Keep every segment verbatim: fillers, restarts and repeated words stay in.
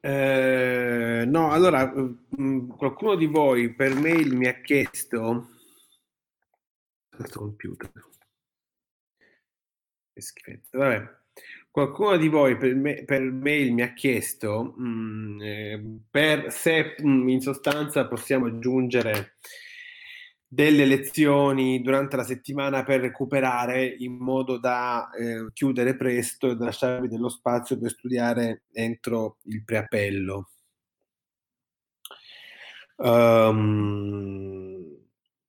Eh, no, allora, mh, qualcuno di voi per mail mi ha chiesto, questo computer, che schifezza, vabbè. Qualcuno di voi per, me- per mail mi ha chiesto mh, eh, per se mh, in sostanza possiamo aggiungere delle lezioni durante la settimana per recuperare in modo da eh, chiudere presto e da lasciarvi dello spazio per studiare entro il preappello. Ehm,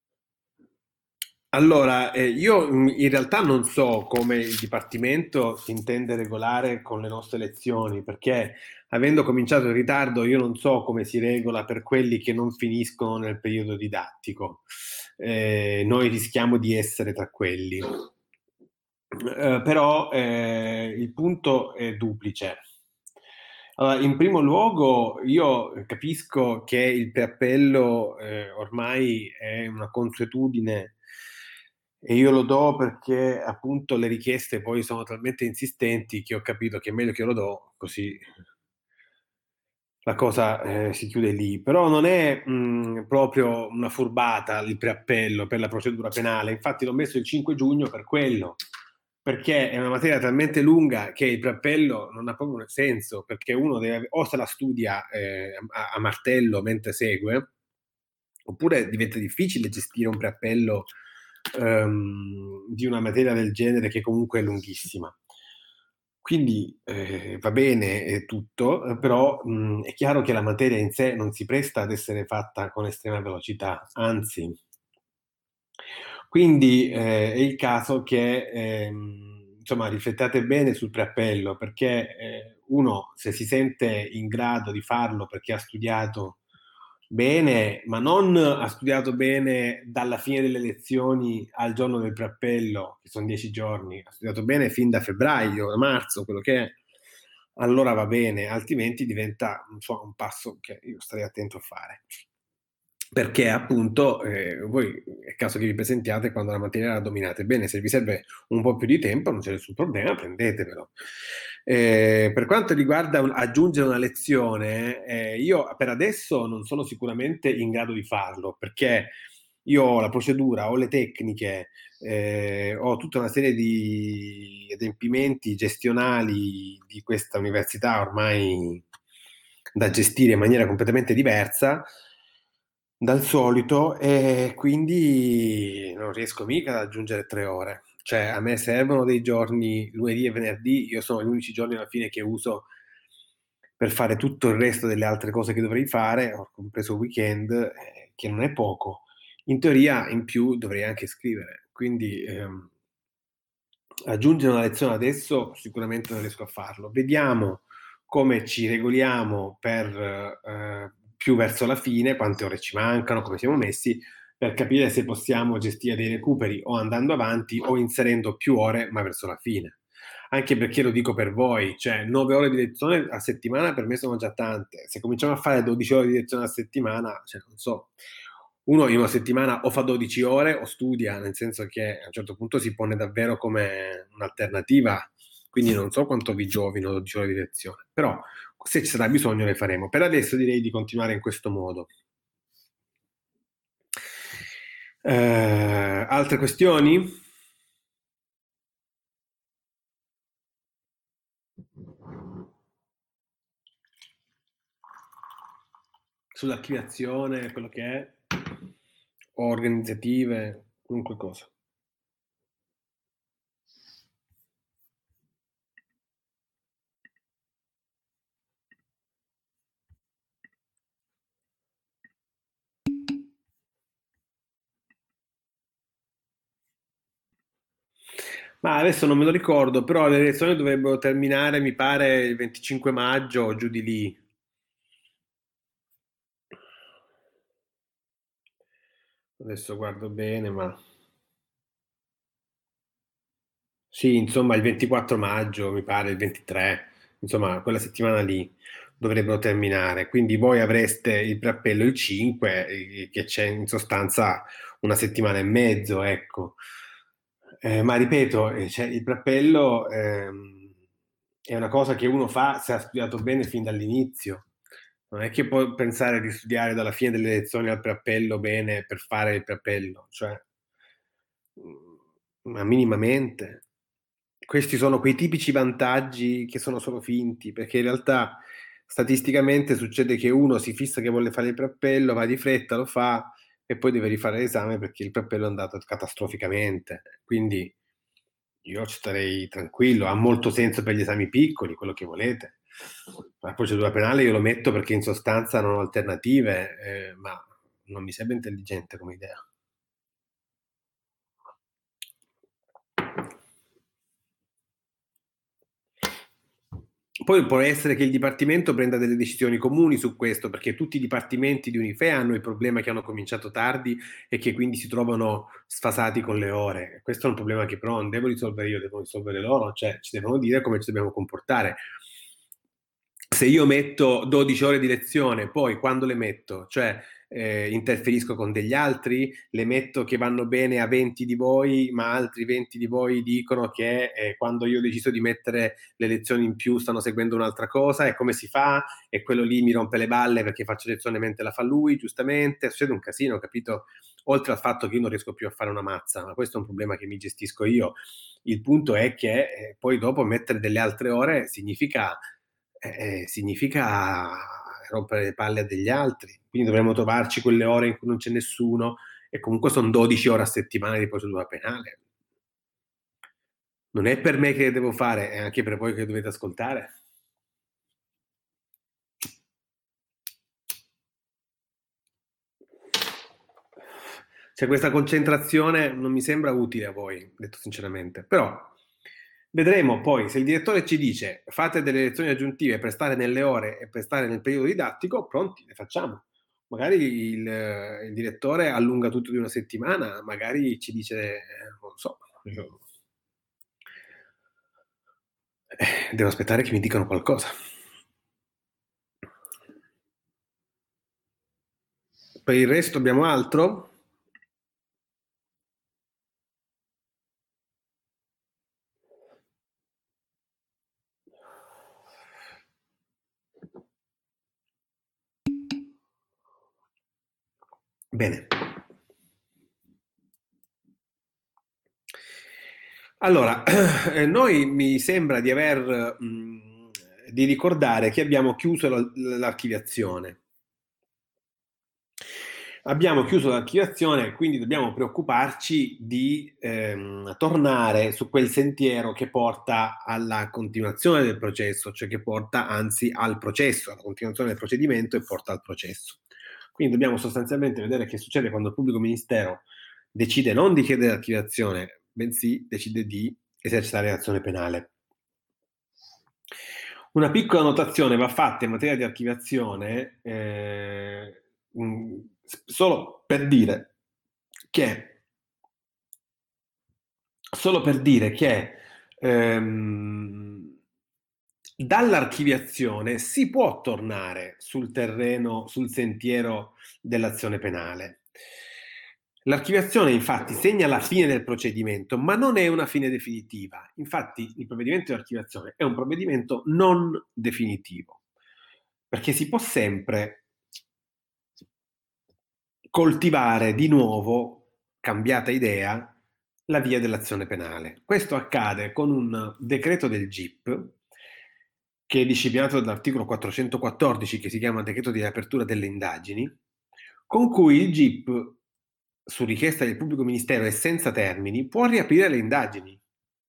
allora, eh, io mh, in realtà non so come il Dipartimento si intende regolare con le nostre lezioni, perché avendo cominciato in ritardo, io non so come si regola per quelli che non finiscono nel periodo didattico. Eh, noi rischiamo di essere tra quelli. Eh, però eh, il punto è duplice. Allora, in primo luogo, io capisco che il preappello eh, ormai è una consuetudine e io lo do perché appunto le richieste poi sono talmente insistenti che ho capito che è meglio che lo do, così la cosa eh, si chiude lì. Però non è mh, proprio una furbata il preappello per la procedura penale, infatti l'ho messo il cinque giugno per quello, perché è una materia talmente lunga che il preappello non ha proprio un senso, perché uno deve, o se la studia eh, a, a martello mentre segue, oppure diventa difficile gestire un preappello ehm, di una materia del genere che comunque è lunghissima. Quindi eh, va bene eh, tutto, eh, però mh, è chiaro che la materia in sé non si presta ad essere fatta con estrema velocità, anzi. Quindi eh, è il caso che ehm, insomma riflettate bene sul preappello, perché eh, uno se si sente in grado di farlo perché ha studiato bene, ma non ha studiato bene dalla fine delle lezioni al giorno del preappello, che sono dieci giorni, ha studiato bene fin da febbraio, da marzo, quello che è, allora va bene, altrimenti diventa insomma, un passo che io starei attento a fare. Perché appunto eh, voi è caso che vi presentiate quando la materia la dominate bene, se vi serve un po' più di tempo non c'è nessun problema, prendetevelo. Eh, per quanto riguarda un- aggiungere una lezione, eh, io per adesso non sono sicuramente in grado di farlo, perché io ho la procedura, ho le tecniche, eh, ho tutta una serie di adempimenti gestionali di questa università ormai da gestire in maniera completamente diversa dal solito e quindi non riesco mica ad aggiungere tre ore. Cioè, a me servono dei giorni, lunedì e venerdì, io sono gli unici giorni alla fine che uso per fare tutto il resto delle altre cose che dovrei fare, ho compreso il weekend, eh, che non è poco. In teoria, in più, dovrei anche scrivere, quindi ehm, aggiungere una lezione adesso sicuramente non riesco a farlo. Vediamo come ci regoliamo per eh, più verso la fine, quante ore ci mancano, come siamo messi, per capire se possiamo gestire dei recuperi o andando avanti o inserendo più ore, ma verso la fine. Anche perché lo dico per voi, cioè nove ore di lezione a settimana per me sono già tante. Se cominciamo a fare dodici ore di lezione a settimana, cioè non so, uno in una settimana o fa dodici ore o studia, nel senso che a un certo punto si pone davvero come un'alternativa, quindi non so quanto vi giovino dodici ore di lezione, però se ci sarà bisogno le faremo. Per adesso direi di continuare in questo modo. Eh, altre questioni? Sull'archiviazione, quello che è, o organizzative, qualunque cosa. Ma adesso non me lo ricordo, però le elezioni dovrebbero terminare, mi pare, il venticinque maggio o giù di lì. Adesso guardo bene, ma sì, insomma, il ventiquattro maggio, mi pare, il ventitré, insomma, quella settimana lì dovrebbero terminare. Quindi voi avreste il preappello il cinque, eh, che c'è in sostanza una settimana e mezzo, ecco. Eh, ma ripeto, eh, cioè, il preappello ehm, è una cosa che uno fa se ha studiato bene fin dall'inizio. Non è che puoi pensare di studiare dalla fine delle lezioni al preappello bene per fare il preappello, cioè, ma minimamente. Questi sono quei tipici vantaggi che sono solo finti, perché in realtà statisticamente succede che uno si fissa che vuole fare il preappello, va di fretta, lo fa e poi deve rifare l'esame perché il preappello è andato catastroficamente. Quindi io ci starei tranquillo, ha molto senso per gli esami piccoli, quello che volete. La procedura penale io lo metto perché in sostanza non ho alternative, eh, ma non mi sembra intelligente come idea. Poi può essere che il Dipartimento prenda delle decisioni comuni su questo, perché tutti i dipartimenti di Unife hanno il problema che hanno cominciato tardi e che quindi si trovano sfasati con le ore. Questo è un problema che però non devo risolvere io, devo risolvere loro, cioè ci devono dire come ci dobbiamo comportare. Se io metto dodici ore di lezione, poi quando le metto? Cioè eh, interferisco con degli altri, le metto che vanno bene a venti di voi, ma altri venti di voi dicono che eh, quando io ho deciso di mettere le lezioni in più stanno seguendo un'altra cosa, e come si fa? E quello lì mi rompe le balle perché faccio lezione mentre la fa lui, giustamente, succede un casino, capito? Oltre al fatto che io non riesco più a fare una mazza, ma questo è un problema che mi gestisco io. Il punto è che eh, poi dopo mettere delle altre ore significa eh, significa rompere le palle a degli altri. Quindi dovremmo trovarci quelle ore in cui non c'è nessuno, e comunque sono dodici ore a settimana di procedura penale. Non è per me che le devo fare, è anche per voi che dovete ascoltare. Cioè, questa concentrazione non mi sembra utile a voi, detto sinceramente. Però vedremo poi se il direttore ci dice fate delle lezioni aggiuntive per stare nelle ore e per stare nel periodo didattico, pronti, le facciamo. Magari il, il direttore allunga tutto di una settimana, magari ci dice, eh, non lo so, io, eh, devo aspettare che mi dicano qualcosa. Per il resto abbiamo altro? Bene. Allora, eh, noi mi sembra di aver, mh, di ricordare che abbiamo chiuso la- l'archiviazione. Abbiamo chiuso l'archiviazione, quindi dobbiamo preoccuparci di ehm, tornare su quel sentiero che porta alla continuazione del processo, cioè che porta anzi al processo, alla continuazione del procedimento e porta al processo. Quindi dobbiamo sostanzialmente vedere che succede quando il pubblico ministero decide non di chiedere l'archiviazione, bensì decide di esercitare l'azione penale. Una piccola notazione va fatta in materia di archiviazione, eh, mh, solo per dire che, solo per dire che ehm, dall'archiviazione si può tornare sul terreno, sul sentiero dell'azione penale. L'archiviazione infatti segna la fine del procedimento, ma non è una fine definitiva. Infatti il provvedimento di archiviazione è un provvedimento non definitivo, perché si può sempre coltivare di nuovo, cambiata idea, la via dell'azione penale. Questo accade con un decreto del G I P che è disciplinato dall'articolo quattrocentoquattordici, che si chiama decreto di apertura delle indagini, con cui il G I P, su richiesta del pubblico ministero e senza termini, può riaprire le indagini.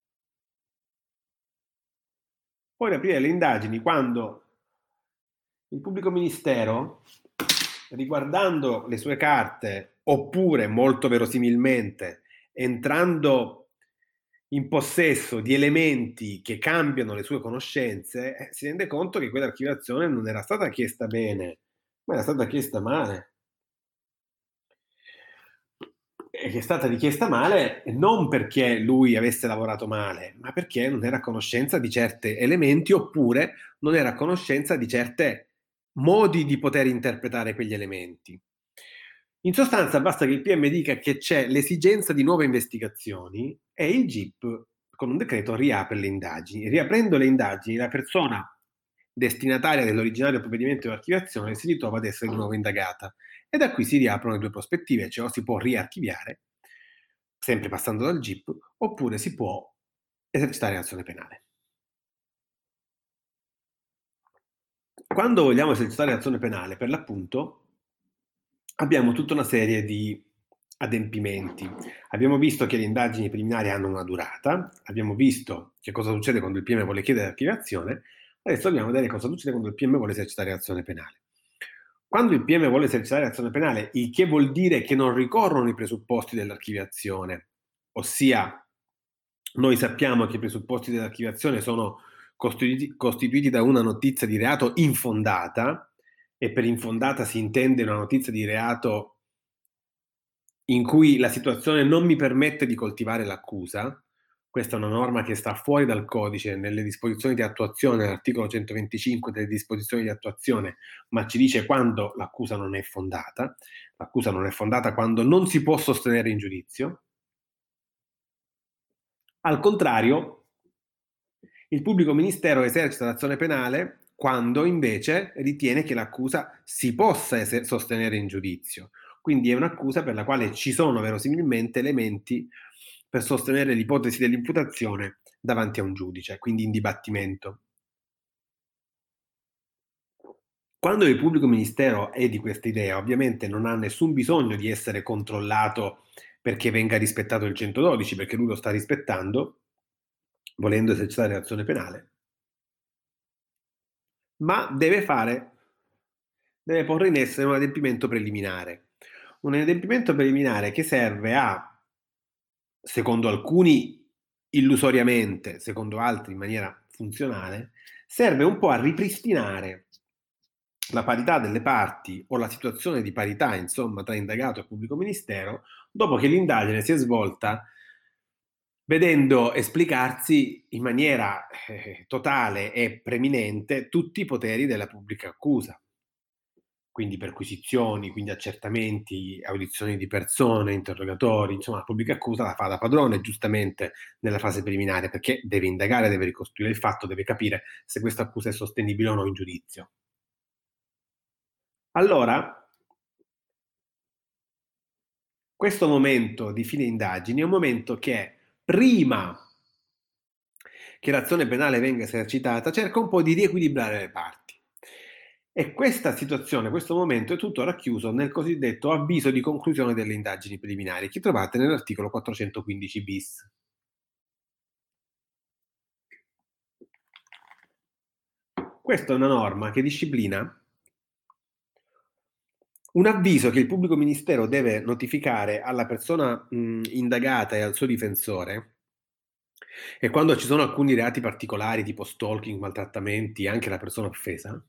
Può riaprire le indagini quando il pubblico ministero, riguardando le sue carte, oppure molto verosimilmente entrando in possesso di elementi che cambiano le sue conoscenze, eh, si rende conto che quell'archiviazione non era stata chiesta bene, ma era stata chiesta male. E che è stata richiesta male non perché lui avesse lavorato male, ma perché non era a conoscenza di certi elementi, oppure non era a conoscenza di certi modi di poter interpretare quegli elementi. In sostanza basta che il P M dica che c'è l'esigenza di nuove investigazioni e il G I P con un decreto riapre le indagini. Riaprendo le indagini, la persona destinataria dell'originario provvedimento di archiviazione si ritrova ad essere di nuovo indagata e da qui si riaprono le due prospettive, cioè o si può riarchiviare, sempre passando dal G I P, oppure si può esercitare l'azione penale. Quando vogliamo esercitare l'azione penale, per l'appunto, abbiamo tutta una serie di adempimenti. Abbiamo visto che le indagini preliminari hanno una durata, abbiamo visto che cosa succede quando il P M vuole chiedere l'archiviazione, adesso dobbiamo vedere cosa succede quando il P M vuole esercitare l'azione penale. Quando il P M vuole esercitare l'azione penale, il che vuol dire che non ricorrono i presupposti dell'archiviazione, ossia noi sappiamo che i presupposti dell'archiviazione sono costituiti, costituiti da una notizia di reato infondata, e per infondata si intende una notizia di reato in cui la situazione non mi permette di coltivare l'accusa. Questa è una norma che sta fuori dal codice, nelle disposizioni di attuazione, l'articolo centoventicinque delle disposizioni di attuazione, ma ci dice quando l'accusa non è fondata. L'accusa non è fondata quando non si può sostenere in giudizio. Al contrario, il pubblico ministero esercita l'azione penale quando invece ritiene che l'accusa si possa eser- sostenere in giudizio. Quindi è un'accusa per la quale ci sono verosimilmente elementi per sostenere l'ipotesi dell'imputazione davanti a un giudice, quindi in dibattimento. Quando il pubblico ministero è di questa idea, ovviamente non ha nessun bisogno di essere controllato perché venga rispettato il centododici, perché lui lo sta rispettando, volendo esercitare l'azione penale, ma deve fare, deve porre in essere un adempimento preliminare. Un adempimento preliminare che serve a, secondo alcuni illusoriamente, secondo altri in maniera funzionale, serve un po' a ripristinare la parità delle parti o la situazione di parità, insomma, tra indagato e pubblico ministero, dopo che l'indagine si è svolta vedendo esplicarsi in maniera eh, totale e preminente tutti i poteri della pubblica accusa. Quindi perquisizioni, quindi accertamenti, audizioni di persone, interrogatori, insomma la pubblica accusa la fa da padrone giustamente nella fase preliminare, perché deve indagare, deve ricostruire il fatto, deve capire se questa accusa è sostenibile o no in giudizio. Allora, questo momento di fine indagini è un momento che prima che l'azione penale venga esercitata cerca un po' di riequilibrare le parti. E questa situazione, questo momento è tutto racchiuso nel cosiddetto avviso di conclusione delle indagini preliminari, che trovate nell'articolo quattrocentoquindici bis. Questa è una norma che disciplina un avviso che il pubblico ministero deve notificare alla persona mh, indagata e al suo difensore, e quando ci sono alcuni reati particolari tipo stalking, maltrattamenti, anche la persona offesa,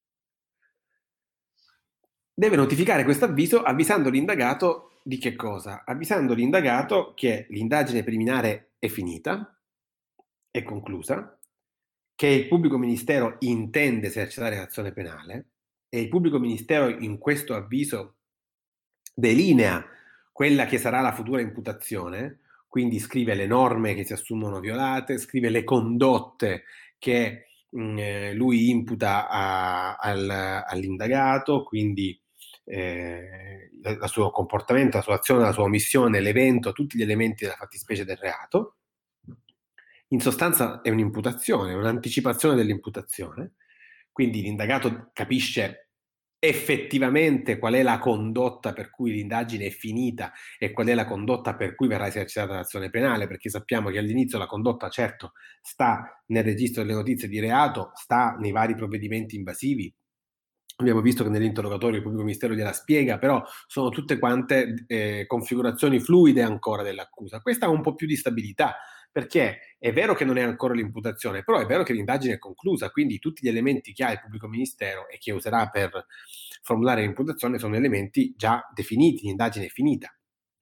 deve notificare questo avviso avvisando l'indagato di che cosa? Avvisando l'indagato che l'indagine preliminare è finita, è conclusa, che il pubblico ministero intende esercitare l'azione penale e il pubblico ministero in questo avviso delinea quella che sarà la futura imputazione, quindi scrive le norme che si assumono violate, scrive le condotte che mh, eh, lui imputa a, al, all'indagato, quindi eh, il suo comportamento, la sua azione, la sua omissione, l'evento, tutti gli elementi della fattispecie del reato. In sostanza è un'imputazione, un'anticipazione dell'imputazione, quindi l'indagato capisce effettivamente qual è la condotta per cui l'indagine è finita e qual è la condotta per cui verrà esercitata l'azione penale, perché sappiamo che all'inizio la condotta certo sta nel registro delle notizie di reato, sta nei vari provvedimenti invasivi. Abbiamo visto che nell'interrogatorio il pubblico ministero gliela spiega, però sono tutte quante eh, configurazioni fluide ancora dell'accusa. Questa ha un po' più di stabilità, perché è vero che non è ancora l'imputazione, però è vero che l'indagine è conclusa, quindi tutti gli elementi che ha il pubblico ministero e che userà per formulare l'imputazione sono elementi già definiti, l'indagine è finita.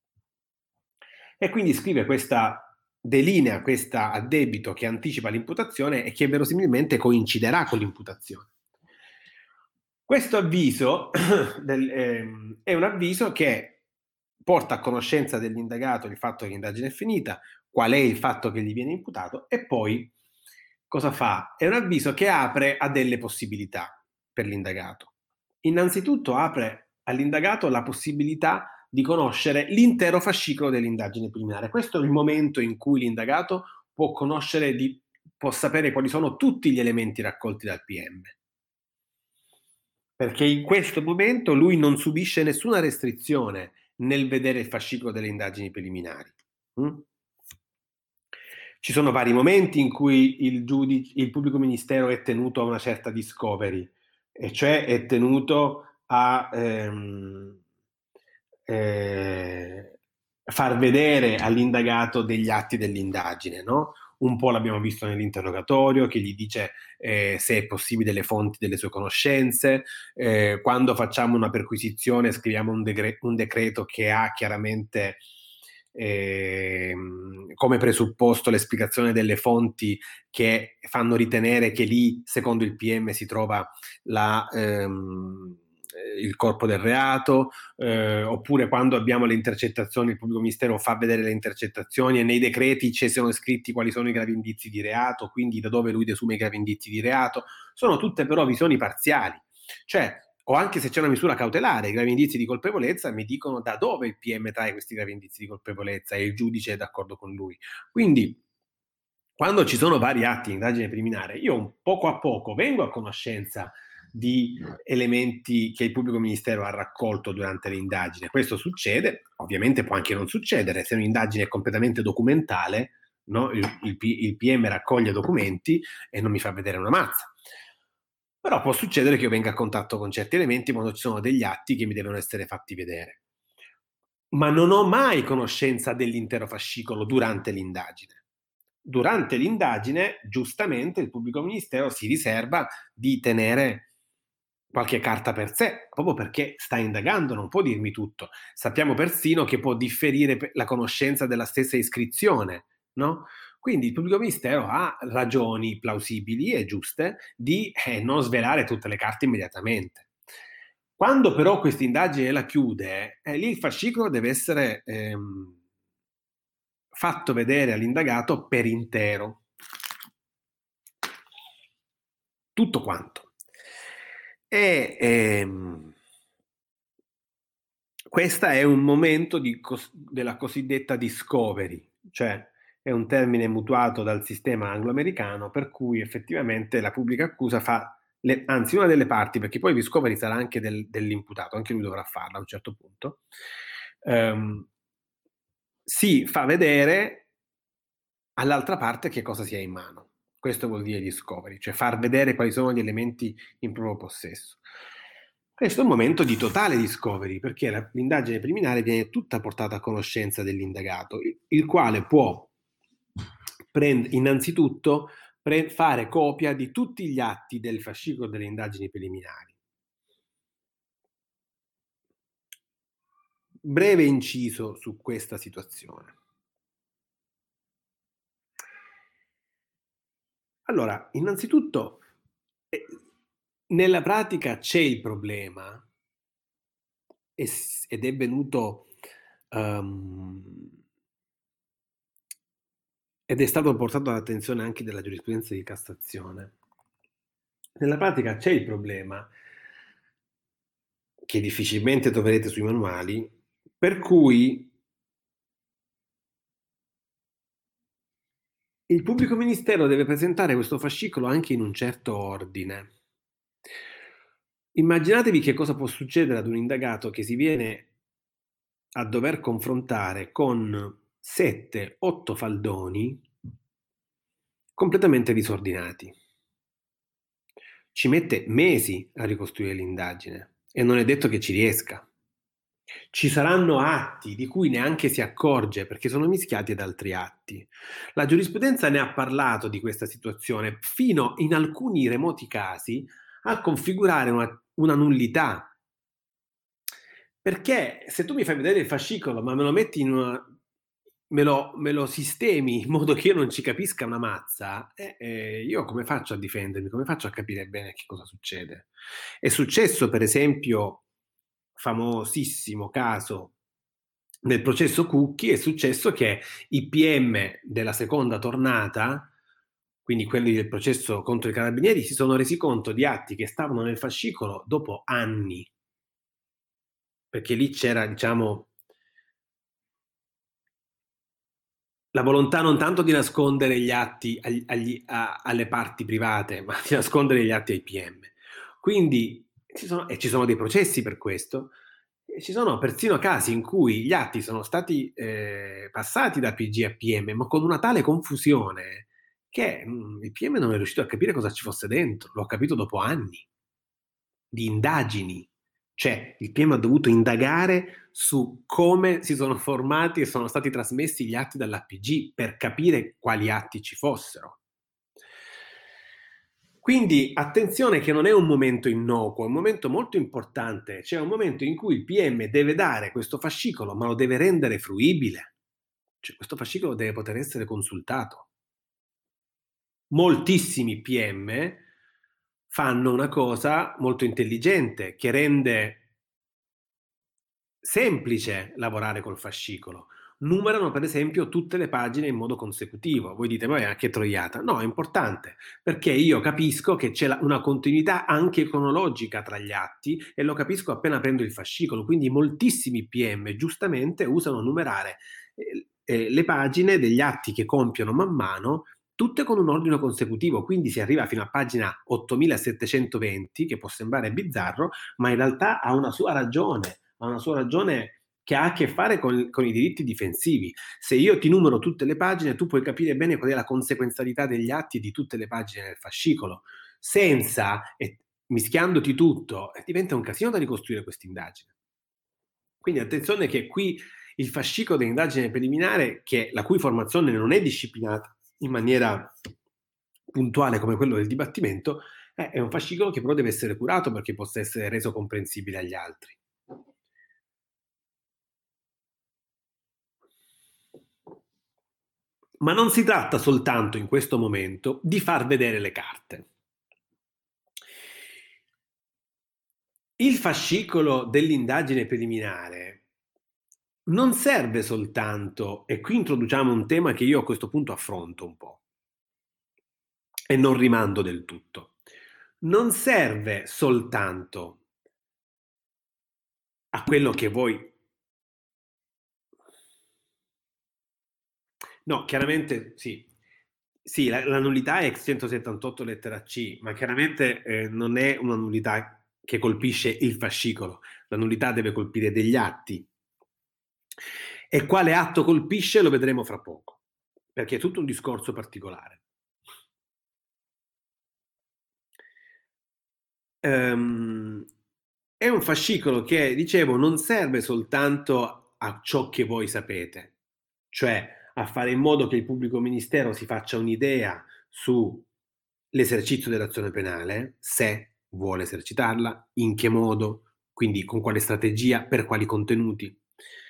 E quindi scrive questa, delinea questa addebito che anticipa l'imputazione e che verosimilmente coinciderà con l'imputazione. Questo avviso del, ehm, è un avviso che porta a conoscenza dell'indagato il fatto che l'indagine è finita, qual è il fatto che gli viene imputato e poi cosa fa? È un avviso che apre a delle possibilità per l'indagato. Innanzitutto apre all'indagato la possibilità di conoscere l'intero fascicolo dell'indagine preliminare. Questo è il momento in cui l'indagato può conoscere, di, può sapere quali sono tutti gli elementi raccolti dal P M. Perché in questo momento lui non subisce nessuna restrizione nel vedere il fascicolo delle indagini preliminari. Mm? Ci sono vari momenti in cui il, giudice, il pubblico ministero è tenuto a una certa discovery, e cioè è tenuto a ehm, eh, far vedere all'indagato degli atti dell'indagine, no? Un po' l'abbiamo visto nell'interrogatorio, che gli dice eh, se è possibile le fonti delle sue conoscenze, eh, quando facciamo una perquisizione scriviamo un, degre- un decreto che ha chiaramente eh, come presupposto l'esplicazione delle fonti che fanno ritenere che lì, secondo il P M, si trova la, ehm, il corpo del reato, eh, oppure quando abbiamo le intercettazioni, il pubblico ministero fa vedere le intercettazioni e nei decreti ci sono scritti quali sono i gravi indizi di reato, quindi da dove lui desume i gravi indizi di reato. Sono tutte però visioni parziali, cioè o anche se c'è una misura cautelare, i gravi indizi di colpevolezza mi dicono da dove il P M trae questi gravi indizi di colpevolezza e il giudice è d'accordo con lui. Quindi, quando ci sono vari atti di indagine preliminare, io poco a poco vengo a conoscenza di elementi che il pubblico ministero ha raccolto durante l'indagine. Questo succede, ovviamente può anche non succedere, se un'indagine è completamente documentale, no? il, il, il P M raccoglie documenti e non mi fa vedere una mazza. Però può succedere che io venga a contatto con certi elementi quando ci sono degli atti che mi devono essere fatti vedere. Ma non ho mai conoscenza dell'intero fascicolo durante l'indagine. Durante l'indagine, giustamente, il pubblico ministero si riserva di tenere qualche carta per sé, proprio perché sta indagando, non può dirmi tutto. Sappiamo persino che può differire la conoscenza della stessa iscrizione, no? Quindi il pubblico ministero ha ragioni plausibili e giuste di eh, non svelare tutte le carte immediatamente. Quando però questa indagine la chiude, eh, lì il fascicolo deve essere ehm, fatto vedere all'indagato per intero. Tutto quanto. E ehm, questo è un momento di cos- della cosiddetta discovery, cioè è un termine mutuato dal sistema anglo-americano per cui effettivamente la pubblica accusa fa, le, anzi una delle parti, perché poi discovery sarà anche del, dell'imputato, anche lui dovrà farla a un certo punto, ehm, si fa vedere all'altra parte che cosa si ha in mano. Questo vuol dire discovery, cioè far vedere quali sono gli elementi in proprio possesso. Questo è un momento di totale discovery, perché la, l'indagine preliminare viene tutta portata a conoscenza dell'indagato, il, il quale può prend- innanzitutto pre- fare copia di tutti gli atti del fascicolo delle indagini preliminari. Breve inciso su questa situazione. Allora, innanzitutto, eh, nella pratica c'è il problema ed è venuto um, ed è stato portato all'attenzione anche della giurisprudenza di Cassazione. Nella pratica c'è il problema che difficilmente troverete sui manuali, per cui il pubblico ministero deve presentare questo fascicolo anche in un certo ordine. Immaginatevi che cosa può succedere ad un indagato che si viene a dover confrontare con sette otto faldoni completamente disordinati. Ci mette mesi a ricostruire l'indagine e non è detto che ci riesca. Ci saranno atti di cui neanche si accorge perché sono mischiati ad altri atti. La giurisprudenza ne ha parlato di questa situazione fino in alcuni remoti casi a configurare una, una nullità. Perché se tu mi fai vedere il fascicolo ma me lo metti in una, me lo, me lo sistemi in modo che io non ci capisca una mazza, eh, eh, io come faccio a difendermi? Come faccio a capire bene che cosa succede? È successo, per esempio, famosissimo caso nel processo Cucchi è successo che i P M della seconda tornata, quindi quelli del processo contro i carabinieri, si sono resi conto di atti che stavano nel fascicolo dopo anni, perché lì c'era, diciamo, la volontà non tanto di nascondere gli atti agli- agli- a- alle parti private, ma di nascondere gli atti ai P M. Quindi ci sono, e ci sono dei processi per questo, e ci sono persino casi in cui gli atti sono stati eh, passati da P G a P M, ma con una tale confusione che mm, il P M non è riuscito a capire cosa ci fosse dentro, l'ho capito dopo anni di indagini. Cioè, il P M ha dovuto indagare su come si sono formati e sono stati trasmessi gli atti dall'A P G per capire quali atti ci fossero. Quindi attenzione che non è un momento innocuo, è un momento molto importante, cioè un momento in cui il P M deve dare questo fascicolo, ma lo deve rendere fruibile. Cioè, questo fascicolo deve poter essere consultato. Moltissimi P M fanno una cosa molto intelligente che rende semplice lavorare col fascicolo. Numerano per esempio tutte le pagine in modo consecutivo. Voi dite, ma è che troiata? No, è importante perché io capisco che c'è la- una continuità anche cronologica tra gli atti e lo capisco appena prendo il fascicolo. Quindi moltissimi P M giustamente usano numerare eh, eh, le pagine degli atti che compiono man mano, tutte con un ordine consecutivo. Quindi si arriva fino a pagina ottomilasettecentoventi, che può sembrare bizzarro, ma in realtà ha una sua ragione ha una sua ragione che ha a che fare con, con i diritti difensivi. Se io ti numero tutte le pagine, tu puoi capire bene qual è la conseguenzialità degli atti di tutte le pagine del fascicolo. Senza, e mischiandoti tutto, eh, diventa un casino da ricostruire questa indagine. Quindi attenzione che qui il fascicolo dell'indagine preliminare, che, la cui formazione non è disciplinata in maniera puntuale come quello del dibattimento, eh, è un fascicolo che però deve essere curato perché possa essere reso comprensibile agli altri. Ma non si tratta soltanto in questo momento di far vedere le carte. Il fascicolo dell'indagine preliminare non serve soltanto, e qui introduciamo un tema che io a questo punto affronto un po' e non rimando del tutto, non serve soltanto a quello che voi. No, chiaramente sì. Sì, la, la nullità è ex centosettantotto lettera C, ma chiaramente eh, non è una nullità che colpisce il fascicolo. La nullità deve colpire degli atti. E quale atto colpisce lo vedremo fra poco, perché è tutto un discorso particolare. Ehm, è un fascicolo che, dicevo, non serve soltanto a ciò che voi sapete, cioè a fare in modo che il pubblico ministero si faccia un'idea sull'esercizio dell'azione penale, se vuole esercitarla, in che modo, quindi con quale strategia, per quali contenuti.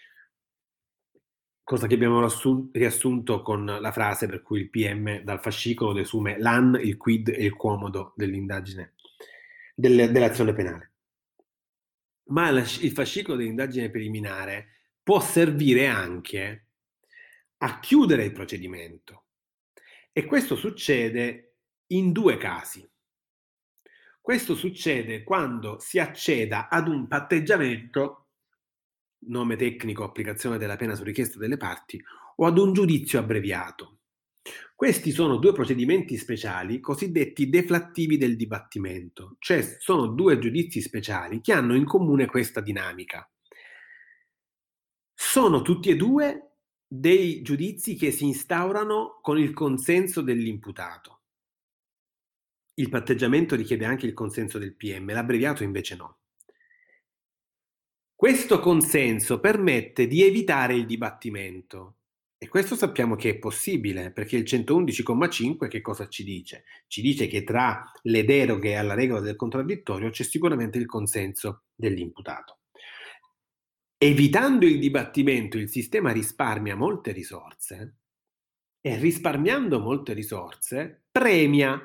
Cosa che abbiamo rassun- riassunto con la frase per cui il P M dal fascicolo desume l'an, il quid e il quomodo dell'indagine, del- dell'azione penale. Ma la- il fascicolo dell'indagine preliminare può servire anche a chiudere il procedimento. E questo succede in due casi. Questo succede quando si acceda ad un patteggiamento, nome tecnico applicazione della pena su richiesta delle parti, o ad un giudizio abbreviato. Questi sono due procedimenti speciali cosiddetti deflattivi del dibattimento, cioè sono due giudizi speciali che hanno in comune questa dinamica. Sono tutti e due dei giudizi che si instaurano con il consenso dell'imputato. Il patteggiamento richiede anche il consenso del P M, l'abbreviato invece no. Questo consenso permette di evitare il dibattimento e questo sappiamo che è possibile perché il centoundici comma cinque che cosa ci dice? Ci dice che tra le deroghe alla regola del contraddittorio c'è sicuramente il consenso dell'imputato. Evitando il dibattimento il sistema risparmia molte risorse e risparmiando molte risorse premia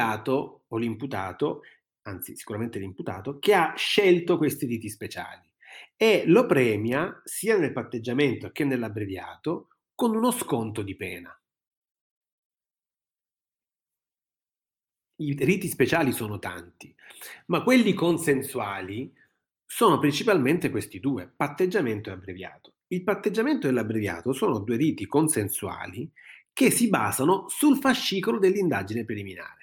l'indagato o l'imputato, anzi sicuramente l'imputato, che ha scelto questi riti speciali. e lo premia sia nel patteggiamento che nell'abbreviato con uno sconto di pena. I riti speciali sono tanti, ma quelli consensuali sono principalmente questi due, patteggiamento e abbreviato. Il patteggiamento e l'abbreviato sono due riti consensuali che si basano sul fascicolo dell'indagine preliminare.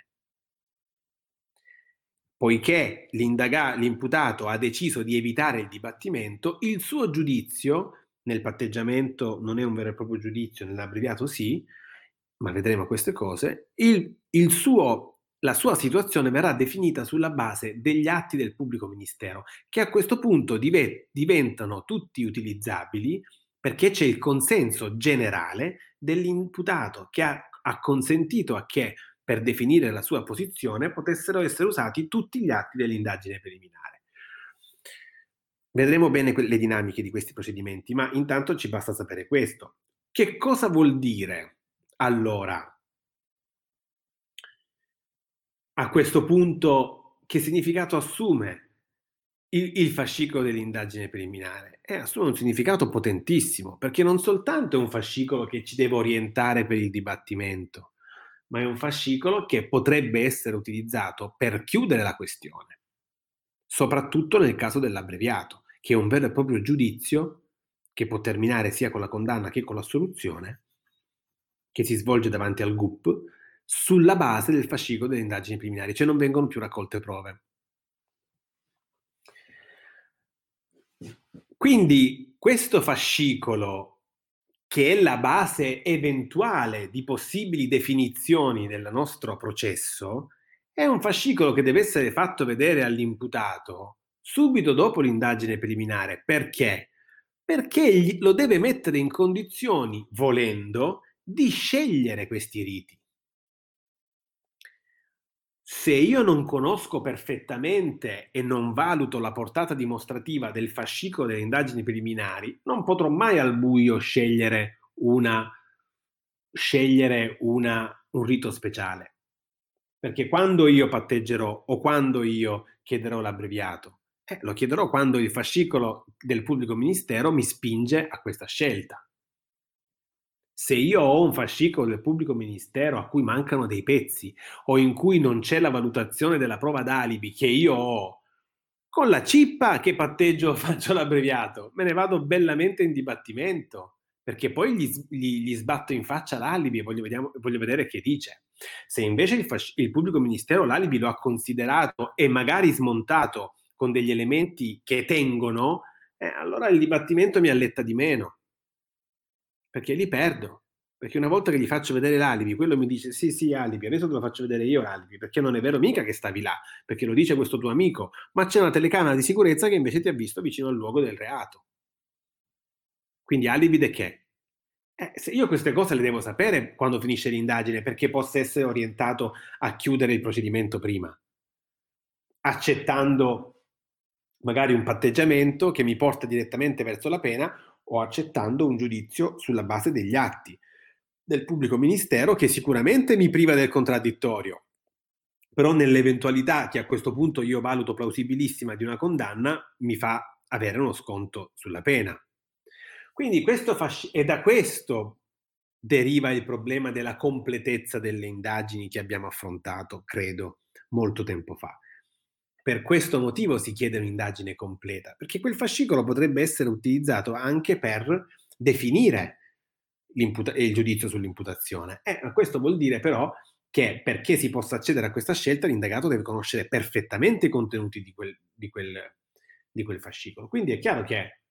Poiché l'indaga- l'imputato ha deciso di evitare il dibattimento, il suo giudizio, nel patteggiamento non è un vero e proprio giudizio, nell'abbreviato sì, ma vedremo queste cose, il, il suo, la sua situazione verrà definita sulla base degli atti del pubblico ministero, che a questo punto dive- diventano tutti utilizzabili perché c'è il consenso generale dell'imputato che ha, ha consentito a che per definire la sua posizione potessero essere usati tutti gli atti dell'indagine preliminare. Vedremo bene le dinamiche di questi procedimenti, ma intanto ci basta sapere questo. Che cosa vuol dire allora a questo punto, che significato assume il, il fascicolo dell'indagine preliminare? Eh, assume un significato potentissimo, perché non soltanto è un fascicolo che ci deve orientare per il dibattimento, ma è un fascicolo che potrebbe essere utilizzato per chiudere la questione, soprattutto nel caso dell'abbreviato, che è un vero e proprio giudizio che può terminare sia con la condanna che con l'assoluzione, che si svolge davanti al G U P, sulla base del fascicolo delle indagini preliminari, cioè non vengono più raccolte prove. Quindi questo fascicolo, che è la base eventuale di possibili definizioni del nostro processo, è un fascicolo che deve essere fatto vedere all'imputato subito dopo l'indagine preliminare. Perché? Perché lo deve mettere in condizioni, volendo, di scegliere questi riti. Se io non conosco perfettamente e non valuto la portata dimostrativa del fascicolo delle indagini preliminari, non potrò mai al buio scegliere, una, scegliere una, un rito speciale. Perché quando io patteggerò o quando io chiederò l'abbreviato, eh, lo chiederò quando il fascicolo del pubblico ministero mi spinge a questa scelta. Se io ho un fascicolo del pubblico ministero a cui mancano dei pezzi o in cui non c'è la valutazione della prova d'alibi che io ho, con la cippa che patteggio faccio l'abbreviato, me ne vado bellamente in dibattimento, perché poi gli, gli, gli sbatto in faccia l'alibi e voglio, vediamo, voglio vedere che dice. Se invece il, fasc- il pubblico ministero l'alibi lo ha considerato e magari smontato con degli elementi che tengono, eh, allora il dibattimento mi alletta di meno, perché li perdo. Perché una volta che gli faccio vedere l'alibi, quello mi dice sì, sì, alibi, adesso te lo faccio vedere io l'alibi, perché non è vero mica che stavi là, perché lo dice questo tuo amico, ma c'è una telecamera di sicurezza che invece ti ha visto vicino al luogo del reato. Quindi alibi di che? Eh, se io queste cose le devo sapere quando finisce l'indagine, perché possa essere orientato a chiudere il procedimento prima, accettando magari un patteggiamento che mi porta direttamente verso la pena o accettando un giudizio sulla base degli atti del pubblico ministero che sicuramente mi priva del contraddittorio, però nell'eventualità che a questo punto io valuto plausibilissima di una condanna, mi fa avere uno sconto sulla pena. Quindi questo fa, e da questo deriva il problema della completezza delle indagini che abbiamo affrontato, credo, molto tempo fa. Per questo motivo si chiede un'indagine completa, perché quel fascicolo potrebbe essere utilizzato anche per definire il giudizio sull'imputazione. Eh, questo vuol dire però che perché si possa accedere a questa scelta l'indagato deve conoscere perfettamente i contenuti di quel, di quel, di quel fascicolo. Quindi è chiaro che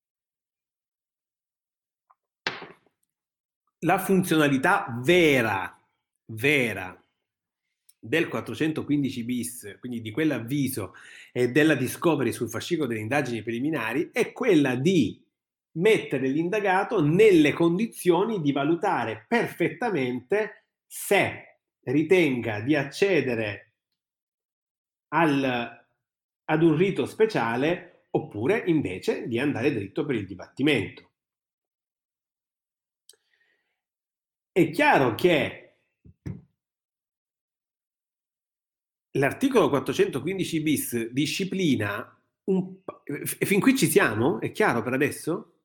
la funzionalità vera, vera del quattrocentoquindici bis, quindi di quell'avviso e della discovery sul fascicolo delle indagini preliminari, è quella di mettere l'indagato nelle condizioni di valutare perfettamente se ritenga di accedere al, ad un rito speciale oppure invece di andare dritto per il dibattimento. È chiaro che l'articolo quattrocentoquindici bis disciplina Un p- f- fin qui ci siamo? È chiaro per adesso?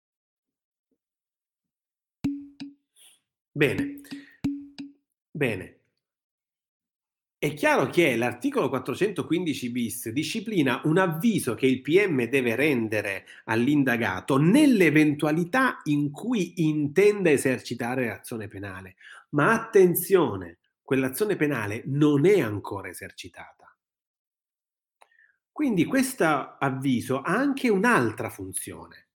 Bene, bene. È chiaro che l'articolo quattrocentoquindici bis disciplina un avviso che il P M deve rendere all'indagato nell'eventualità in cui intenda esercitare l'azione penale. Ma attenzione, quell'azione penale non è ancora esercitata. Quindi questo avviso ha anche un'altra funzione,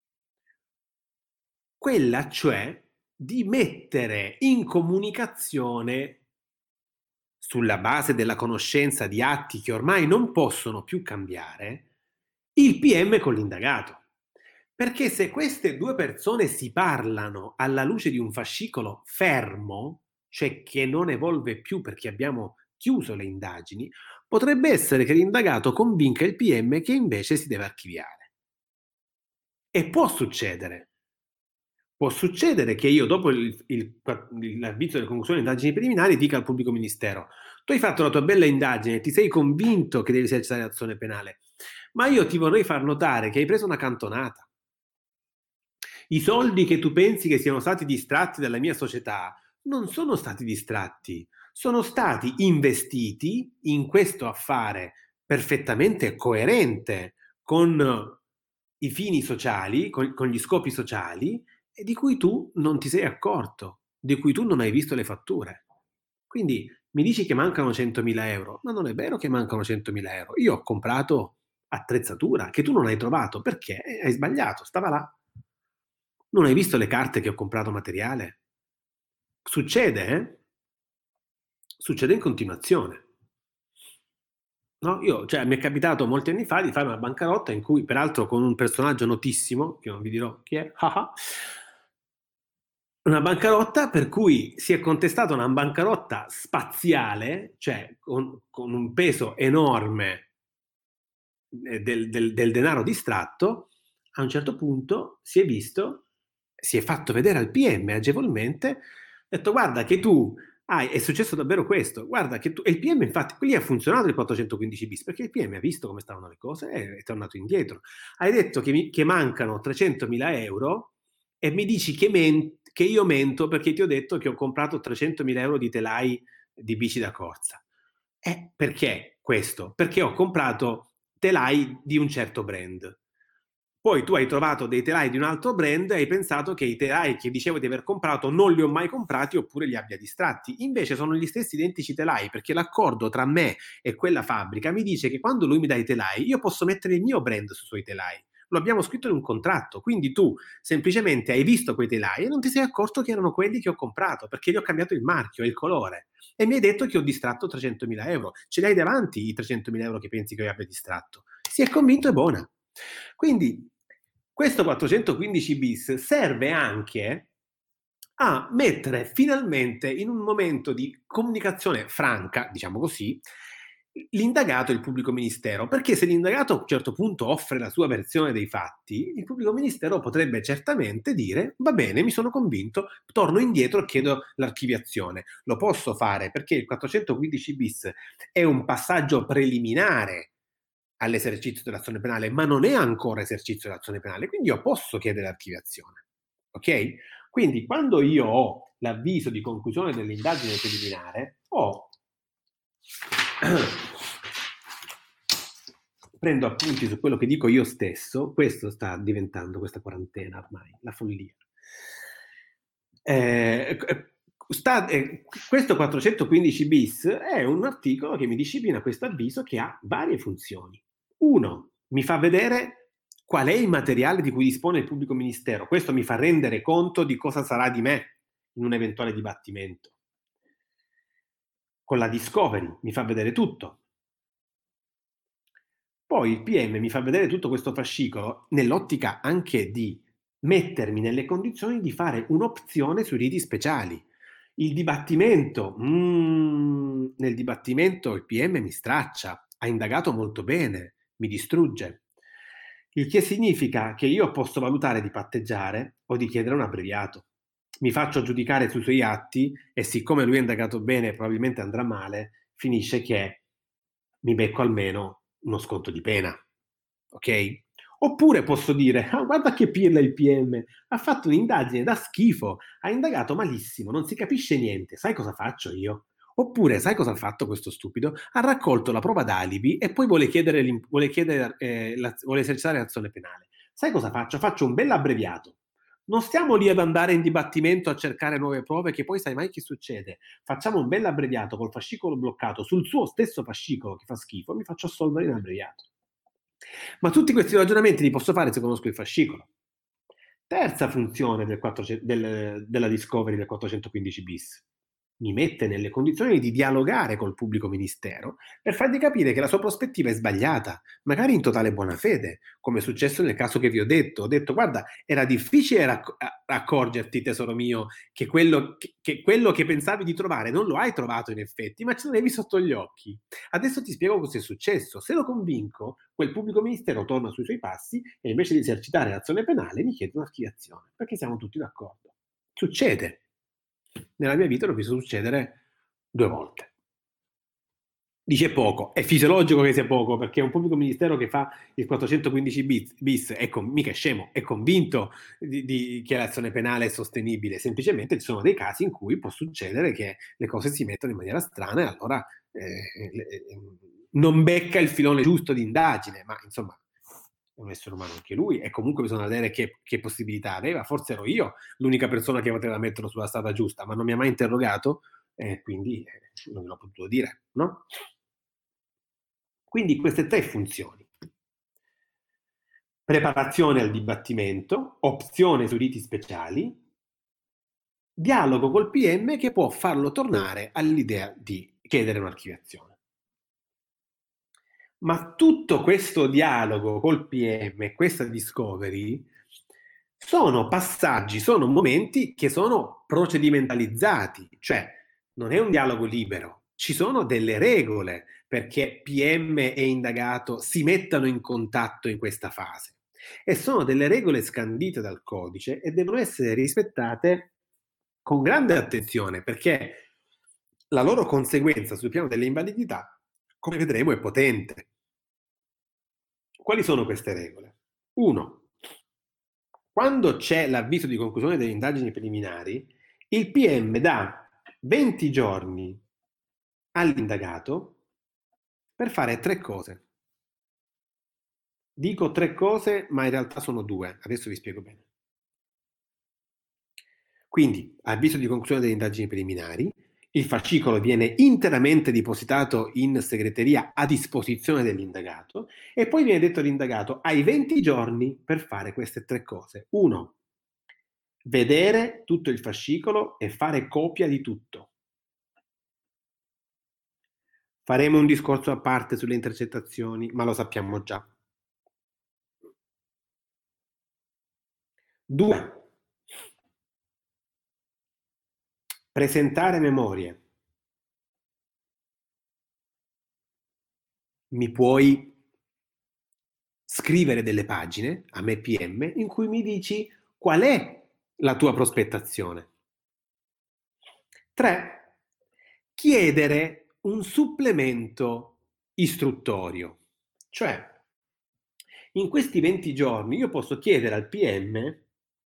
quella cioè di mettere in comunicazione, sulla base della conoscenza di atti che ormai non possono più cambiare, il P M con l'indagato. Perché se queste due persone si parlano alla luce di un fascicolo fermo, cioè che non evolve più perché abbiamo chiuso le indagini, potrebbe essere che l'indagato convinca il P M che invece si deve archiviare. E può succedere. Può succedere che io, dopo il, il, l'avviso delle conclusioni delle indagini preliminari, dica al pubblico ministero: tu hai fatto la tua bella indagine, ti sei convinto che devi esercitare l'azione penale, ma io ti vorrei far notare che hai preso una cantonata. I soldi che tu pensi che siano stati distratti dalla mia società non sono stati distratti, sono stati investiti in questo affare perfettamente coerente con i fini sociali, con, con gli scopi sociali, e di cui tu non ti sei accorto, di cui tu non hai visto le fatture. Quindi mi dici che mancano centomila euro, ma non è vero che mancano centomila euro. Io ho comprato attrezzatura che tu non hai trovato perché hai sbagliato, stava là. Non hai visto le carte che ho comprato materiale? Succede, eh? Succede in continuazione. No, io, cioè, mi è capitato molti anni fa di fare una bancarotta in cui, peraltro, con un personaggio notissimo, che non vi dirò chi è, haha, una bancarotta per cui si è contestata una bancarotta spaziale, cioè con, con un peso enorme eh, del, del- del denaro distratto. A un certo punto si è visto, si è fatto vedere al P M agevolmente, ha detto: guarda che tu hai, è successo davvero questo, guarda che tu, e il P M infatti, qui ha funzionato il quattrocentoquindici bis, perché il P M ha visto come stavano le cose e è tornato indietro. Hai detto che, mi, che mancano trecentomila euro e mi dici che, men- che io mento perché ti ho detto che ho comprato trecentomila euro di telai di bici da corsa. Eh, perché questo? Perché ho comprato telai di un certo brand. Poi tu hai trovato dei telai di un altro brand e hai pensato che i telai che dicevo di aver comprato non li ho mai comprati oppure li abbia distratti. Invece sono gli stessi identici telai, perché l'accordo tra me e quella fabbrica mi dice che quando lui mi dà i telai io posso mettere il mio brand sui suoi telai. Lo abbiamo scritto in un contratto, quindi tu semplicemente hai visto quei telai e non ti sei accorto che erano quelli che ho comprato, perché gli ho cambiato il marchio e il colore. E mi hai detto che ho distratto trecentomila euro. Ce li hai davanti i trecentomila euro che pensi che io abbia distratto? Si è convinto, è buona. Quindi questo quattrocentoquindici bis serve anche a mettere finalmente in un momento di comunicazione franca, diciamo così, l'indagato e il pubblico ministero, perché se l'indagato a un certo punto offre la sua versione dei fatti, il pubblico ministero potrebbe certamente dire: va bene, mi sono convinto, torno indietro e chiedo l'archiviazione. Lo posso fare perché il quattrocentoquindici bis è un passaggio preliminare all'esercizio dell'azione penale, ma non è ancora esercizio dell'azione penale, quindi io posso chiedere l'archiviazione. Ok? Quindi quando io ho l'avviso di conclusione dell'indagine preliminare, ho prendo appunti su quello che dico io stesso. Questo sta diventando, questa quarantena ormai, la follia. Eh, sta, eh, questo quattrocentoquindici bis è un articolo che mi disciplina questo avviso, che ha varie funzioni. Uno, mi fa vedere qual è il materiale di cui dispone il pubblico ministero. Questo mi fa rendere conto di cosa sarà di me in un eventuale dibattimento. Con la Discovery mi fa vedere tutto. Poi il P M mi fa vedere tutto questo fascicolo nell'ottica anche di mettermi nelle condizioni di fare un'opzione sui riti speciali. Il dibattimento, mm, nel dibattimento il P M mi straccia, ha indagato molto bene, mi distrugge. Il che significa che io posso valutare di patteggiare o di chiedere un abbreviato. Mi faccio giudicare sui suoi atti e siccome lui ha indagato bene, probabilmente andrà male, finisce che mi becco almeno uno sconto di pena. ok? Oppure posso dire, ah, guarda che pirla il P M, ha fatto un'indagine da schifo, ha indagato malissimo, non si capisce niente, sai cosa faccio io? Oppure, sai cosa ha fatto questo stupido? Ha raccolto la prova d'alibi e poi vuole chiedere, vuole, chiedere eh, la, vuole esercitare l'azione penale. Sai cosa faccio? Faccio un bel abbreviato. Non stiamo lì ad andare in dibattimento a cercare nuove prove, che poi sai mai che succede. Facciamo un bel abbreviato col fascicolo bloccato sul suo stesso fascicolo che fa schifo e mi faccio assolvere in abbreviato. Ma tutti questi ragionamenti li posso fare se conosco il fascicolo. Terza funzione del quattrocento, del, della Discovery del quattrocentoquindici bis. Mi mette nelle condizioni di dialogare col pubblico ministero per fargli capire che la sua prospettiva è sbagliata, magari in totale buona fede, come è successo nel caso che vi ho detto. Ho detto, guarda, era difficile racc- accorgerti, tesoro mio, che quello che, che quello che pensavi di trovare non lo hai trovato in effetti, ma ce l'avevi sotto gli occhi. Adesso ti spiego cosa è successo. Se lo convinco, quel pubblico ministero torna sui suoi passi e invece di esercitare l'azione penale mi chiede un'archiviazione, perché siamo tutti d'accordo. Succede. Nella mia vita l'ho visto succedere due volte. Dice poco, è fisiologico che sia poco, perché un pubblico ministero che fa il quattrocentoquindici bis, bis è con, mica è scemo, è convinto di, di, che l'azione penale è sostenibile, semplicemente ci sono dei casi in cui può succedere che le cose si mettono in maniera strana e allora eh, eh, non becca il filone giusto di indagine, ma insomma è un essere umano anche lui e comunque bisogna vedere che, che possibilità aveva. Forse ero io l'unica persona che poteva metterlo sulla strada giusta, ma non mi ha mai interrogato e quindi eh, non l'ho potuto dire, no? Quindi queste tre funzioni: preparazione al dibattimento, opzione sui riti speciali, dialogo col P M che può farlo tornare all'idea di chiedere un'archiviazione. Ma tutto questo dialogo col P M, questa discovery, sono passaggi, sono momenti che sono procedimentalizzati, cioè non è un dialogo libero, ci sono delle regole perché P M e indagato si mettano in contatto in questa fase e sono delle regole scandite dal codice e devono essere rispettate con grande attenzione perché la loro conseguenza sul piano delle invalidità, come vedremo, è potente. Quali sono queste regole? Uno, quando c'è l'avviso di conclusione delle indagini preliminari, il P M dà venti giorni all'indagato per fare tre cose. Dico tre cose, ma in realtà sono due. Adesso vi spiego bene. Quindi, avviso di conclusione delle indagini preliminari, il fascicolo viene interamente depositato in segreteria a disposizione dell'indagato e poi viene detto all'indagato: hai venti giorni per fare queste tre cose. Uno, vedere tutto il fascicolo e fare copia di tutto. Faremo un discorso a parte sulle intercettazioni, ma lo sappiamo già. Due, presentare memorie. Mi puoi scrivere delle pagine a me P M in cui mi dici qual è la tua prospettazione. Tre, chiedere un supplemento istruttorio. Cioè, in questi venti giorni io posso chiedere al P M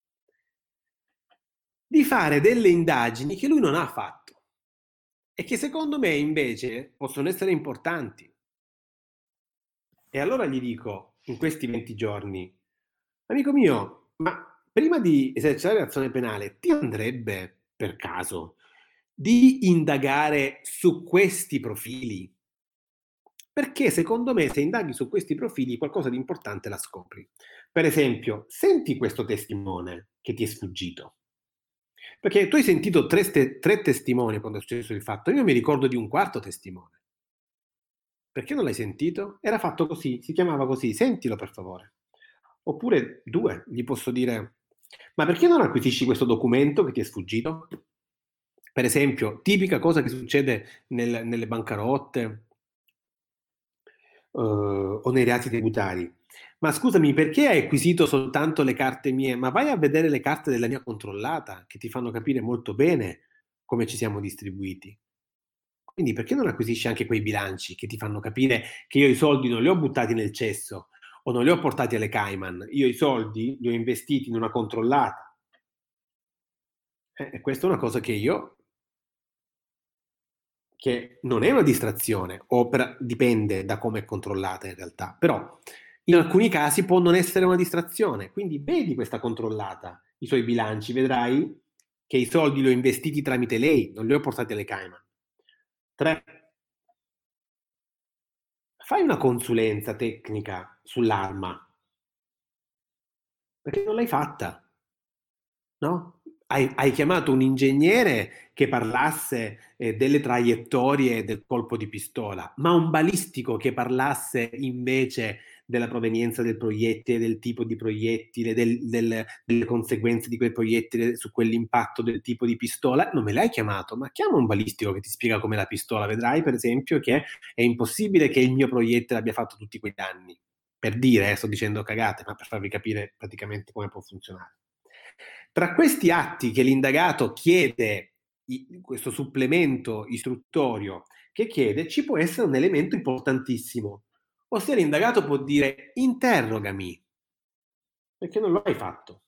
di fare delle indagini che lui non ha fatto e che secondo me invece possono essere importanti. E allora gli dico, in questi venti giorni, amico mio, ma prima di esercitare l'azione penale, ti andrebbe, per caso, di indagare su questi profili? Perché secondo me se indaghi su questi profili qualcosa di importante la scopri. Per esempio, senti questo testimone che ti è sfuggito. Perché tu hai sentito tre, ste- tre testimoni quando è successo il fatto, io mi ricordo di un quarto testimone. Perché non l'hai sentito? Era fatto così, si chiamava così, sentilo per favore. Oppure due, gli posso dire, ma perché non acquisisci questo documento che ti è sfuggito? Per esempio, tipica cosa che succede nel- nelle bancarotte eh, o nei reati tributari. Ma scusami, perché hai acquisito soltanto le carte mie? Ma vai a vedere le carte della mia controllata, che ti fanno capire molto bene come ci siamo distribuiti. Quindi perché non acquisisci anche quei bilanci che ti fanno capire che io i soldi non li ho buttati nel cesso o non li ho portati alle Cayman, io i soldi li ho investiti in una controllata. Eh, e questa è una cosa che io, che non è una distrazione, o per- dipende da come è controllata in realtà, però in alcuni casi può non essere una distrazione, quindi vedi questa controllata, i suoi bilanci, vedrai che i soldi li ho investiti tramite lei, non li ho portati alle Cayman. Tre, fai una consulenza tecnica sull'arma, perché non l'hai fatta, no? Hai, hai chiamato un ingegnere che parlasse eh, delle traiettorie del colpo di pistola, ma un balistico che parlasse invece della provenienza del proiettile, del tipo di proiettile, del- del- delle conseguenze di quel proiettile su quell'impatto del tipo di pistola, non me l'hai chiamato, ma chiama un balistico che ti spiega com'è la pistola. Vedrai, per esempio, che è impossibile che il mio proiettile abbia fatto tutti quei danni. Per dire, eh, sto dicendo cagate, ma per farvi capire praticamente come può funzionare. Tra questi atti che l'indagato chiede, i- questo supplemento istruttorio che chiede, ci può essere un elemento importantissimo, ossia l'indagato può dire interrogami, perché non lo hai fatto.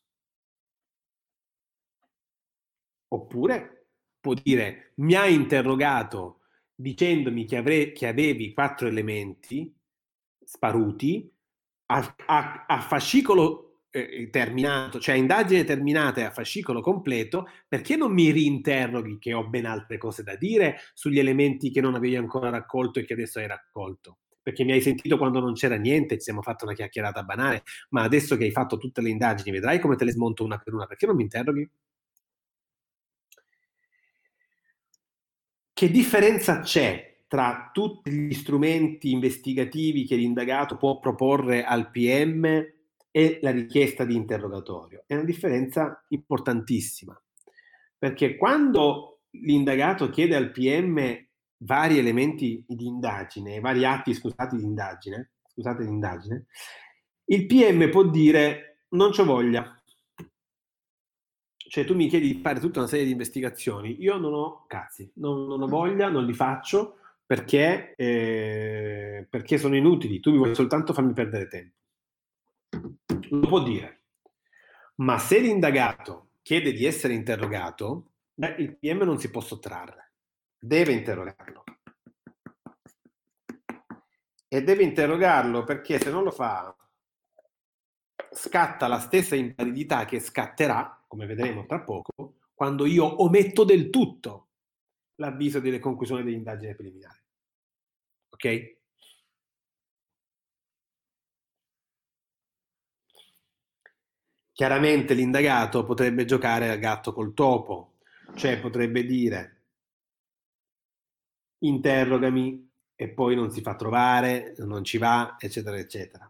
Oppure può dire mi hai interrogato dicendomi che, avre- che avevi quattro elementi sparuti a, a- a fascicolo eh, terminato, cioè indagine terminata e a fascicolo completo, perché non mi rinterroghi che ho ben altre cose da dire sugli elementi che non avevi ancora raccolto e che adesso hai raccolto? Perché mi hai sentito quando non c'era niente, ci siamo fatto una chiacchierata banale, ma adesso che hai fatto tutte le indagini, vedrai come te le smonto una per una, perché non mi interroghi? Che differenza c'è tra tutti gli strumenti investigativi che l'indagato può proporre al P M e la richiesta di interrogatorio? È una differenza importantissima, perché quando l'indagato chiede al P M vari elementi di indagine, vari atti, scusate, di indagine, scusate, di indagine, il P M può dire non c'ho voglia. Cioè, tu mi chiedi di fare tutta una serie di investigazioni, io non ho cazzi, non, non ho voglia, non li faccio perché, eh, perché sono inutili, tu mi vuoi soltanto farmi perdere tempo. Lo può dire, ma se l'indagato chiede di essere interrogato, beh, il P M non si può sottrarre, deve interrogarlo. E deve interrogarlo perché se non lo fa, scatta la stessa invalidità che scatterà, come vedremo tra poco, quando io ometto del tutto l'avviso delle conclusioni dell'indagine preliminare. Ok? Chiaramente l'indagato potrebbe giocare al gatto col topo, cioè potrebbe dire interrogami e poi non si fa trovare, non ci va, eccetera, eccetera.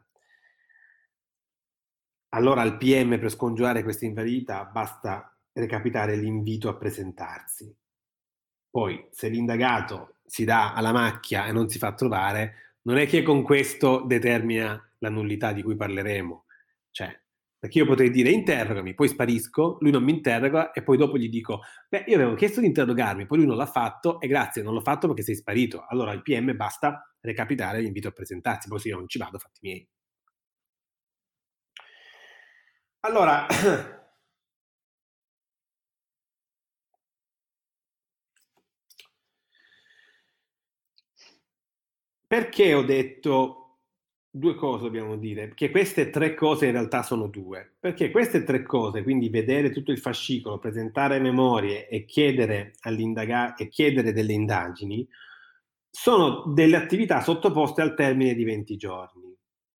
Allora al P M per scongiurare questa invalidità basta recapitare l'invito a presentarsi. Poi, se l'indagato si dà alla macchia e non si fa trovare, non è che con questo determina la nullità di cui parleremo. Cioè, perché io potrei dire interrogami, poi sparisco, lui non mi interroga e poi dopo gli dico, beh, io avevo chiesto di interrogarmi, poi lui non l'ha fatto e grazie, non l'ho fatto perché sei sparito. Allora al P M basta recapitare l'invito a presentarsi, poi se io non ci vado, fatti miei. Allora, perché ho detto due cose, dobbiamo dire? Perché queste tre cose in realtà sono due. Perché queste tre cose, quindi vedere tutto il fascicolo, presentare memorie e chiedere, all'indaga- e chiedere delle indagini, sono delle attività sottoposte al termine di venti giorni.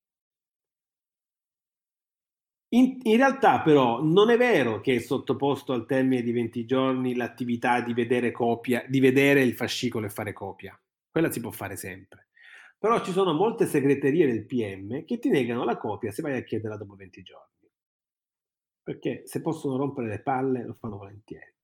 In, in realtà però non è vero che è sottoposto al termine di venti giorni l'attività di vedere copia, di vedere il fascicolo e fare copia. Quella si può fare sempre. Però ci sono molte segreterie del P M che ti negano la copia se vai a chiederla dopo venti giorni. Perché se possono rompere le palle lo fanno volentieri.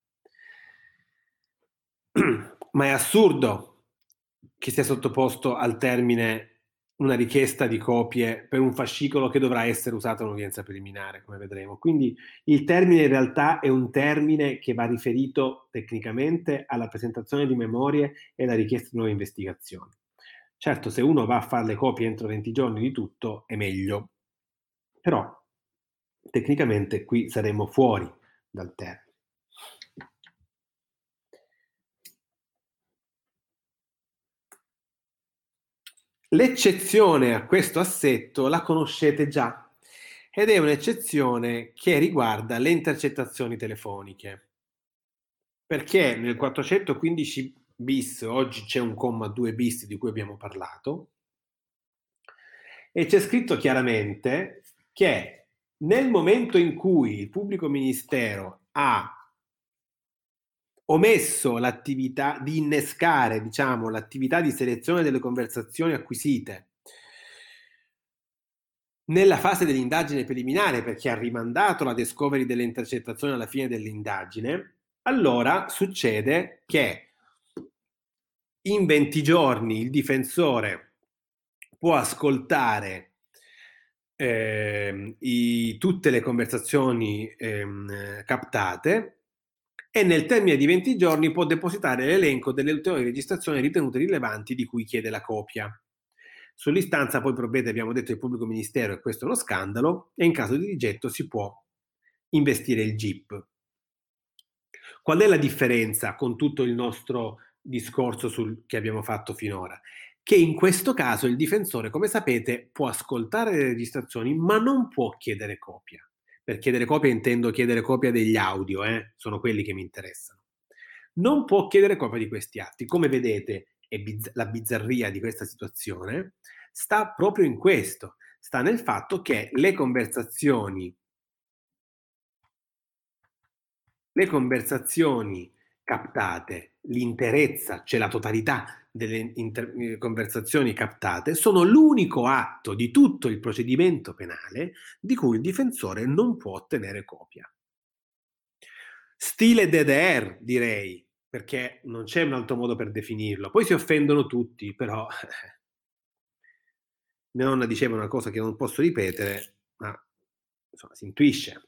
Ma è assurdo che sia sottoposto al termine una richiesta di copie per un fascicolo che dovrà essere usato in udienza preliminare, come vedremo. Quindi il termine in realtà è un termine che va riferito tecnicamente alla presentazione di memorie e alla richiesta di nuove investigazioni. Certo, se uno va a fare le copie entro venti giorni di tutto è meglio, però tecnicamente qui saremmo fuori dal termine. L'eccezione a questo assetto la conoscete già ed è un'eccezione che riguarda le intercettazioni telefoniche. Perché nel quattrocentoquindici bis, oggi c'è un comma due bis di cui abbiamo parlato, e c'è scritto chiaramente che nel momento in cui il pubblico ministero ha omesso l'attività di innescare, diciamo, l'attività di selezione delle conversazioni acquisite nella fase dell'indagine preliminare, perché ha rimandato la discovery delle intercettazioni alla fine dell'indagine, allora succede che in venti giorni il difensore può ascoltare eh, i, tutte le conversazioni ehm, captate e nel termine di venti giorni può depositare l'elenco delle ulteriori registrazioni ritenute rilevanti di cui chiede la copia. Sull'istanza poi provvede, abbiamo detto, il pubblico ministero, e questo è uno scandalo, e in caso di rigetto si può investire il G I P. Qual è la differenza con tutto il nostro discorso sul, che abbiamo fatto finora? Che in questo caso il difensore, come sapete, può ascoltare le registrazioni, ma non può chiedere copia. Per chiedere copia intendo chiedere copia degli audio, eh? Sono quelli che mi interessano. Non può chiedere copia di questi atti. Come vedete, è bizz- la bizzarria di questa situazione sta proprio in questo, sta nel fatto che le conversazioni le conversazioni captate, l'interezza, cioè la totalità delle inter- conversazioni captate, sono l'unico atto di tutto il procedimento penale di cui il difensore non può ottenere copia. Stile D D R, direi, perché non c'è un altro modo per definirlo. Poi si offendono tutti, però mia nonna diceva una cosa che non posso ripetere, ma insomma, si intuisce.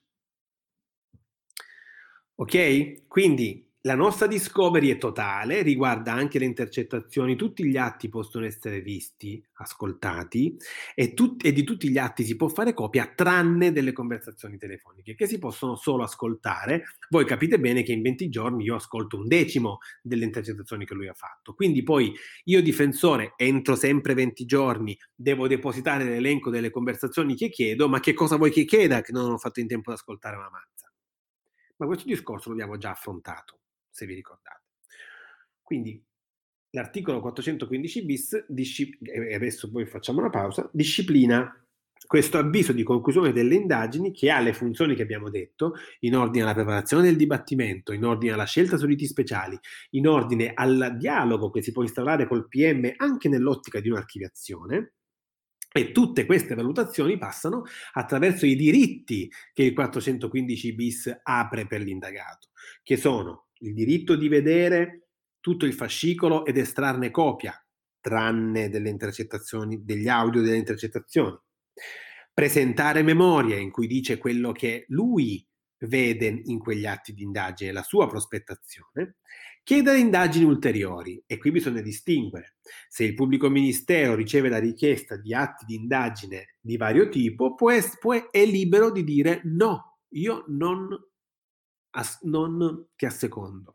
Ok? Quindi la nostra discovery è totale, riguarda anche le intercettazioni, tutti gli atti possono essere visti, ascoltati e, tut- e di tutti gli atti si può fare copia tranne delle conversazioni telefoniche che si possono solo ascoltare. Voi capite bene che in venti giorni io ascolto un decimo delle intercettazioni che lui ha fatto. Quindi poi io difensore entro sempre venti giorni, devo depositare l'elenco delle conversazioni che chiedo, ma che cosa vuoi che chieda che non ho fatto in tempo ad ascoltare una mazza? Ma questo discorso l'abbiamo già affrontato, se vi ricordate. Quindi l'articolo quattrocentoquindici bis, disci- e adesso poi facciamo una pausa, disciplina questo avviso di conclusione delle indagini che ha le funzioni che abbiamo detto in ordine alla preparazione del dibattimento, in ordine alla scelta su riti speciali, in ordine al dialogo che si può instaurare col P M anche nell'ottica di un'archiviazione. E tutte queste valutazioni passano attraverso i diritti che il quattrocentoquindici bis apre per l'indagato, che sono il diritto di vedere tutto il fascicolo ed estrarne copia, tranne delle intercettazioni, degli audio delle intercettazioni, presentare memoria in cui dice quello che lui vede in quegli atti di indagine, la sua prospettazione, chiedere indagini ulteriori, e qui bisogna distinguere. Se il pubblico ministero riceve la richiesta di atti di indagine di vario tipo, può es- può- è libero di dire no, io non, as- non ti assecondo.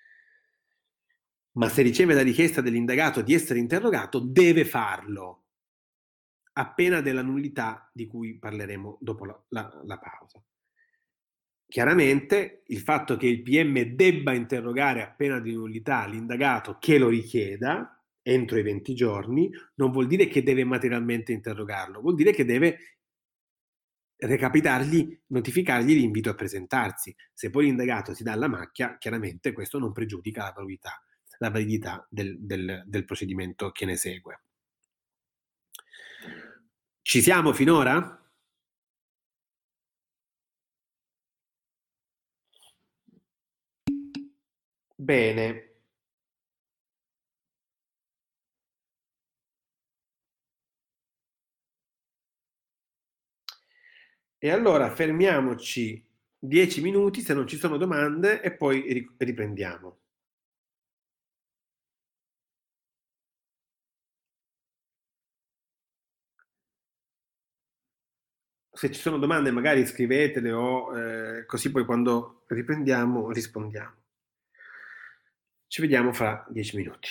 Ma se riceve la richiesta dell'indagato di essere interrogato, deve farlo, a pena della nullità di cui parleremo dopo la, la, la pausa. Chiaramente il fatto che il P M debba interrogare a pena di nullità l'indagato che lo richieda entro i venti giorni non vuol dire che deve materialmente interrogarlo, vuol dire che deve recapitargli, notificargli l'invito a presentarsi. Se poi l'indagato si dà la macchia, chiaramente questo non pregiudica la validità, la validità del, del, del procedimento che ne segue. Ci siamo finora? Bene. E allora fermiamoci dieci minuti se non ci sono domande e poi riprendiamo. Se ci sono domande magari scrivetele o eh, così poi quando riprendiamo rispondiamo. Ci vediamo fra dieci minuti.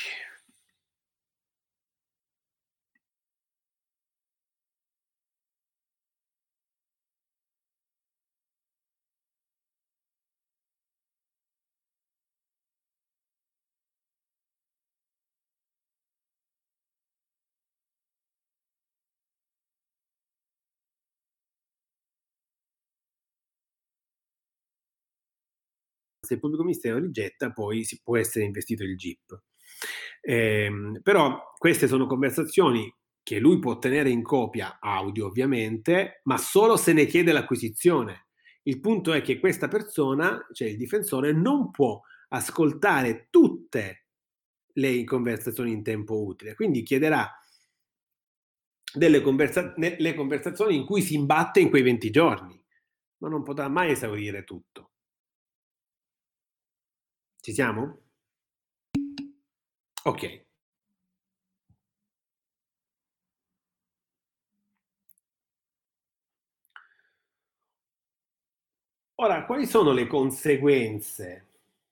Se il pubblico ministero rigetta, poi si può essere investito il G I P. Ehm, però queste sono conversazioni che lui può tenere in copia audio, ovviamente, ma solo se ne chiede l'acquisizione. Il punto è che questa persona, cioè il difensore, non può ascoltare tutte le conversazioni in tempo utile, quindi chiederà delle conversa- le conversazioni in cui si imbatte in quei venti giorni, ma non potrà mai esaurire tutto. Ci siamo? Ok. Ora, quali sono le conseguenze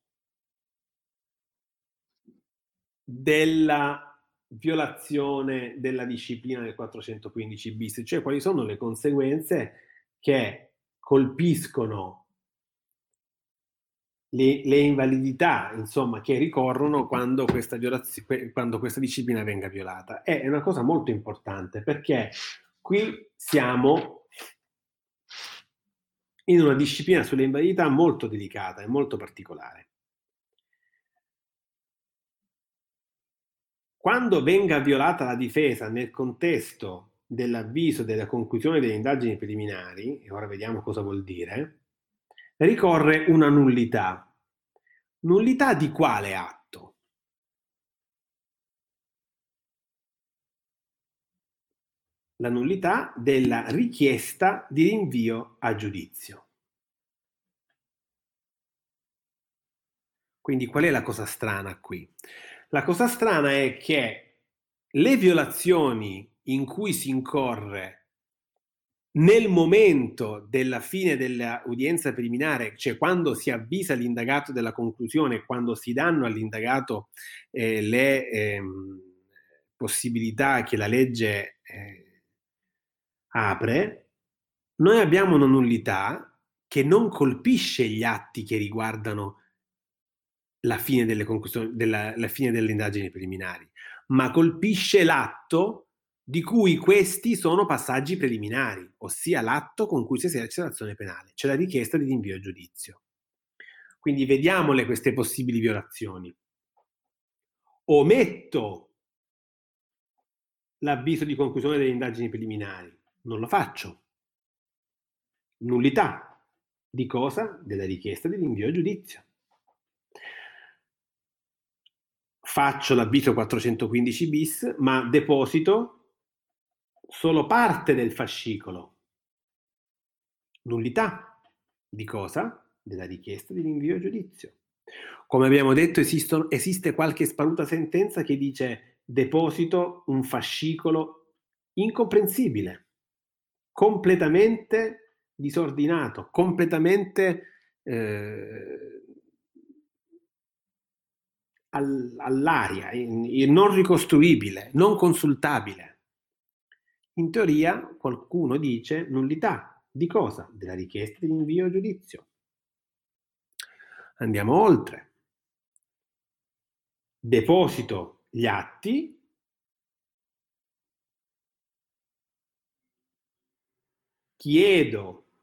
della violazione della disciplina del quattrocentoquindici bis? Cioè, quali sono le conseguenze che colpiscono le, le invalidità, insomma, che ricorrono quando questa, violazio- quando questa disciplina venga violata? È una cosa molto importante perché qui siamo in una disciplina sulle invalidità molto delicata e molto particolare. Quando venga violata la difesa nel contesto dell'avviso della conclusione delle indagini preliminari, e ora vediamo cosa vuol dire, ricorre una nullità. Nullità di quale atto? La nullità della richiesta di rinvio a giudizio. Quindi qual è la cosa strana qui? La cosa strana è che le violazioni in cui si incorre nel momento della fine dell'udienza preliminare, cioè quando si avvisa l'indagato della conclusione, quando si danno all'indagato eh, le ehm, possibilità che la legge eh, apre, noi abbiamo una nullità che non colpisce gli atti che riguardano la fine delle conclusioni, della, la fine delle indagini preliminari, ma colpisce l'atto di cui questi sono passaggi preliminari, ossia l'atto con cui si esercita l'azione penale, cioè la richiesta di rinvio a giudizio. Quindi vediamole queste possibili violazioni. Ometto l'avviso di conclusione delle indagini preliminari, non lo faccio. Nullità. Di cosa? Della richiesta di rinvio a giudizio. Faccio l'avviso quattrocentoquindici bis, ma deposito solo parte del fascicolo. Nullità. Di cosa? Della richiesta di rinvio a giudizio. Come abbiamo detto, esistono, esiste qualche sparuta sentenza che dice deposito un fascicolo incomprensibile, completamente disordinato, completamente eh, all- all'aria, in- in- non ricostruibile, non consultabile. In teoria qualcuno dice nullità. Di cosa? Della richiesta di invio a giudizio. Andiamo oltre. Deposito gli atti, chiedo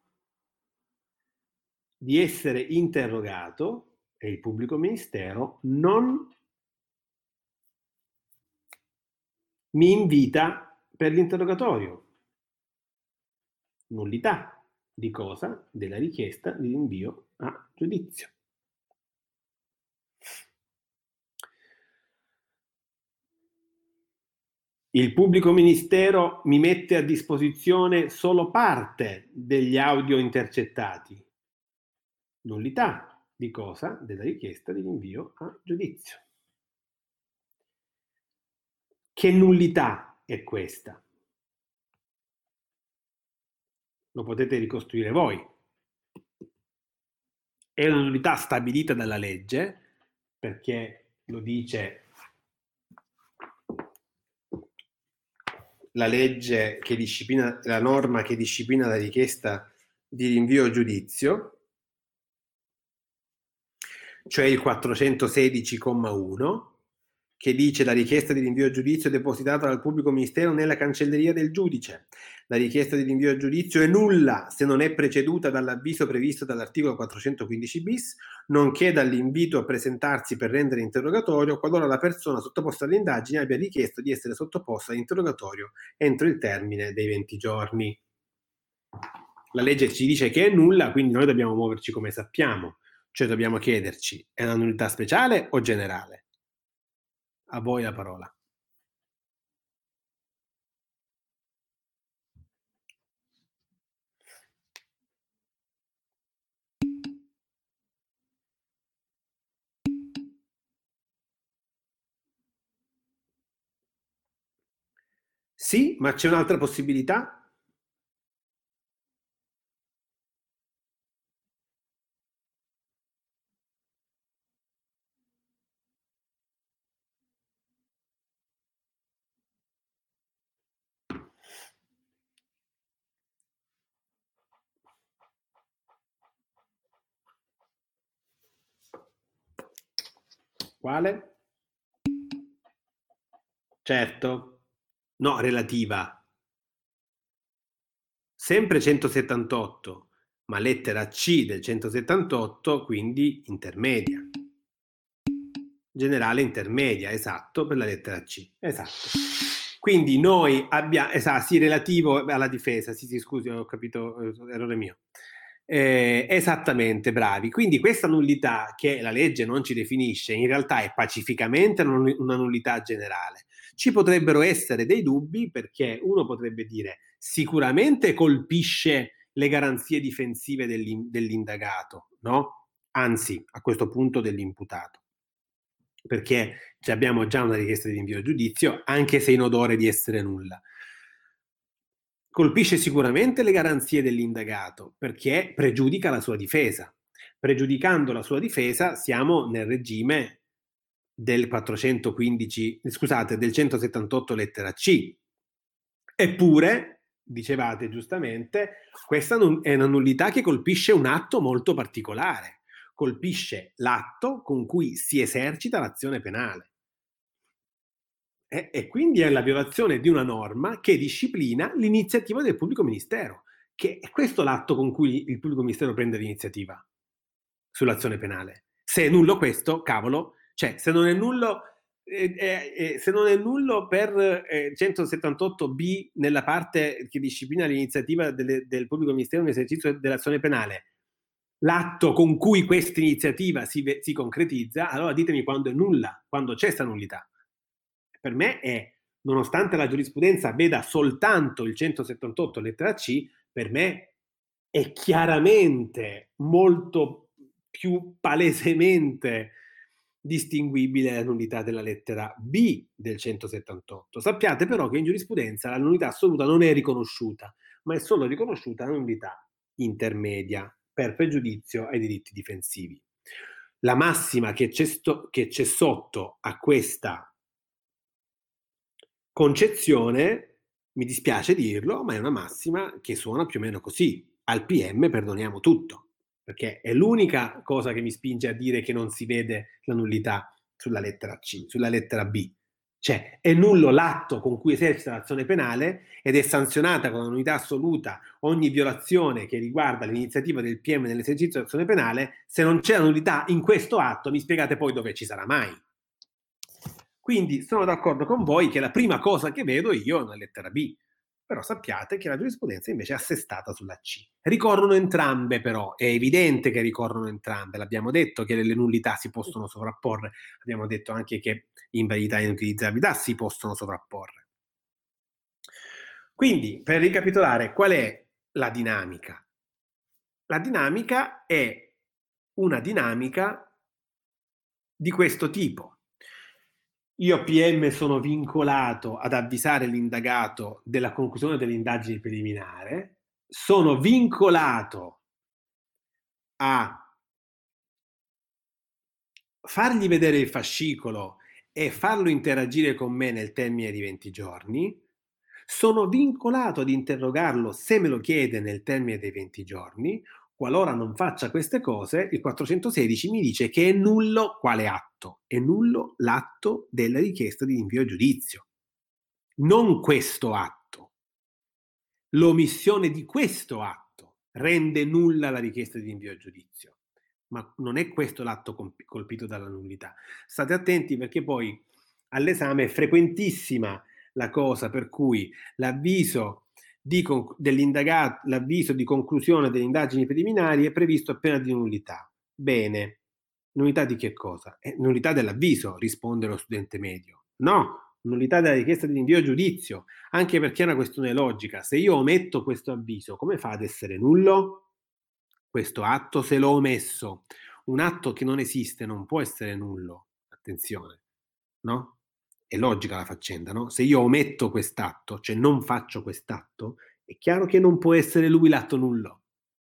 di essere interrogato e il pubblico ministero non mi invita per l'interrogatorio. Nullità. Di cosa? Della richiesta di rinvio a giudizio. Il pubblico ministero mi mette a disposizione solo parte degli audio intercettati. Nullità. Di cosa? Della richiesta di rinvio a giudizio. Che nullità è questa? lo potete ricostruire voi. È una nullità stabilita dalla legge, perché lo dice la legge che disciplina, la norma che disciplina la richiesta di rinvio a giudizio, cioè il quattrocentosedici comma uno, che dice: la richiesta di rinvio a giudizio è depositata dal pubblico ministero nella cancelleria del giudice. La richiesta di rinvio a giudizio è nulla se non è preceduta dall'avviso previsto dall'articolo quattrocentoquindici bis, nonché dall'invito a presentarsi per rendere interrogatorio qualora la persona sottoposta alle indagini abbia richiesto di essere sottoposta all'interrogatorio entro il termine dei venti giorni. La legge ci dice che è nulla, quindi noi dobbiamo muoverci come sappiamo, cioè dobbiamo chiederci: è una nullità speciale o generale? A voi la parola. Sì, ma c'è un'altra possibilità? Quale? Certo. No, relativa. Sempre centosettantotto, ma lettera C del centosettantotto, quindi intermedia. Generale intermedia, esatto, per la lettera C. Esatto. Quindi noi abbiamo, esatto, sì, relativo alla difesa, sì, sì, scusi, ho capito, errore mio. Eh, esattamente, bravi. Quindi questa nullità che la legge non ci definisce, in realtà è pacificamente una nullità generale. Ci potrebbero essere dei dubbi, perché uno potrebbe dire: sicuramente colpisce le garanzie difensive dell'indagato, no? Anzi, a questo punto dell'imputato, perché abbiamo già una richiesta di rinvio a giudizio, anche se in odore di essere nulla. Colpisce sicuramente le garanzie dell'indagato, perché pregiudica la sua difesa. Pregiudicando la sua difesa siamo nel regime del quattrocentoquindici, scusate, del centosettantotto lettera C. Eppure, dicevate giustamente, questa è una nullità che colpisce un atto molto particolare. Colpisce l'atto con cui si esercita l'azione penale. E, e quindi è la violazione di una norma che disciplina l'iniziativa del pubblico ministero, che è questo l'atto con cui il pubblico ministero prende l'iniziativa sull'azione penale. Se è nullo questo, cavolo, cioè se non è nullo, eh, eh, se non è nullo per eh, centosettantotto bi nella parte che disciplina l'iniziativa delle, del pubblico ministero nell'esercizio dell'azione penale, l'atto con cui questa iniziativa si, si concretizza, allora ditemi quando è nulla, quando c'è sta nullità. Per me è, nonostante la giurisprudenza veda soltanto il centosettantotto lettera C, per me è chiaramente molto più palesemente distinguibile la nullità della lettera B del centosettantotto. Sappiate però che in giurisprudenza la nullità assoluta non è riconosciuta, ma è solo riconosciuta la nullità intermedia per pregiudizio ai diritti difensivi. La massima che c'è, sto, che c'è sotto a questa concezione, mi dispiace dirlo, ma è una massima che suona più o meno così: al P M perdoniamo tutto, perché è l'unica cosa che mi spinge a dire che non si vede la nullità sulla lettera C, sulla lettera B. Cioè è nullo l'atto con cui esercita l'azione penale ed è sanzionata con la nullità assoluta ogni violazione che riguarda l'iniziativa del P M nell'esercizio dell'azione penale. Se non c'è la nullità in questo atto, mi spiegate poi dove ci sarà mai? Quindi sono d'accordo con voi che la prima cosa che vedo io è una lettera B, però sappiate che la giurisprudenza invece è assestata sulla C. Ricorrono entrambe però, è evidente che ricorrono entrambe, l'abbiamo detto che le nullità si possono sovrapporre, abbiamo detto anche che invalidità e inutilizzabilità si possono sovrapporre. Quindi, per ricapitolare, qual è la dinamica? La dinamica è una dinamica di questo tipo. Io P M sono vincolato ad avvisare l'indagato della conclusione dell'indagine preliminare, sono vincolato a fargli vedere il fascicolo e farlo interagire con me nel termine di venti giorni, sono vincolato ad interrogarlo se me lo chiede nel termine dei venti giorni. Qualora non faccia queste cose, il quattrocentosedici mi dice che è nullo quale atto? È nullo l'atto della richiesta di invio a giudizio, non questo atto. L'omissione di questo atto rende nulla la richiesta di invio a giudizio, ma non è questo l'atto colpito dalla nullità. State attenti, perché poi all'esame è frequentissima la cosa per cui l'avviso di, dell'indagato, l'avviso di conclusione delle indagini preliminari è previsto a pena di nullità. Bene, nullità di che cosa? Eh, nullità dell'avviso, risponde lo studente medio. No, nullità della richiesta di invio a giudizio, anche perché è una questione logica. Se io ometto questo avviso, come fa ad essere nullo? Questo atto, se l'ho omesso, un atto che non esiste non può essere nullo. Attenzione, no? È logica la faccenda, no? Se io ometto quest'atto, cioè non faccio quest'atto, è chiaro che non può essere lui l'atto nullo.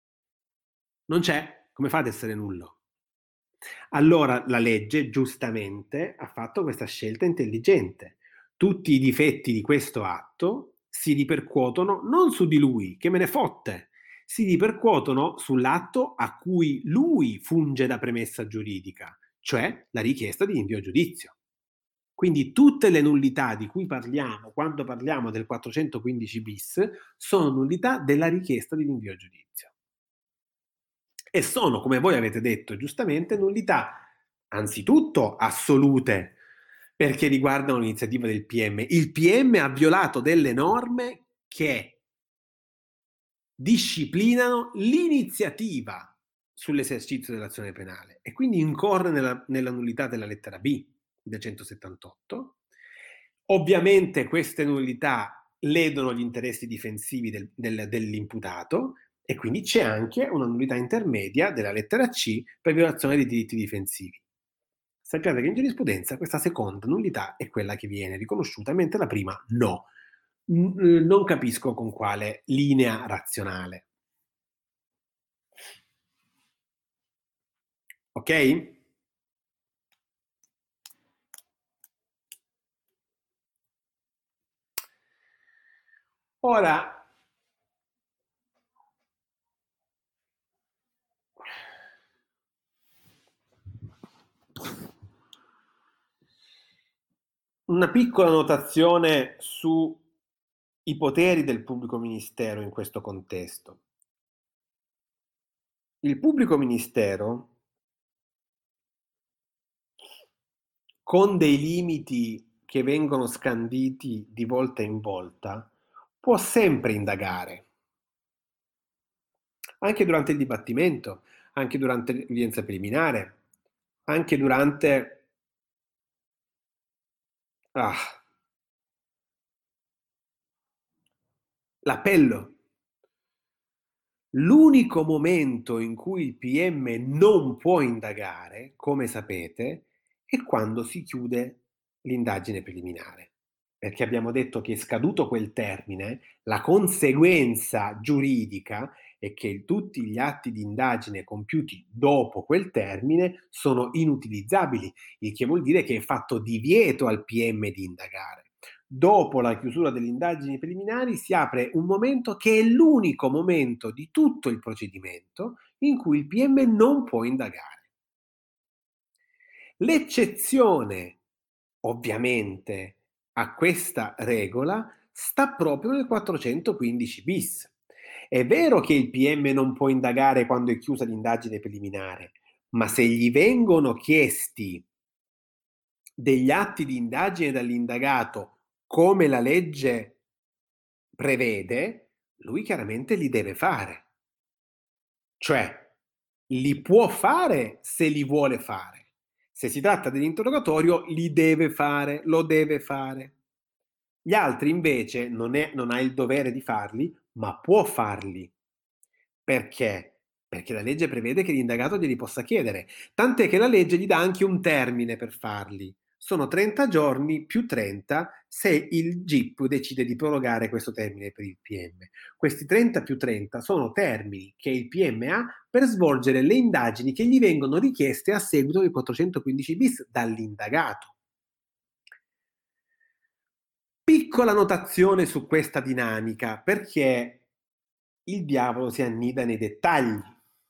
Non c'è, come fa ad essere nullo? Allora la legge giustamente ha fatto questa scelta intelligente. Tutti i difetti di questo atto si ripercuotono non su di lui, che me ne fotte, si ripercuotono sull'atto a cui lui funge da premessa giuridica, cioè la richiesta di invio a giudizio. Quindi tutte le nullità di cui parliamo quando parliamo del quattrocentoquindici bis sono nullità della richiesta di invio a giudizio. E sono, come voi avete detto giustamente, nullità anzitutto assolute, perché riguardano l'iniziativa del P M. Il P M ha violato delle norme che disciplinano l'iniziativa sull'esercizio dell'azione penale e quindi incorre nella, nella nullità della lettera B del centosettantotto. Ovviamente queste nullità ledono gli interessi difensivi del, del, dell'imputato e quindi c'è anche una nullità intermedia della lettera C per violazione dei diritti difensivi. Sappiate che in giurisprudenza questa seconda nullità è quella che viene riconosciuta, mentre la prima no. Non capisco con quale linea razionale. Ok? Ora, una piccola notazione sui poteri del pubblico ministero in questo contesto. Il pubblico ministero, con dei limiti che vengono scanditi di volta in volta, può sempre indagare, anche durante il dibattimento, anche durante l'udienza preliminare, anche durante ah, l'appello. L'unico momento in cui il P M non può indagare, come sapete, è quando si chiude l'indagine preliminare. Perché abbiamo detto che scaduto quel termine, la conseguenza giuridica è che tutti gli atti di indagine compiuti dopo quel termine sono inutilizzabili, il che vuol dire che è fatto divieto al P M di indagare. Dopo la chiusura delle indagini preliminari si apre un momento che è l'unico momento di tutto il procedimento in cui il P M non può indagare. L'eccezione, ovviamente, a questa regola sta proprio nel quattrocentoquindici bis. È vero che il P M non può indagare quando è chiusa l'indagine preliminare, ma se gli vengono chiesti degli atti di indagine dall'indagato come la legge prevede, lui chiaramente li deve fare. Cioè, li può fare se li vuole fare. Se si tratta dell'interrogatorio, li deve fare, lo deve fare. Gli altri invece non, è, non ha il dovere di farli, ma può farli. Perché? Perché la legge prevede che l'indagato glieli possa chiedere, tant'è che la legge gli dà anche un termine per farli. sono trenta giorni più trenta se il G I P decide di prorogare questo termine per il P M. Questi trenta più trenta sono termini che il P M ha per svolgere le indagini che gli vengono richieste a seguito del quattrocentoquindici bis dall'indagato. Piccola notazione su questa dinamica, perché il diavolo si annida nei dettagli.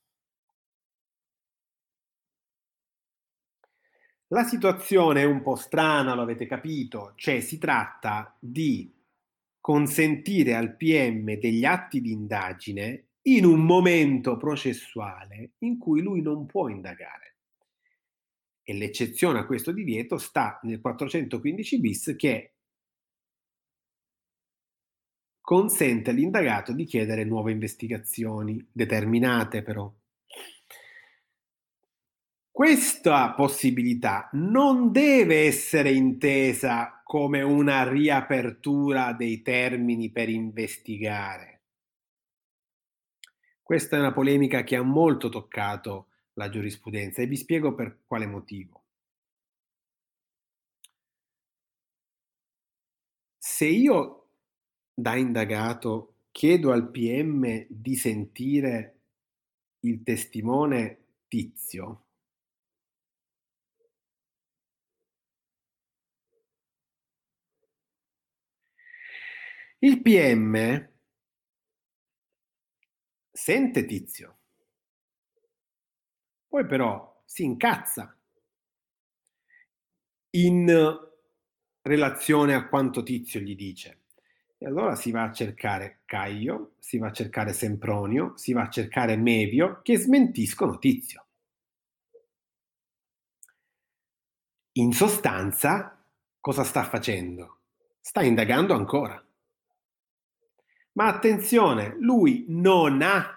La situazione è un po' strana, lo avete capito, cioè si tratta di consentire al P M degli atti di indagine in un momento processuale in cui lui non può indagare. E l'eccezione a questo divieto sta nel quattrocentoquindici bis che consente all'indagato di chiedere nuove investigazioni, determinate però. Questa possibilità non deve essere intesa come una riapertura dei termini per investigare. Questa è una polemica che ha molto toccato la giurisprudenza e vi spiego per quale motivo. Se io da indagato chiedo al P M di sentire il testimone Tizio, il P M sente Tizio, poi però si incazza in relazione a quanto Tizio gli dice. E allora si va a cercare Caio, si va a cercare Sempronio, si va a cercare Mevio che smentiscono Tizio. In sostanza, cosa sta facendo? Sta indagando ancora. Ma attenzione, lui non ha,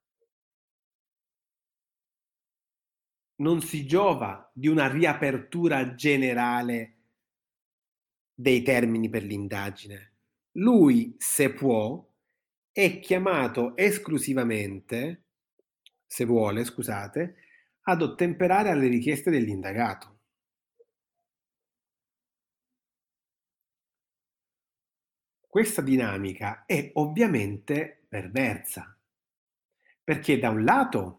non si giova di una riapertura generale dei termini per l'indagine. Lui, se può, è chiamato esclusivamente, se vuole, scusate, ad ottemperare alle richieste dell'indagato. Questa dinamica è ovviamente perversa, perché da un lato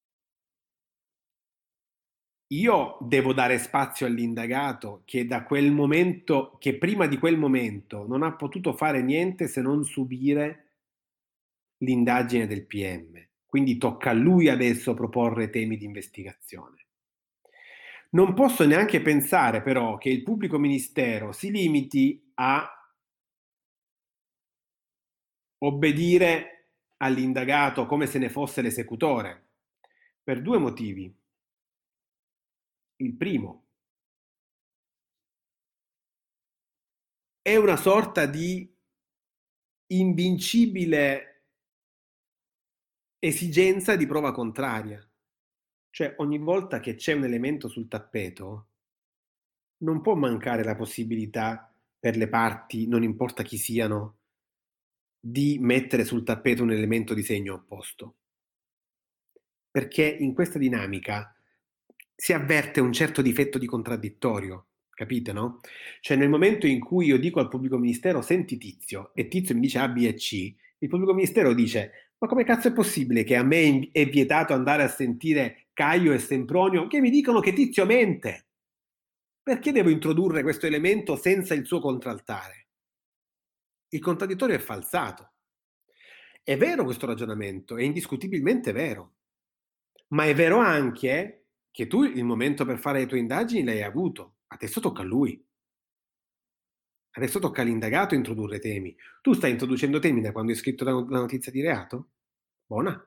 io devo dare spazio all'indagato che da quel momento, che prima di quel momento non ha potuto fare niente se non subire l'indagine del P M. Quindi tocca a lui adesso proporre temi di investigazione. Non posso neanche pensare però che il pubblico ministero si limiti a obbedire all'indagato come se ne fosse l'esecutore, per due motivi. Il primo, è una sorta di invincibile esigenza di prova contraria. Cioè ogni volta che c'è un elemento sul tappeto, non può mancare la possibilità per le parti, non importa chi siano, di mettere sul tappeto un elemento di segno opposto. Perché in questa dinamica si avverte un certo difetto di contraddittorio, capite, no? Cioè nel momento in cui io dico al pubblico ministero senti Tizio e Tizio mi dice A, B e C, il pubblico ministero dice ma come cazzo è possibile che a me è vietato andare a sentire Caio e Sempronio che mi dicono che Tizio mente? Perché devo introdurre questo elemento senza il suo contraltare? Il contraddittorio è falsato. È vero questo ragionamento, è indiscutibilmente vero, ma è vero anche che tu il momento per fare le tue indagini l'hai avuto, adesso tocca a lui. Adesso tocca all'indagato introdurre temi. Tu stai introducendo temi da quando hai scritto la la notizia di reato? Buona.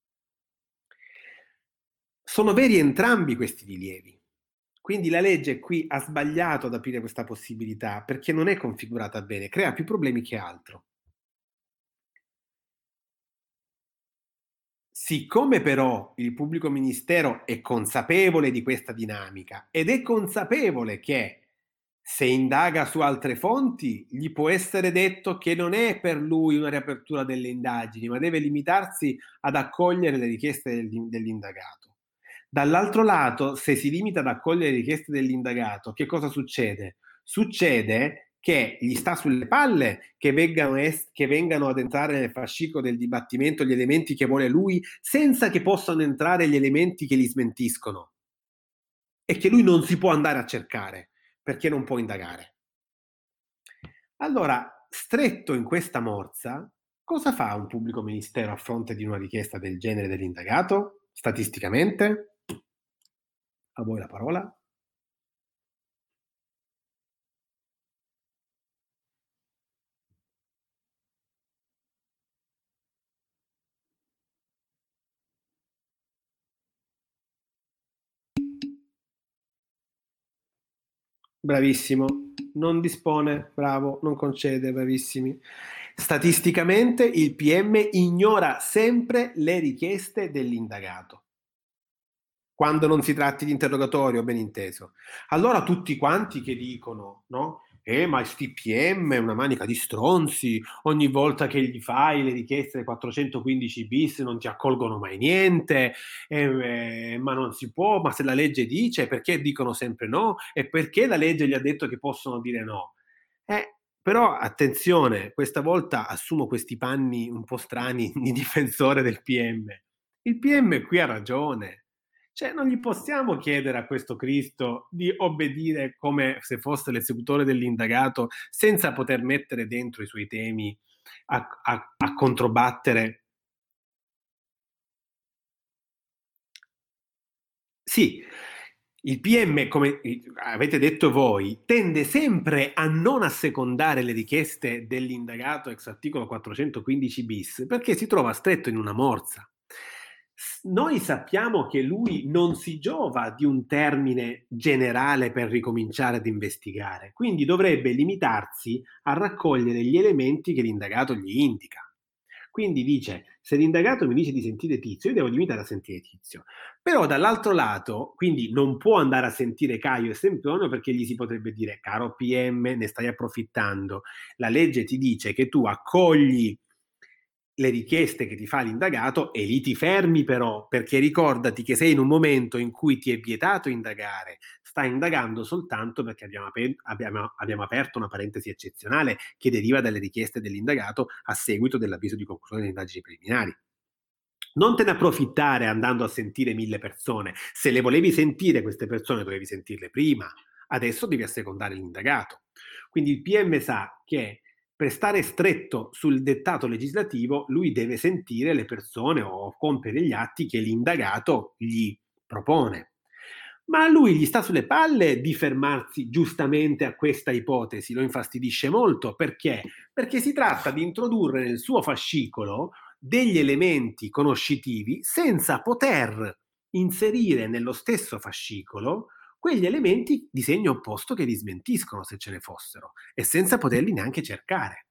Sono veri entrambi questi rilievi. Quindi la legge qui ha sbagliato ad aprire questa possibilità perché non è configurata bene, crea più problemi che altro. Siccome però il pubblico ministero è consapevole di questa dinamica ed è consapevole che se indaga su altre fonti gli può essere detto che non è per lui una riapertura delle indagini, ma deve limitarsi ad accogliere le richieste dell'indagato. Dall'altro lato, se si limita ad accogliere le richieste dell'indagato, che cosa succede? Succede che gli sta sulle palle che vengano, est- che vengano ad entrare nel fascicolo del dibattimento gli elementi che vuole lui, senza che possano entrare gli elementi che li smentiscono e che lui non si può andare a cercare perché non può indagare. Allora, stretto in questa morsa, cosa fa un pubblico ministero a fronte di una richiesta del genere dell'indagato? Statisticamente? A voi la parola. Bravissimo. Non dispone, bravo, non concede, bravissimi. Statisticamente il P M ignora sempre le richieste dell'indagato. Quando non si tratti di interrogatorio, ben inteso. Allora tutti quanti che dicono, no? Eh, ma sti P M è una manica di stronzi, ogni volta che gli fai le richieste del quattrocentoquindici bis non ti accolgono mai niente, eh, eh, ma non si può, ma se la legge dice, perché dicono sempre no? E perché la legge gli ha detto che possono dire no? Eh, però attenzione, questa volta assumo questi panni un po' strani di difensore del P M. Il P M qui ha ragione. Cioè, non gli possiamo chiedere a questo Cristo di obbedire come se fosse l'esecutore dell'indagato senza poter mettere dentro i suoi temi a, a, a controbattere. Sì, il P M, come avete detto voi, tende sempre a non assecondare le richieste dell'indagato ex articolo quattrocentoquindici bis perché si trova stretto in una morsa. Noi sappiamo che lui non si giova di un termine generale per ricominciare ad investigare, quindi dovrebbe limitarsi a raccogliere gli elementi che l'indagato gli indica. Quindi dice, se l'indagato mi dice di sentire Tizio, io devo limitare a sentire Tizio. Però dall'altro lato, quindi non può andare a sentire Caio e Sempronio perché gli si potrebbe dire, caro P M, ne stai approfittando. La legge ti dice che tu accogli le richieste che ti fa l'indagato e lì ti fermi però, perché ricordati che sei in un momento in cui ti è vietato indagare, stai indagando soltanto perché abbiamo, ap- abbiamo, abbiamo aperto una parentesi eccezionale che deriva dalle richieste dell'indagato a seguito dell'avviso di conclusione delle indagini preliminari. Non te ne approfittare andando a sentire mille persone. Se le volevi sentire queste persone, dovevi sentirle prima. Adesso devi assecondare l'indagato. Quindi il P M sa che per stare stretto sul dettato legislativo, lui deve sentire le persone o compiere gli atti che l'indagato gli propone. Ma a lui gli sta sulle palle di fermarsi giustamente a questa ipotesi, lo infastidisce molto. Perché? Perché si tratta di introdurre nel suo fascicolo degli elementi conoscitivi senza poter inserire nello stesso fascicolo quegli elementi di segno opposto che li smentiscono se ce ne fossero e senza poterli neanche cercare.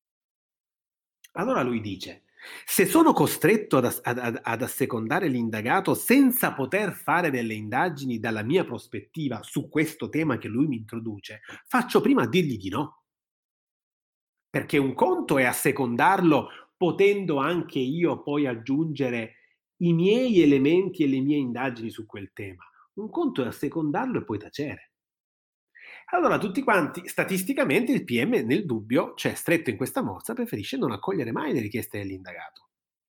Allora lui dice, se sono costretto ad, ad, ad assecondare l'indagato senza poter fare delle indagini dalla mia prospettiva su questo tema che lui mi introduce, faccio prima a dirgli di no. Perché un conto è assecondarlo potendo anche io poi aggiungere i miei elementi e le mie indagini su quel tema. Un conto è assecondarlo e poi tacere. Allora tutti quanti, statisticamente il P M nel dubbio, cioè stretto in questa morsa, preferisce non accogliere mai le richieste dell'indagato.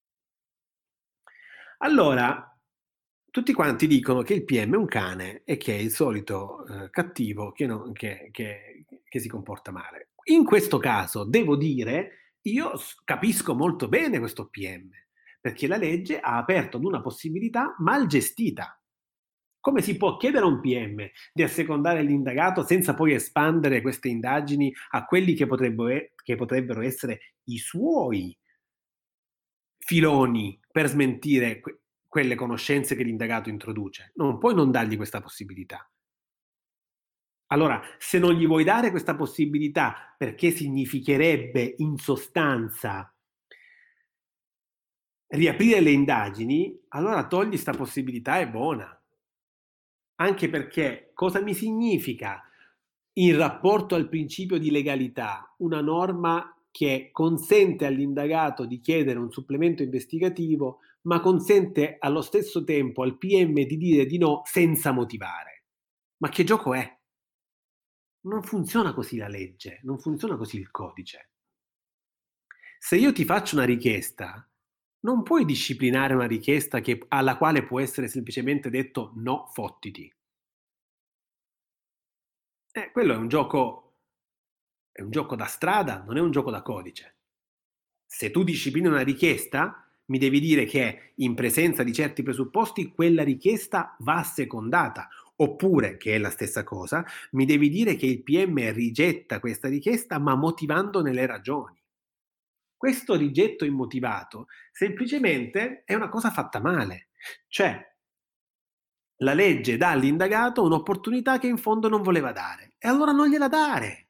Allora, tutti quanti dicono che il P M è un cane e che è il solito eh, cattivo che, non- che- che- che si comporta male. In questo caso, devo dire, io s- capisco molto bene questo P M, perché la legge ha aperto ad una possibilità mal gestita. Come si può chiedere a un P M di assecondare l'indagato senza poi espandere queste indagini a quelli che potrebbero, che potrebbero essere i suoi filoni per smentire que- quelle conoscenze che l'indagato introduce? Non puoi non dargli questa possibilità. Allora, se non gli vuoi dare questa possibilità perché significherebbe in sostanza riaprire le indagini, allora togli questa possibilità, è buona. Anche perché cosa mi significa in rapporto al principio di legalità una norma che consente all'indagato di chiedere un supplemento investigativo ma consente allo stesso tempo al P M di dire di no senza motivare. Ma che gioco è? Non funziona così la legge, non funziona così il codice. Se io ti faccio una richiesta, non puoi disciplinare una richiesta che, alla quale può essere semplicemente detto no, fottiti. Eh, quello è un gioco, è un gioco da strada, non è un gioco da codice. Se tu disciplini una richiesta, mi devi dire che in presenza di certi presupposti quella richiesta va assecondata, oppure, che è la stessa cosa, mi devi dire che il P M rigetta questa richiesta ma motivandone le ragioni. Questo rigetto immotivato semplicemente è una cosa fatta male, cioè la legge dà all'indagato un'opportunità che in fondo non voleva dare e allora non gliela dare.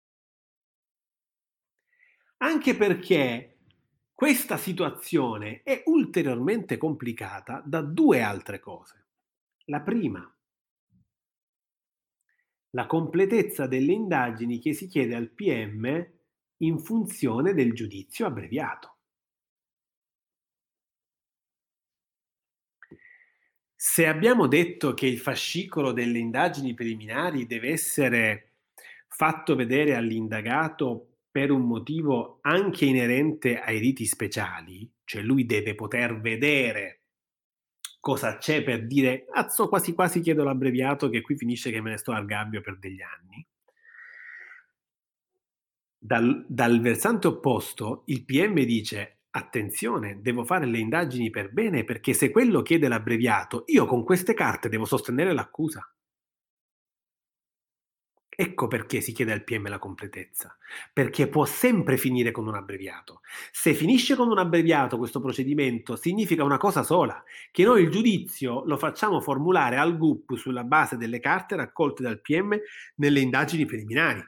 Anche perché questa situazione è ulteriormente complicata da due altre cose. La prima, la completezza delle indagini che si chiede al P M in funzione del giudizio abbreviato. Se abbiamo detto che il fascicolo delle indagini preliminari deve essere fatto vedere all'indagato per un motivo anche inerente ai riti speciali, cioè lui deve poter vedere cosa c'è per dire azzo quasi quasi chiedo l'abbreviato che qui finisce che me ne sto al gabbio per degli anni. Dal, dal versante opposto il P M dice attenzione, devo fare le indagini per bene perché se quello chiede l'abbreviato io con queste carte devo sostenere l'accusa. Ecco perché si chiede al P M la completezza, perché può sempre finire con un abbreviato. Se finisce con un abbreviato questo procedimento significa una cosa sola, che noi il giudizio lo facciamo formulare al G U P sulla base delle carte raccolte dal P M nelle indagini preliminari.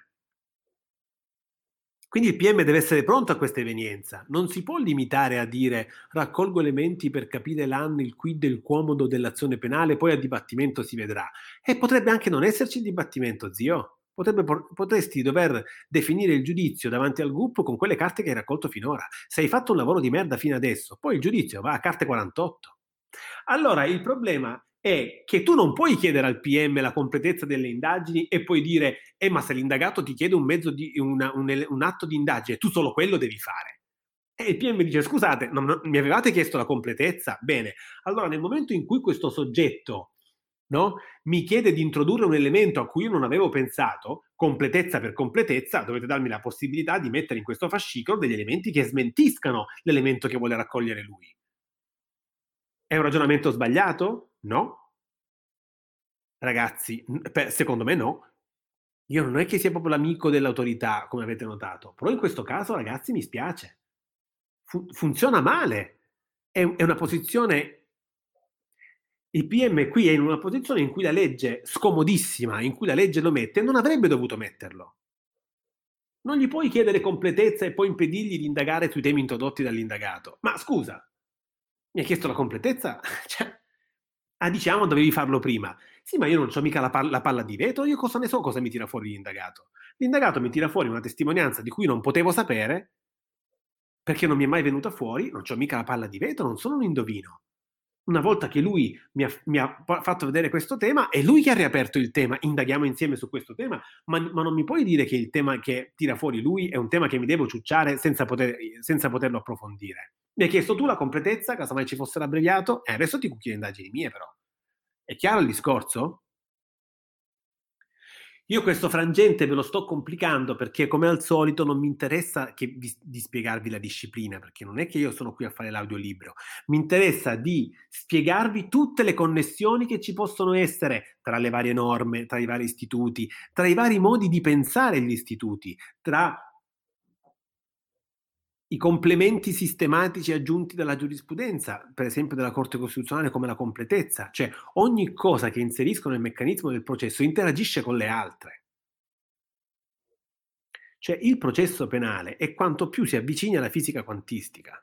Quindi il P M deve essere pronto a questa evenienza, non si può limitare a dire raccolgo elementi per capire l'anno, il quid e il quomodo dell'azione penale, poi a dibattimento si vedrà. E potrebbe anche non esserci il dibattimento, zio. Potrebbe, potresti dover definire il giudizio davanti al G U P con quelle carte che hai raccolto finora. Se hai fatto un lavoro di merda fino adesso, poi il giudizio va a carte quarantotto. Allora il problema è che tu non puoi chiedere al P M la completezza delle indagini e poi dire eh ma se l'indagato ti chiede un, mezzo di, una, un, un atto di indagine tu solo quello devi fare. E il P M dice scusate non, non, mi avevate chiesto la completezza? Bene, allora nel momento in cui questo soggetto no, mi chiede di introdurre un elemento a cui io non avevo pensato, completezza per completezza, dovete darmi la possibilità di mettere in questo fascicolo degli elementi che smentiscano l'elemento che vuole raccogliere lui. È un ragionamento sbagliato? No. Ragazzi, secondo me no. Io non è che sia proprio l'amico dell'autorità, come avete notato, però in questo caso, ragazzi, mi spiace. Fu- funziona male. È, è una posizione. Il P M qui è in una posizione in cui la legge, scomodissima, in cui la legge lo mette, non avrebbe dovuto metterlo. Non gli puoi chiedere completezza e poi impedirgli di indagare sui temi introdotti dall'indagato. Ma scusa, mi hai chiesto la completezza? Cioè, ah, diciamo, dovevi farlo prima. Sì, ma io non ho mica la, palla, la palla di vetro, io cosa ne so cosa mi tira fuori l'indagato? L'indagato mi tira fuori una testimonianza di cui non potevo sapere, perché non mi è mai venuta fuori, non ho mica la palla di vetro, non sono un indovino. Una volta che lui mi ha, mi ha fatto vedere questo tema, è lui che ha riaperto il tema, indaghiamo insieme su questo tema, ma, ma non mi puoi dire che il tema che tira fuori lui è un tema che mi devo ciucciare senza, poter, senza poterlo approfondire. Mi hai chiesto tu la completezza, casomai ci fosse l'abbreviato, e adesso ti cucchi le indagini mie però. È chiaro il discorso? Io questo frangente ve lo sto complicando perché come al solito non mi interessa che vi, di spiegarvi la disciplina, perché non è che io sono qui a fare l'audiolibro, mi interessa di spiegarvi tutte le connessioni che ci possono essere tra le varie norme, tra i vari istituti, tra i vari modi di pensare gli istituti, tra i complementi sistematici aggiunti dalla giurisprudenza, per esempio della Corte Costituzionale come la completezza, cioè ogni cosa che inserisco nel meccanismo del processo interagisce con le altre. Cioè il processo penale è quanto più si avvicina alla fisica quantistica.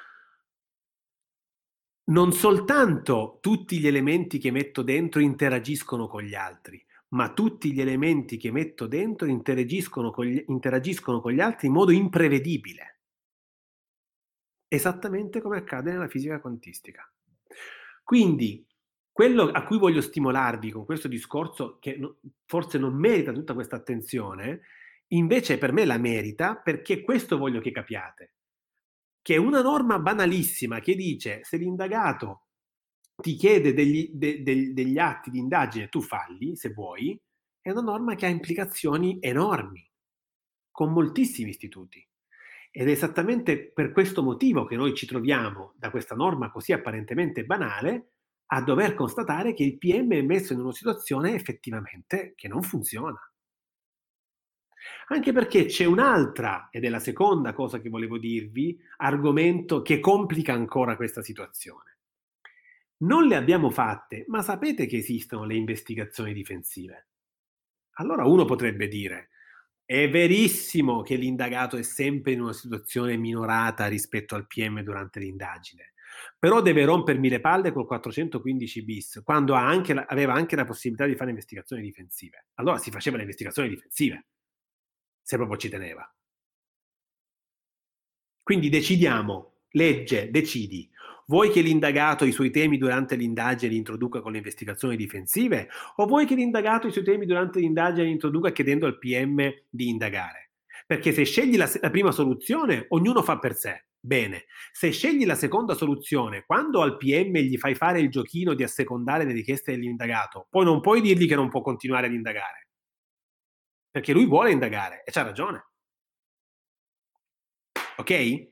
Non soltanto tutti gli elementi che metto dentro interagiscono con gli altri, ma tutti gli elementi che metto dentro interagiscono con gli, interagiscono con gli altri in modo imprevedibile. esattamente come accade nella fisica quantistica. Quindi, quello a cui voglio stimolarvi con questo discorso, che no, forse non merita tutta questa attenzione, invece per me la merita, perché questo voglio che capiate, che una norma banalissima che dice se l'indagato ti chiede degli, de, de, degli atti di indagine, tu falli, se vuoi, è una norma che ha implicazioni enormi, con moltissimi istituti. Ed è esattamente per questo motivo che noi ci troviamo, da questa norma così apparentemente banale, a dover constatare che il P M è messo in una situazione effettivamente che non funziona. Anche perché c'è un'altra, ed è la seconda cosa che volevo dirvi, argomento che complica ancora questa situazione. Non le abbiamo fatte, ma sapete che esistono le investigazioni difensive? Allora uno potrebbe dire, è verissimo che l'indagato è sempre in una situazione minorata rispetto al P M durante l'indagine, però deve rompermi le palle col quattrocentoquindici bis, quando ha anche la, aveva anche la possibilità di fare investigazioni difensive. Allora si faceva le investigazioni difensive, se proprio ci teneva. Quindi decidiamo, legge, decidi. Vuoi che l'indagato i suoi temi durante l'indagine li introduca con le investigazioni difensive o vuoi che l'indagato i suoi temi durante l'indagine li introduca chiedendo al P M di indagare? Perché se scegli la, la prima soluzione, ognuno fa per sé. Bene. Se scegli la seconda soluzione, quando al P M gli fai fare il giochino di assecondare le richieste dell'indagato, poi non puoi dirgli che non può continuare ad indagare. Perché lui vuole indagare e c'ha ragione. Ok?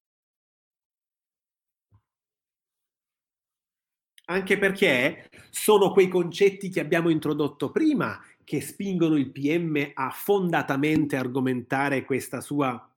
Anche perché sono quei concetti che abbiamo introdotto prima che spingono il P M a fondatamente argomentare questa sua...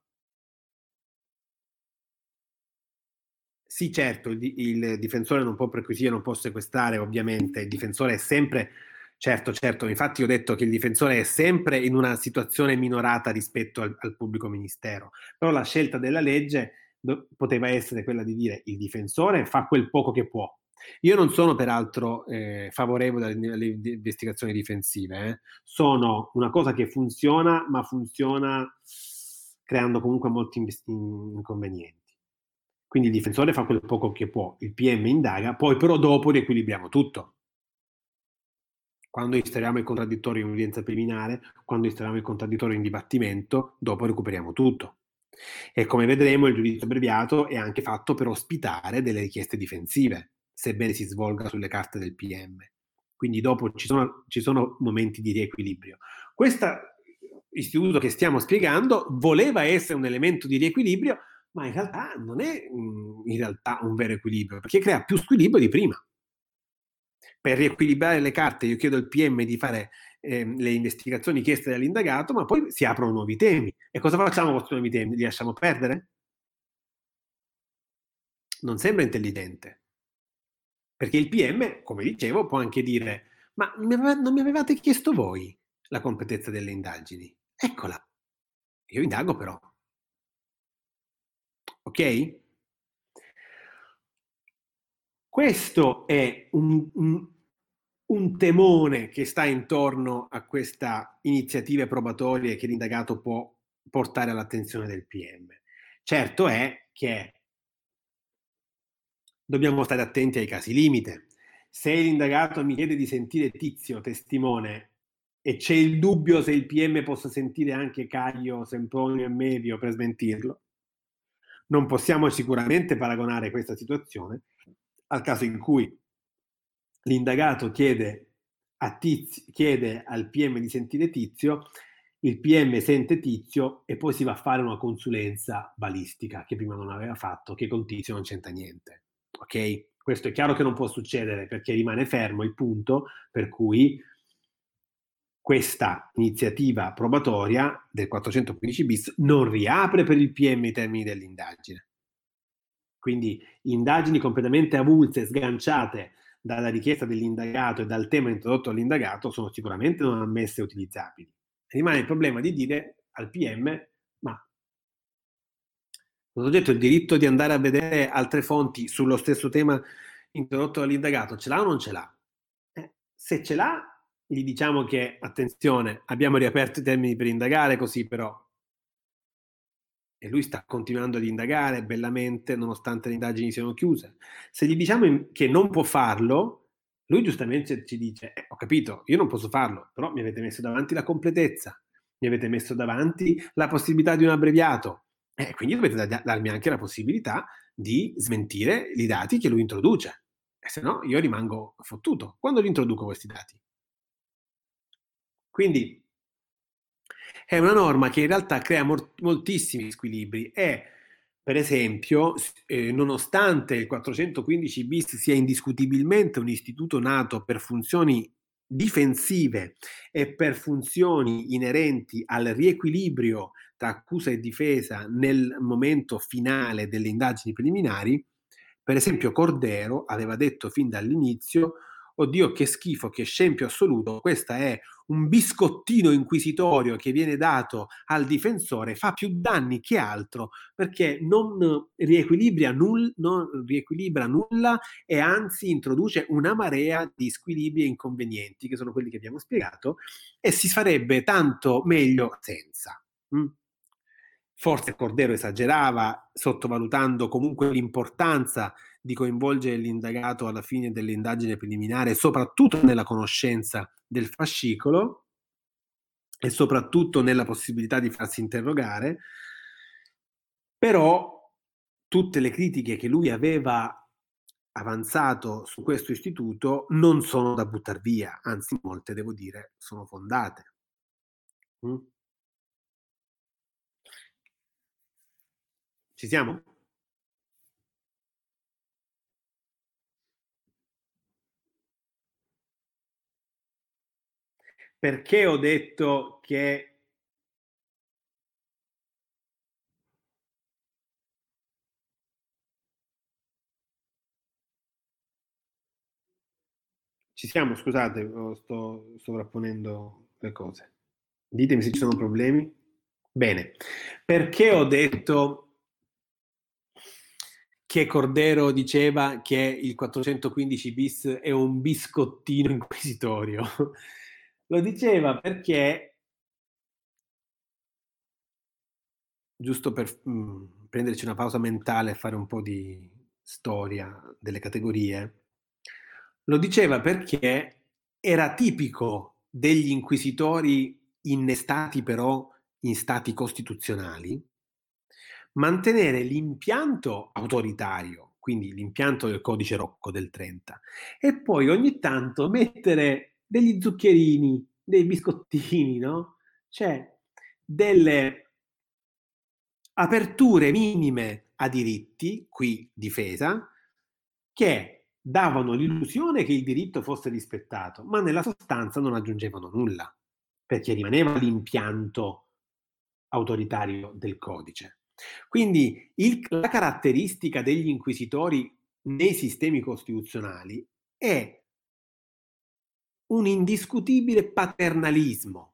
Sì, certo, il, il difensore non può perquisire, non può sequestrare, ovviamente, il difensore è sempre... Certo, certo, infatti ho detto che il difensore è sempre in una situazione minorata rispetto al, al pubblico ministero, però la scelta della legge do, poteva essere quella di dire il difensore fa quel poco che può. Io non sono peraltro eh, favorevole alle, alle investigazioni difensive, eh. Sono una cosa che funziona, ma funziona creando comunque molti inconvenienti. Quindi il difensore fa quel poco che può, il P M indaga, poi però dopo riequilibriamo tutto. Quando instauriamo il contraddittorio in udienza preliminare, quando instauriamo il contraddittorio in dibattimento, dopo recuperiamo tutto. E come vedremo il giudizio abbreviato è anche fatto per ospitare delle richieste difensive, sebbene si svolga sulle carte del P M. Quindi dopo ci sono, ci sono momenti di riequilibrio. Questo istituto che stiamo spiegando voleva essere un elemento di riequilibrio, ma in realtà non è in realtà un vero equilibrio, perché crea più squilibrio di prima. Per riequilibrare le carte io chiedo al P M di fare eh, le investigazioni chieste dall'indagato, ma poi si aprono nuovi temi. E cosa facciamo con questi nuovi temi? Li lasciamo perdere? Non sembra intelligente. Perché il P M, come dicevo, può anche dire ma non mi avevate chiesto voi la competenza delle indagini? Eccola. Io indago però. Ok? Questo è un, un, un temone che sta intorno a questa iniziative probatorie che l'indagato può portare all'attenzione del P M. Certo è che dobbiamo stare attenti ai casi limite. Se l'indagato mi chiede di sentire Tizio, testimone, e c'è il dubbio se il P M possa sentire anche Caio, Sempronio e Medio per smentirlo, non possiamo sicuramente paragonare questa situazione al caso in cui l'indagato chiede, a Tizio, chiede al P M di sentire Tizio, il P M sente Tizio e poi si va a fare una consulenza balistica che prima non aveva fatto, che con Tizio non c'entra niente. Ok? Questo è chiaro che non può succedere perché rimane fermo il punto per cui questa iniziativa probatoria del quattrocentoquindici bis non riapre per il P M i termini dell'indagine. Quindi indagini completamente avulse, sganciate dalla richiesta dell'indagato e dal tema introdotto all'indagato sono sicuramente non ammesse e utilizzabili. Rimane il problema di dire al P M, ma ho detto il diritto di andare a vedere altre fonti sullo stesso tema introdotto dall'indagato, ce l'ha o non ce l'ha? Eh, se ce l'ha, gli diciamo che, attenzione, abbiamo riaperto i termini per indagare, così però e lui sta continuando ad indagare bellamente nonostante le indagini siano chiuse. Se gli diciamo che non può farlo, lui giustamente ci dice, eh, ho capito, io non posso farlo, però mi avete messo davanti la completezza, mi avete messo davanti la possibilità di un abbreviato, e eh, quindi dovete da- darmi anche la possibilità di smentire i dati che lui introduce, e se no io rimango fottuto. Quando li introduco questi dati? Quindi è una norma che in realtà crea mor- moltissimi squilibri e, per esempio, s- eh, nonostante il quattrocentoquindici bis sia indiscutibilmente un istituto nato per funzioni difensive e per funzioni inerenti al riequilibrio tra accusa e difesa nel momento finale delle indagini preliminari, per esempio Cordero aveva detto fin dall'inizio: oddio, che schifo, che scempio assoluto, questa è un biscottino inquisitorio che viene dato al difensore, fa più danni che altro perché non riequilibra, null, non riequilibra nulla e anzi introduce una marea di squilibri e inconvenienti, che sono quelli che abbiamo spiegato, e si farebbe tanto meglio senza. Mm? Forse Cordero esagerava, sottovalutando comunque l'importanza di coinvolgere l'indagato alla fine dell'indagine preliminare, soprattutto nella conoscenza del fascicolo e soprattutto nella possibilità di farsi interrogare, però tutte le critiche che lui aveva avanzato su questo istituto non sono da buttare via, anzi molte, devo dire, sono fondate. Mm? Ci siamo? Perché ho detto che ci siamo, scusate, sto sovrapponendo le cose. Ditemi se ci sono problemi. Bene, perché ho detto che Cordero diceva che il quattrocentoquindici bis è un biscottino inquisitorio? Lo diceva perché, giusto per mh, prenderci una pausa mentale e fare un po' di storia delle categorie, lo diceva perché era tipico degli inquisitori innestati però in stati costituzionali mantenere l'impianto autoritario, quindi l'impianto del codice Rocco del trenta, e poi ogni tanto mettere degli zuccherini, dei biscottini, no? Cioè delle aperture minime a diritti, qui difesa, che davano l'illusione che il diritto fosse rispettato, ma nella sostanza non aggiungevano nulla, perché rimaneva l'impianto autoritario del codice. Quindi il- la caratteristica degli inquisitori nei sistemi costituzionali è un indiscutibile paternalismo,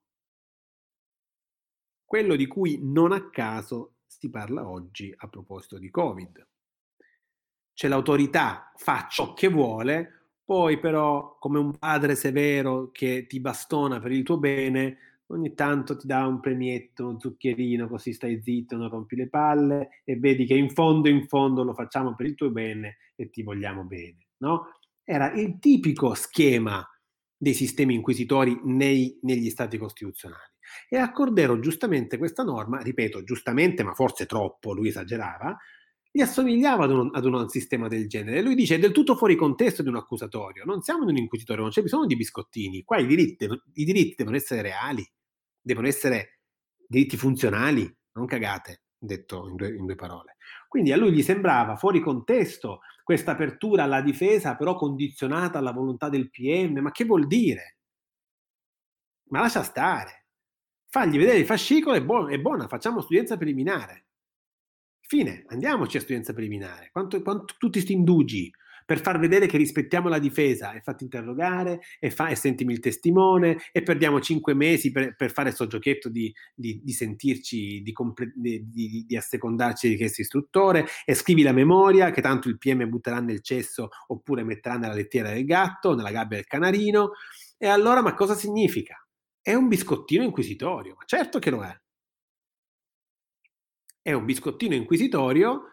quello di cui non a caso si parla oggi a proposito di Covid. C'è l'autorità, fa ciò che vuole, poi però come un padre severo che ti bastona per il tuo bene, ogni tanto ti dà un premietto, uno zuccherino, così stai zitto, non rompi le palle e vedi che in fondo in fondo lo facciamo per il tuo bene e ti vogliamo bene, no? Era il tipico schema dei sistemi inquisitori nei, negli stati costituzionali. E a Cordero giustamente questa norma, ripeto, giustamente, ma forse troppo, lui esagerava, gli assomigliava ad un, ad un sistema del genere. Lui dice: è del tutto fuori contesto di un accusatorio. Non siamo in un inquisitorio, non c'è bisogno di biscottini. Qua i diritti, i diritti devono essere reali, devono essere diritti funzionali, non cagate, detto in due, in due parole. Quindi a lui gli sembrava fuori contesto questa apertura alla difesa, però condizionata alla volontà del P M. Ma che vuol dire? Ma lascia stare. Fagli vedere il fascicolo, è, buona, è buona, facciamo studienza preliminare. Fine, andiamoci a studienza preliminare. Quanto, quanto tutti sti indugi per far vedere che rispettiamo la difesa e fatti interrogare e, fa, e sentimi il testimone e perdiamo cinque mesi per, per fare sto giochetto di, di, di sentirci, di, compre, di, di, di assecondarci richieste istruttore e scrivi la memoria che tanto il P M butterà nel cesso oppure metterà nella lettiera del gatto, nella gabbia del canarino. E allora ma cosa significa? È un biscottino inquisitorio, ma certo che lo è. È un biscottino inquisitorio,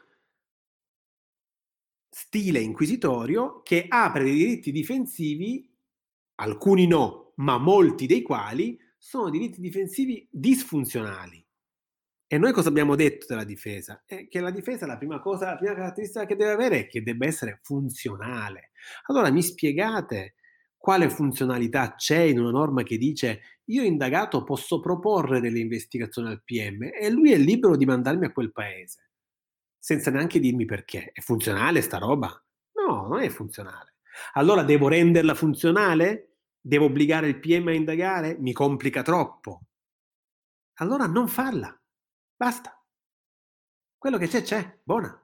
stile inquisitorio, che apre dei diritti difensivi, alcuni no, ma molti dei quali sono diritti difensivi disfunzionali. E noi cosa abbiamo detto della difesa? È che la difesa, la prima cosa, la prima caratteristica che deve avere è che debba essere funzionale. Allora mi spiegate quale funzionalità c'è in una norma che dice io indagato posso proporre delle investigazioni al P M e lui è libero di mandarmi a quel paese, senza neanche dirmi perché. È funzionale sta roba? No, non è funzionale. Allora devo renderla funzionale? Devo obbligare il P M a indagare? Mi complica troppo. Allora non farla. Basta. Quello che c'è c'è, buona.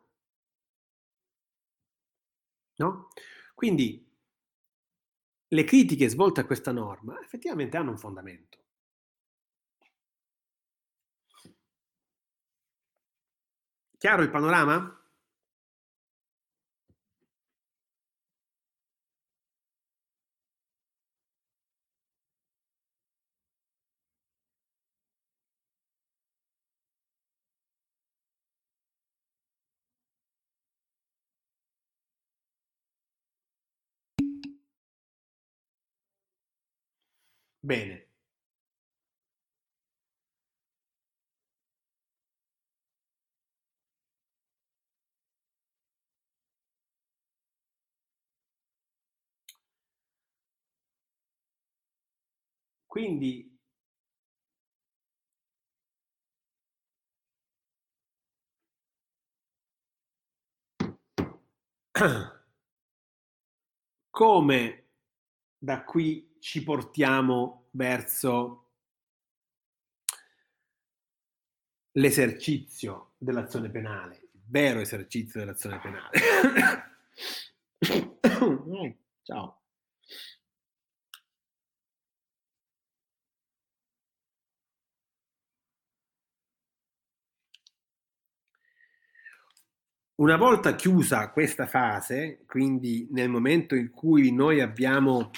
No? Quindi le critiche svolte a questa norma effettivamente hanno un fondamento. Chiaro il panorama? Bene. Quindi come da qui ci portiamo verso l'esercizio dell'azione penale, il vero esercizio dell'azione penale? Ciao. Una volta chiusa questa fase, quindi nel momento in cui noi abbiamo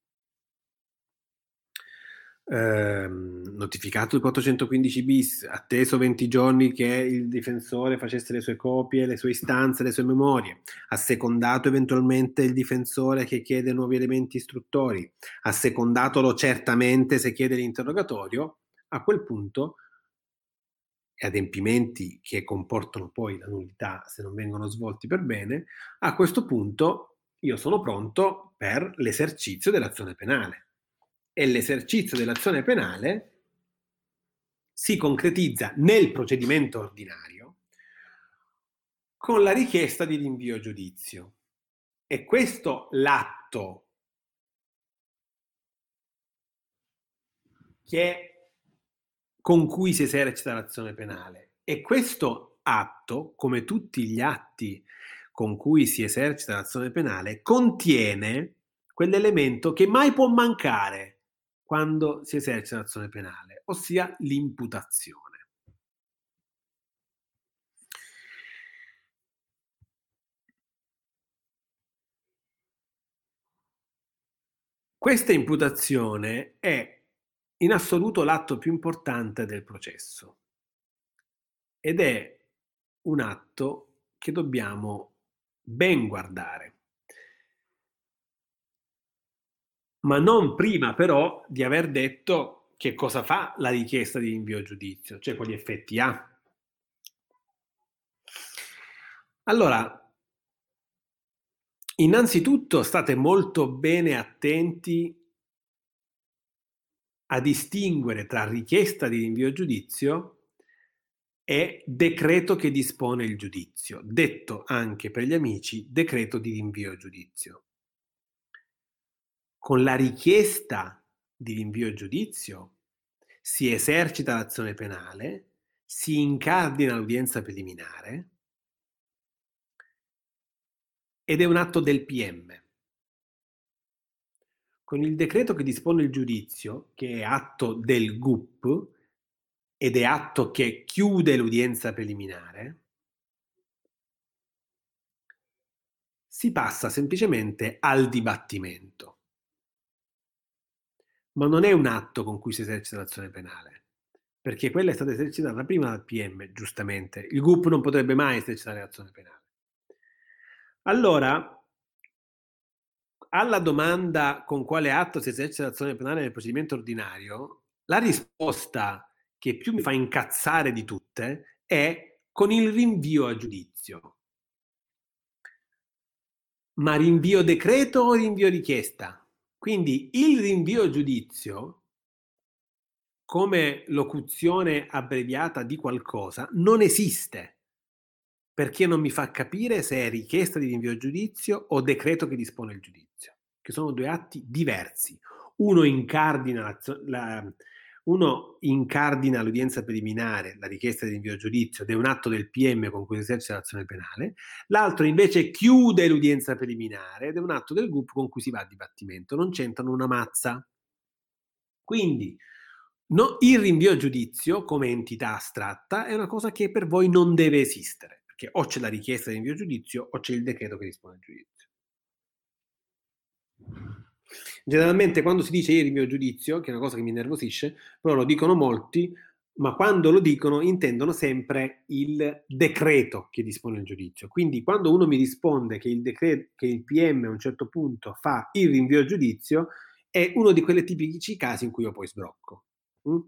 ehm, notificato il quattrocentoquindici bis, atteso venti giorni che il difensore facesse le sue copie, le sue istanze, le sue memorie, assecondato eventualmente il difensore che chiede nuovi elementi istruttori, assecondatolo certamente se chiede l'interrogatorio, a quel punto e adempimenti che comportano poi la nullità se non vengono svolti per bene, a questo punto io sono pronto per l'esercizio dell'azione penale. E l'esercizio dell'azione penale si concretizza nel procedimento ordinario con la richiesta di rinvio a giudizio. E questo l'atto che con cui si esercita l'azione penale. E questo atto, come tutti gli atti con cui si esercita l'azione penale, contiene quell'elemento che mai può mancare quando si esercita l'azione penale, ossia l'imputazione. Questa imputazione è in assoluto l'atto più importante del processo ed è un atto che dobbiamo ben guardare, ma non prima però di aver detto che cosa fa la richiesta di rinvio a giudizio, cioè quali effetti ha. Allora, innanzitutto state molto bene attenti a distinguere tra richiesta di rinvio a giudizio e decreto che dispone il giudizio, detto anche per gli amici decreto di rinvio a giudizio. Con la richiesta di rinvio a giudizio si esercita l'azione penale, si incardina l'udienza preliminare ed è un atto del P M. Con il decreto che dispone il giudizio, che è atto del G U P ed è atto che chiude l'udienza preliminare, si passa semplicemente al dibattimento. Ma non è un atto con cui si esercita l'azione penale, perché quella è stata esercitata prima dal P M, giustamente. Il G U P non potrebbe mai esercitare l'azione penale. Allora, alla domanda con quale atto si esercita l'azione penale nel procedimento ordinario, la risposta che più mi fa incazzare di tutte è con il rinvio a giudizio. Ma rinvio decreto o rinvio richiesta? Quindi il rinvio a giudizio, come locuzione abbreviata di qualcosa, non esiste, perché non mi fa capire se è richiesta di rinvio a giudizio o decreto che dispone il giudizio, che sono due atti diversi. Uno incardina, la, uno incardina l'udienza preliminare, la richiesta di rinvio a giudizio, ed è un atto del P M con cui si esercita l'azione penale, l'altro invece chiude l'udienza preliminare ed è un atto del G U P con cui si va a dibattimento, non c'entrano una mazza. Quindi no, il rinvio a giudizio come entità astratta è una cosa che per voi non deve esistere, perché o c'è la richiesta di rinvio a giudizio o c'è il decreto che dispone il giudizio. Generalmente quando si dice io rinvio a giudizio, che è una cosa che mi innervosisce, però lo dicono molti, ma quando lo dicono intendono sempre il decreto che dispone il giudizio. Quindi quando uno mi risponde che il, decreto, che il P M a un certo punto fa il rinvio a giudizio, è uno di quei tipici casi in cui io poi sbrocco. Mm?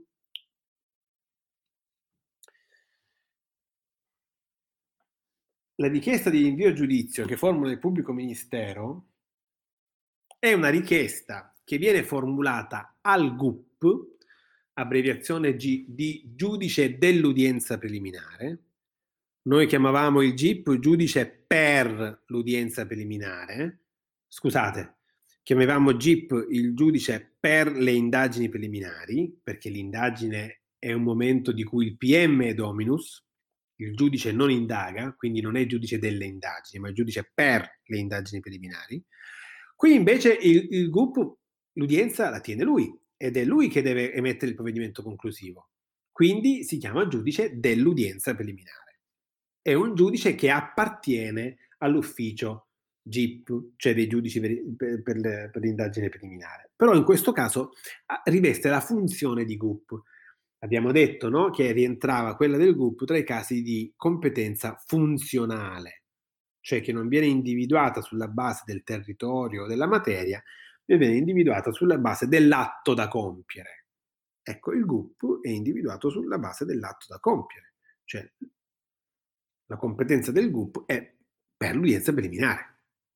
La richiesta di rinvio a giudizio che formula il pubblico ministero è una richiesta che viene formulata al G U P, abbreviazione G, di giudice dell'udienza preliminare. Noi chiamavamo il G I P giudice per l'udienza preliminare. Scusate, chiamavamo G I P il giudice per le indagini preliminari, perché l'indagine è un momento di cui il P M è dominus, il giudice non indaga, quindi non è giudice delle indagini, ma è giudice per le indagini preliminari. Qui invece il, il G U P, l'udienza la tiene lui ed è lui che deve emettere il provvedimento conclusivo. Quindi si chiama giudice dell'udienza preliminare. È un giudice che appartiene all'ufficio G I P, cioè dei giudici per, per, per, per l'indagine preliminare. Però in questo caso riveste la funzione di G U P. Abbiamo detto, no, che rientrava quella del G U P tra i casi di competenza funzionale, cioè che non viene individuata sulla base del territorio o della materia, ma viene individuata sulla base dell'atto da compiere. Ecco, il G U P è individuato sulla base dell'atto da compiere, cioè la competenza del G U P è per l'udienza preliminare.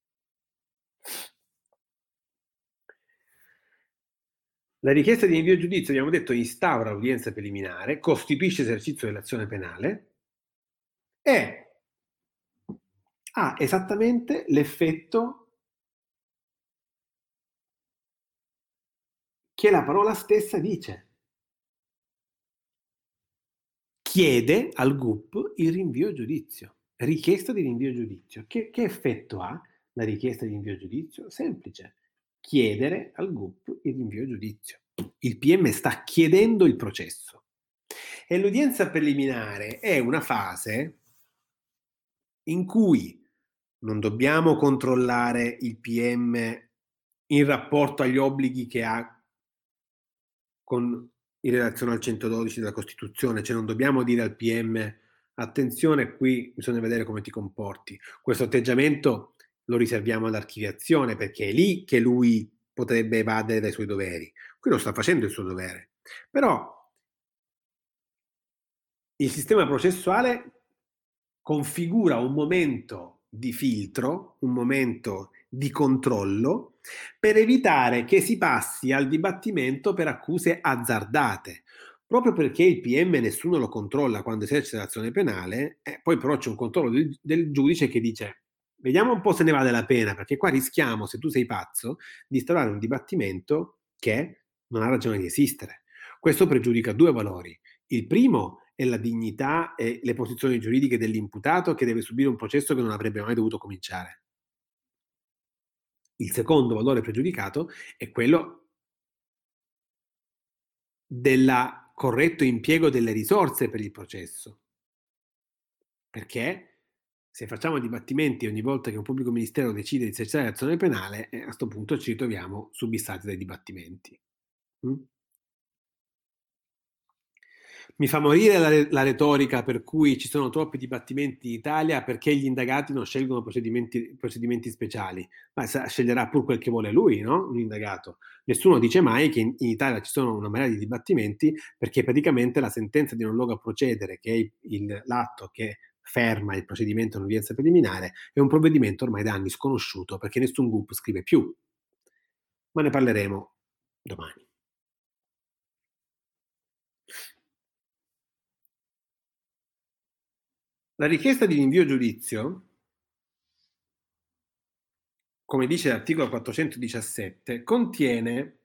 La richiesta di invio a giudizio, abbiamo detto, instaura l'udienza preliminare, costituisce esercizio dell'azione penale e ha esattamente l'effetto che la parola stessa dice. Chiede al G U P il rinvio a giudizio, richiesta di rinvio a giudizio. Che, che effetto ha la richiesta di rinvio a giudizio? Semplice, chiedere al G U P il rinvio a giudizio. Il P M sta chiedendo il processo. E l'udienza preliminare è una fase in cui non dobbiamo controllare il P M in rapporto agli obblighi che ha con, in relazione al centododici della Costituzione, cioè non dobbiamo dire al P M attenzione, qui bisogna vedere come ti comporti. Questo atteggiamento lo riserviamo all'archiviazione perché è lì che lui potrebbe evadere dai suoi doveri. Qui lo sta facendo il suo dovere. Però il sistema processuale configura un momento di filtro, un momento di controllo, per evitare che si passi al dibattimento per accuse azzardate. Proprio perché il P M nessuno lo controlla quando esercita l'azione penale, eh, poi però c'è un controllo del, del giudice che dice vediamo un po' se ne vale la pena, perché qua rischiamo, se tu sei pazzo, di instaurare un dibattimento che non ha ragione di esistere. Questo pregiudica due valori. Il primo è la dignità e le posizioni giuridiche dell'imputato che deve subire un processo che non avrebbe mai dovuto cominciare. Il secondo valore pregiudicato è quello del corretto impiego delle risorse per il processo. Perché se facciamo dibattimenti ogni volta che un pubblico ministero decide di esercitare l'azione penale, eh, a questo punto ci troviamo subissati dai dibattimenti. Mm? Mi fa morire la, la retorica per cui ci sono troppi dibattimenti in Italia perché gli indagati non scelgono procedimenti, procedimenti speciali, ma sa- sceglierà pur quel che vuole lui, no? Un indagato. Nessuno dice mai che in, in Italia ci sono una marea di dibattimenti perché praticamente la sentenza di non luogo a procedere, che è il- il- l'atto che ferma il procedimento in udienza preliminare, è un provvedimento ormai da anni sconosciuto perché nessun G U P scrive più. Ma ne parleremo domani. La richiesta di rinvio a giudizio, come dice l'articolo quattrocentodiciassette, contiene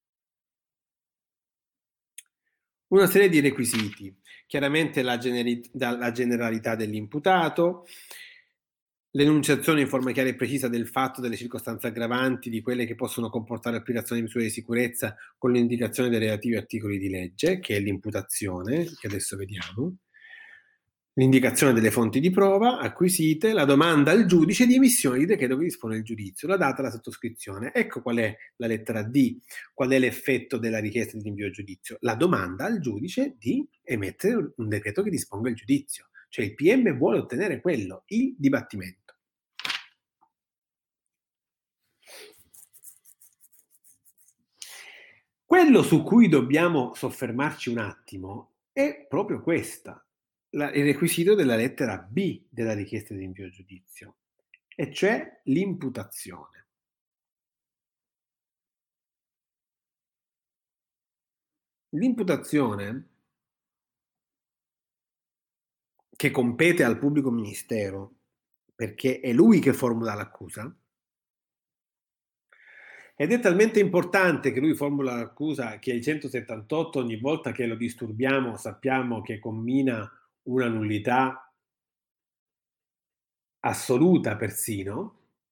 una serie di requisiti, chiaramente la, generi- la generalità dell'imputato, l'enunciazione in forma chiara e precisa del fatto, delle circostanze aggravanti, di quelle che possono comportare l'applicazione di misure di sicurezza con l'indicazione dei relativi articoli di legge, che è l'imputazione, che adesso vediamo, l'indicazione delle fonti di prova acquisite, la domanda al giudice di emissione di decreto che dispone il giudizio, la data e la sottoscrizione. Ecco qual è la lettera D, qual è l'effetto della richiesta di rinvio a giudizio. La domanda al giudice di emettere un decreto che disponga il giudizio. Cioè il P M vuole ottenere quello, il dibattimento. Quello su cui dobbiamo soffermarci un attimo è proprio questa, la, il requisito della lettera B della richiesta di rinvio a giudizio, e cioè l'imputazione. L'imputazione, che compete al pubblico ministero, perché è lui che formula l'accusa, ed è talmente importante che lui formula l'accusa che il centosettantotto ogni volta che lo disturbiamo sappiamo che commina una nullità assoluta persino,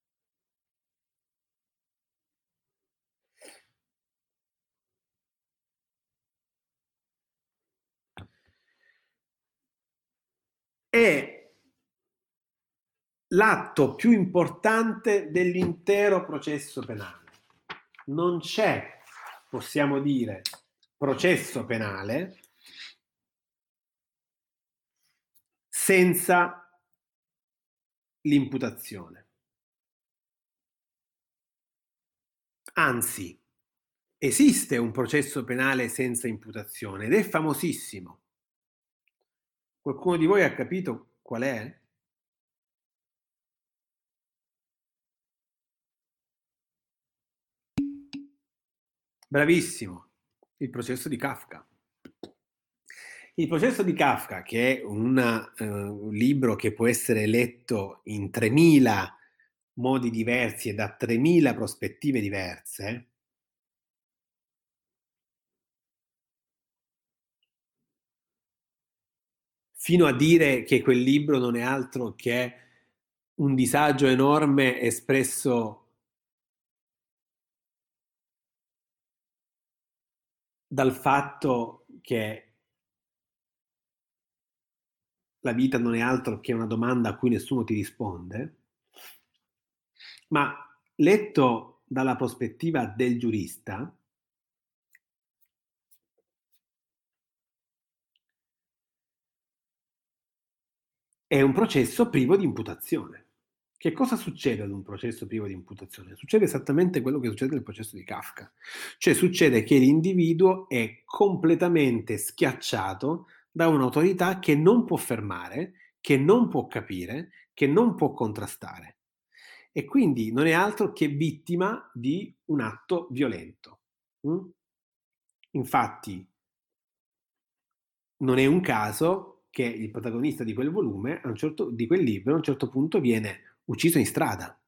è l'atto più importante dell'intero processo penale. Non c'è, possiamo dire, processo penale senza l'imputazione. Anzi, esiste un processo penale senza imputazione ed è famosissimo. Qualcuno di voi ha capito qual è? Bravissimo, il processo di Kafka. Il processo di Kafka, che è una, eh, un libro che può essere letto in tremila modi diversi e da tremila prospettive diverse, fino a dire che quel libro non è altro che un disagio enorme espresso dal fatto che la vita non è altro che una domanda a cui nessuno ti risponde, ma letto dalla prospettiva del giurista, è un processo privo di imputazione. Che cosa succede ad un processo privo di imputazione? Succede esattamente quello che succede nel processo di Kafka, cioè succede che l'individuo è completamente schiacciato da un'autorità che non può fermare, che non può capire, che non può contrastare e quindi non è altro che vittima di un atto violento. Mm? Infatti, non è un caso che il protagonista di quel volume, a un certo, di quel libro, a un certo punto viene ucciso in strada.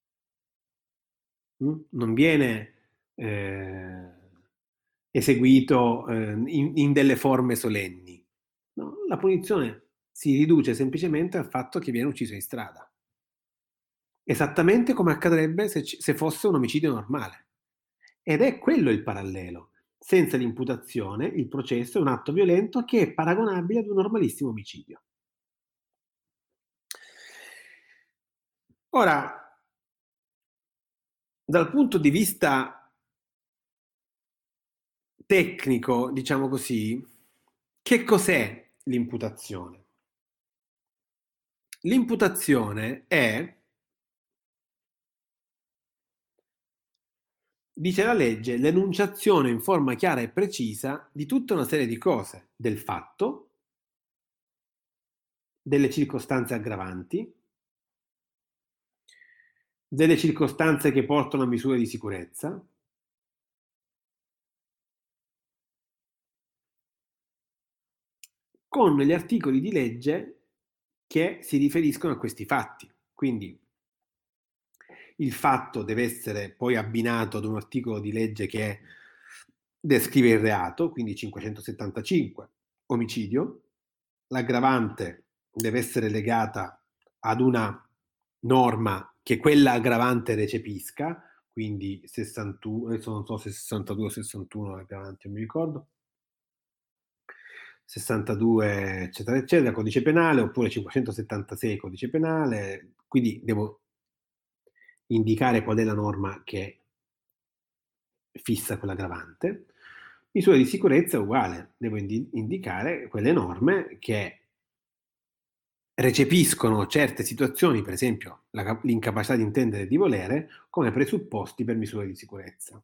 Mm? Non viene eh, eseguito eh, in, in delle forme solenni. No? La punizione si riduce semplicemente al fatto che viene ucciso in strada. Esattamente come accadrebbe se, ci- se fosse un omicidio normale. Ed è quello il parallelo. Senza l'imputazione, il processo è un atto violento che è paragonabile ad un normalissimo omicidio. Ora, dal punto di vista tecnico, diciamo così, Che cos'è l'imputazione? L'imputazione è, dice la legge, l'enunciazione in forma chiara e precisa di tutta una serie di cose, del fatto, delle circostanze aggravanti, delle circostanze che portano a misure di sicurezza, con gli articoli di legge che si riferiscono a questi fatti. Quindi il fatto deve essere poi abbinato ad un articolo di legge che descrive il reato, quindi cinquecentosettantacinque, omicidio. L'aggravante deve essere legata ad una norma che quella aggravante recepisca, quindi sessantuno, adesso non so se sessantadue o sessantuno l'aggravanti, non mi ricordo, sessantadue eccetera eccetera, codice penale, oppure cinquecentosettantasei codice penale, quindi devo indicare qual è la norma che fissa quell'aggravante. Misura di sicurezza è uguale, devo indi- indicare quelle norme che recepiscono certe situazioni, per esempio la, l'incapacità di intendere e di volere, come presupposti per misure di sicurezza.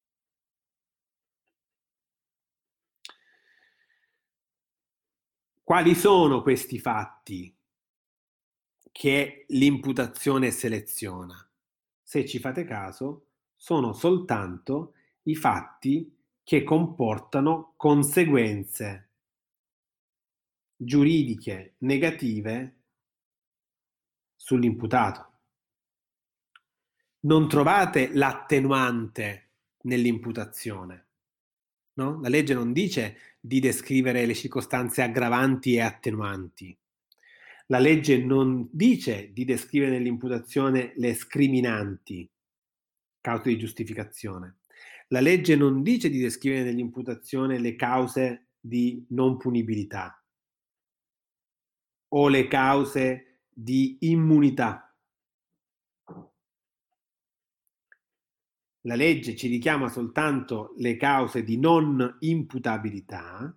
Quali sono questi fatti che l'imputazione seleziona? Se ci fate caso, sono soltanto i fatti che comportano conseguenze giuridiche negative sull'imputato. Non trovate l'attenuante nell'imputazione, no? La legge non dice di descrivere le circostanze aggravanti e attenuanti. La legge non dice di descrivere nell'imputazione le scriminanti, cause di giustificazione. La legge non dice di descrivere nell'imputazione le cause di non punibilità o le cause di immunità. La legge ci richiama soltanto le cause di non imputabilità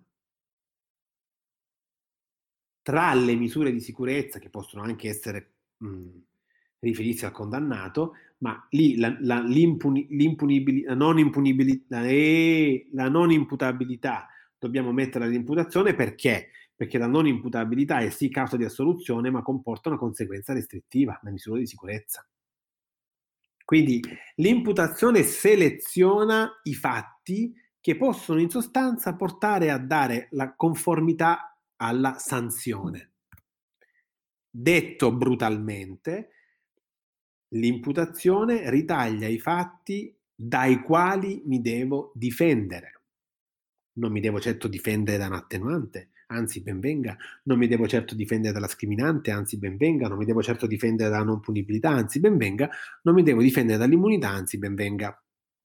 tra le misure di sicurezza, che possono anche essere mh, riferirsi al condannato, ma lì la, la, l'impuni, la, non impunibilità, eh, la non imputabilità dobbiamo mettere all'imputazione perché? Perché la non imputabilità è sì causa di assoluzione, ma comporta una conseguenza restrittiva, una misura di sicurezza. Quindi l'imputazione seleziona i fatti che possono in sostanza portare a dare la conformità alla sanzione. Detto brutalmente, l'imputazione ritaglia i fatti dai quali mi devo difendere. Non mi devo certo difendere da un attenuante, anzi ben venga, non mi devo certo difendere dalla scriminante, anzi ben venga, non mi devo certo difendere dalla non punibilità, anzi ben venga, non mi devo difendere dall'immunità, anzi ben venga.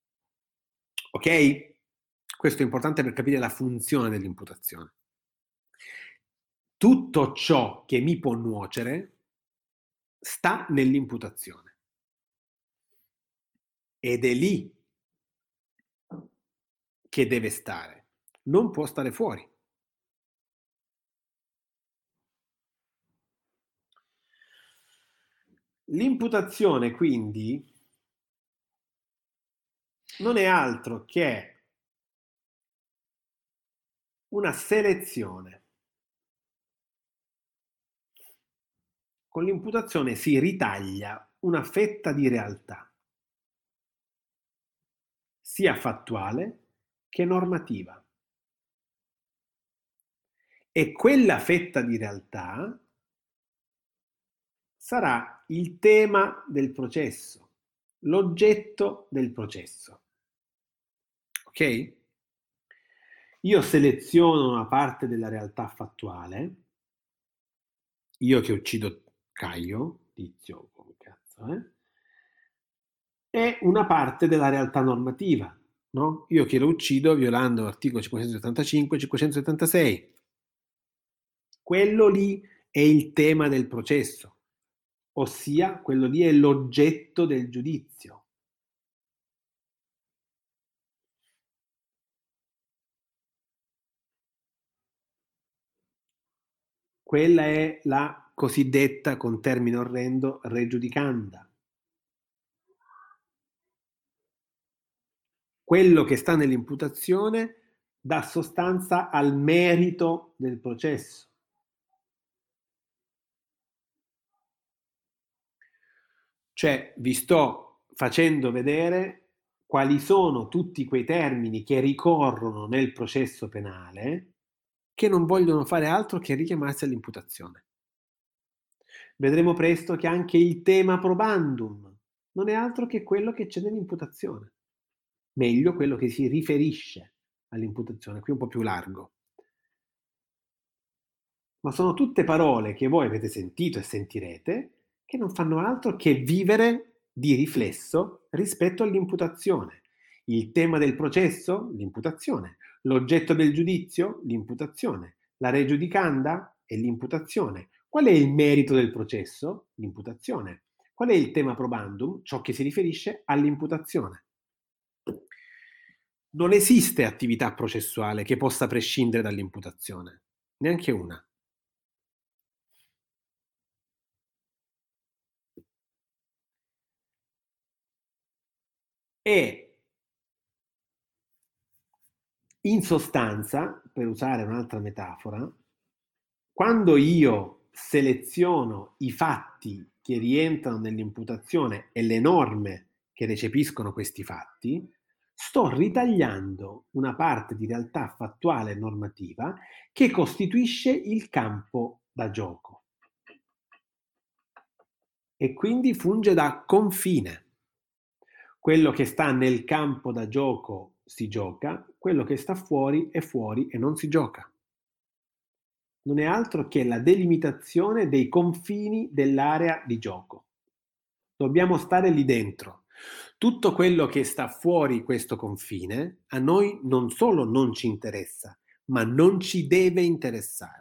Ok? Questo è importante per capire la funzione dell'imputazione. Tutto ciò che mi può nuocere sta nell'imputazione ed è lì che deve stare, non può stare fuori. L'imputazione quindi non è altro che una selezione. Con l'imputazione si ritaglia una fetta di realtà, sia fattuale che normativa. E quella fetta di realtà sarà il tema del processo, l'oggetto del processo. Ok? Io seleziono una parte della realtà fattuale, io che uccido Caio, Tizio, come cazzo, eh? E una parte della realtà normativa, no? Io che lo uccido violando l'articolo cinquecentosettantacinque cinquecentosettantasei. Quello lì è il tema del processo, ossia quello lì è l'oggetto del giudizio. Quella è la cosiddetta, con termine orrendo, regiudicanda. Quello che sta nell'imputazione dà sostanza al merito del processo. Cioè, vi sto facendo vedere quali sono tutti quei termini che ricorrono nel processo penale che non vogliono fare altro che richiamarsi all'imputazione. Vedremo presto che anche il tema probandum non è altro che quello che c'è nell'imputazione. Meglio quello che si riferisce all'imputazione, qui un po' più largo. Ma sono tutte parole che voi avete sentito e sentirete che non fanno altro che vivere di riflesso rispetto all'imputazione. Il tema del processo? L'imputazione. L'oggetto del giudizio? L'imputazione. La regiudicanda? È l'imputazione. Qual è il merito del processo? L'imputazione. Qual è il tema probandum? Ciò che si riferisce all'imputazione. Non esiste attività processuale che possa prescindere dall'imputazione, neanche una. E in sostanza, per usare un'altra metafora, quando io seleziono i fatti che rientrano nell'imputazione e le norme che recepiscono questi fatti, sto ritagliando una parte di realtà fattuale e normativa che costituisce il campo da gioco e quindi funge da confine. Quello che sta nel campo da gioco si gioca, quello che sta fuori è fuori e non si gioca. Non è altro che la delimitazione dei confini dell'area di gioco. Dobbiamo stare lì dentro. Tutto quello che sta fuori questo confine a noi non solo non ci interessa, ma non ci deve interessare.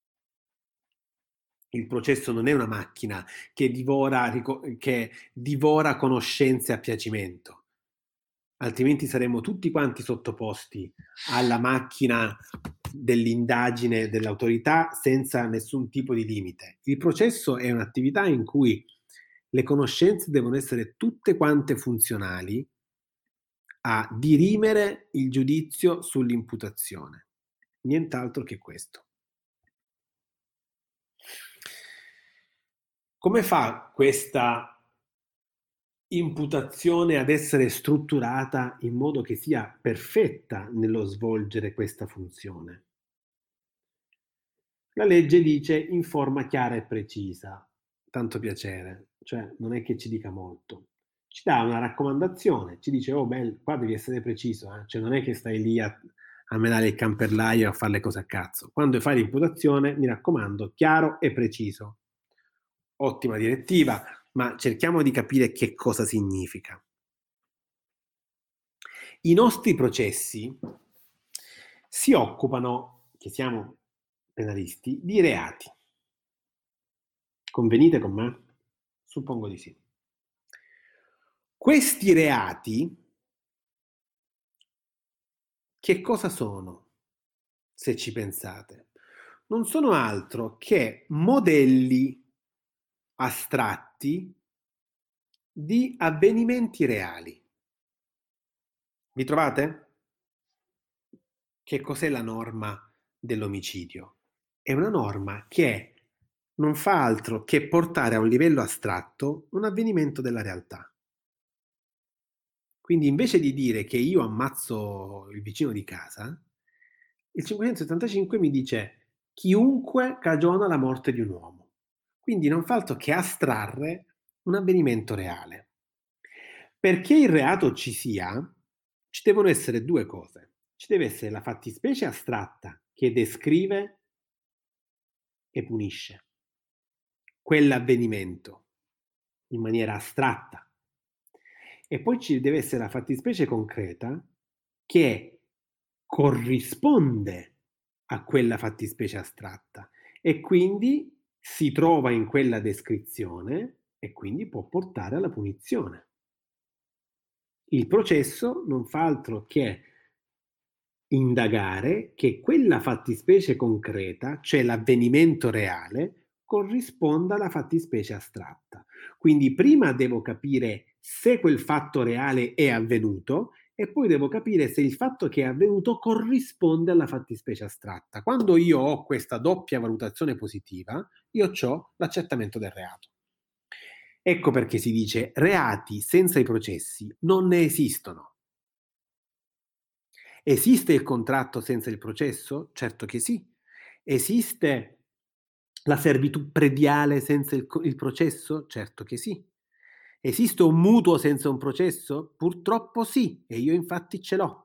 Il processo non è una macchina che divora, che divora conoscenze a piacimento. Altrimenti saremmo tutti quanti sottoposti alla macchina dell'indagine dell'autorità senza nessun tipo di limite. Il processo è un'attività in cui le conoscenze devono essere tutte quante funzionali a dirimere il giudizio sull'imputazione. Nient'altro che questo. Come fa questa imputazione ad essere strutturata in modo che sia perfetta nello svolgere questa funzione? La legge dice in forma chiara e precisa, tanto piacere, cioè non è che ci dica molto. Ci dà una raccomandazione, ci dice, oh beh, qua devi essere preciso, eh? Cioè non è che stai lì a, a menare il camperlaio e a fare le cose a cazzo. Quando fai l'imputazione, mi raccomando, chiaro e preciso. Ottima direttiva, ma cerchiamo di capire che cosa significa. I nostri processi si occupano, che siamo penalisti, di reati. Convenite con me? Suppongo di sì. Questi reati che cosa sono, se ci pensate? Non sono altro che modelli astratti di avvenimenti reali. Vi trovate? Che cos'è la norma dell'omicidio? È una norma che non fa altro che portare a un livello astratto un avvenimento della realtà. Quindi invece di dire che io ammazzo il vicino di casa, il cinquecentosettantacinque mi dice chiunque cagiona la morte di un uomo. Quindi non fa altro che astrarre un avvenimento reale. Perché il reato ci sia, ci devono essere due cose. Ci deve essere la fattispecie astratta che descrive e punisce quell'avvenimento in maniera astratta. E poi ci deve essere la fattispecie concreta che corrisponde a quella fattispecie astratta e quindi si trova in quella descrizione e quindi può portare alla punizione. Il processo non fa altro che indagare che quella fattispecie concreta, cioè l'avvenimento reale, corrisponda alla fattispecie astratta. Quindi prima devo capire se quel fatto reale è avvenuto e poi devo capire se il fatto che è avvenuto corrisponde alla fattispecie astratta. Quando io ho questa doppia valutazione positiva, io ho l'accertamento del reato. Ecco perché si dice reati senza i processi non ne esistono. Esiste il contratto senza il processo? Certo che sì. Esiste la servitù prediale senza il, il processo? Certo che sì. Esiste un mutuo senza un processo? Purtroppo sì, e io infatti ce l'ho.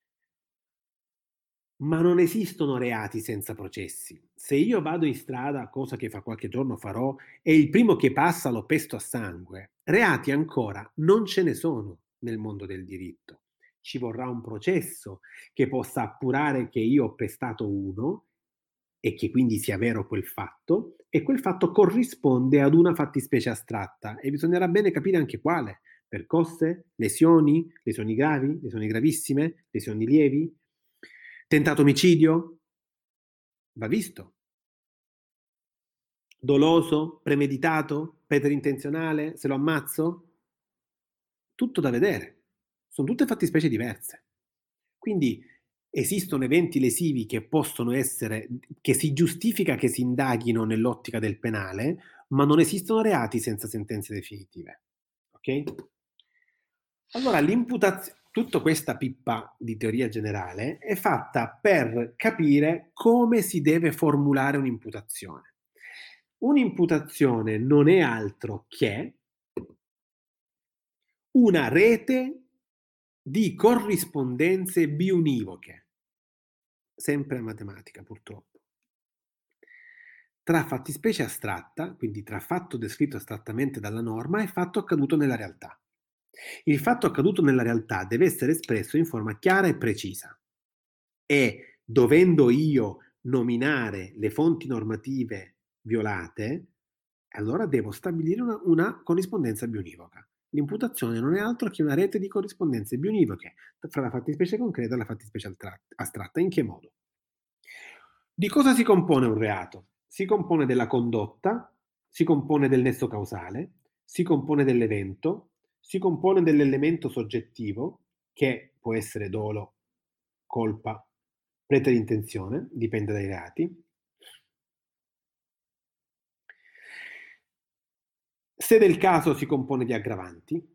Ma non esistono reati senza processi. Se io vado in strada, cosa che fra qualche giorno farò, e il primo che passa lo pesto a sangue, reati ancora non ce ne sono nel mondo del diritto. Ci vorrà un processo che possa appurare che io ho pestato uno e che quindi sia vero quel fatto, e quel fatto corrisponde ad una fattispecie astratta e bisognerà bene capire anche quale. Percosse, lesioni, lesioni gravi, lesioni gravissime, lesioni lievi, tentato omicidio, va visto. Doloso, premeditato, preterintenzionale, se lo ammazzo, tutto da vedere. Sono tutte fattispecie diverse. Quindi esistono eventi lesivi che possono essere, che si giustifica che si indaghino nell'ottica del penale, ma non esistono reati senza sentenze definitive. Ok? Allora, l'imputazione, tutta questa pippa di teoria generale è fatta per capire come si deve formulare un'imputazione. Un'imputazione non è altro che una rete di corrispondenze biunivoche, sempre matematica purtroppo, tra fattispecie astratta, quindi tra fatto descritto astrattamente dalla norma e fatto accaduto nella realtà. Il fatto accaduto nella realtà deve essere espresso in forma chiara e precisa e dovendo io nominare le fonti normative violate, allora devo stabilire una, una corrispondenza bionivoca. L'imputazione non è altro che una rete di corrispondenze bionivoche fra la fattispecie concreta e la fattispecie astratta. In che modo? Di cosa si compone un reato? Si compone della condotta, si compone del nesso causale, si compone dell'evento, si compone dell'elemento soggettivo, che può essere dolo, colpa, preterintenzione, dipende dai reati. Se del caso si compone di aggravanti,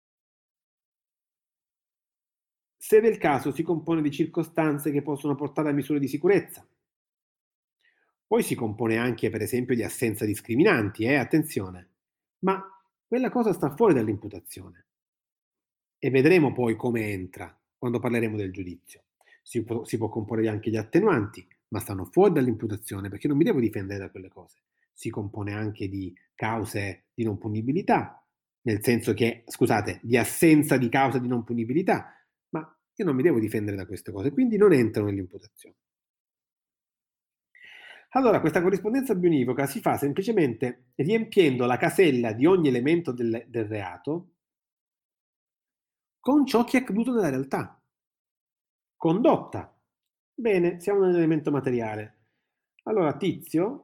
se del caso si compone di circostanze che possono portare a misure di sicurezza. Poi si compone anche, per esempio, di assenza di scriminanti, eh? Attenzione. Ma quella cosa sta fuori dall'imputazione. E vedremo poi come entra quando parleremo del giudizio. Si può, si può comporre anche di attenuanti, ma stanno fuori dall'imputazione perché non mi devo difendere da quelle cose. Si compone anche di cause di non punibilità, nel senso che, scusate, di assenza di causa di non punibilità, ma io non mi devo difendere da queste cose, quindi non entrano nell'imputazione. Allora, questa corrispondenza bionivoca si fa semplicemente riempiendo la casella di ogni elemento del, del reato con ciò che è accaduto nella realtà. Condotta. Bene, siamo nell'elemento materiale. Allora, Tizio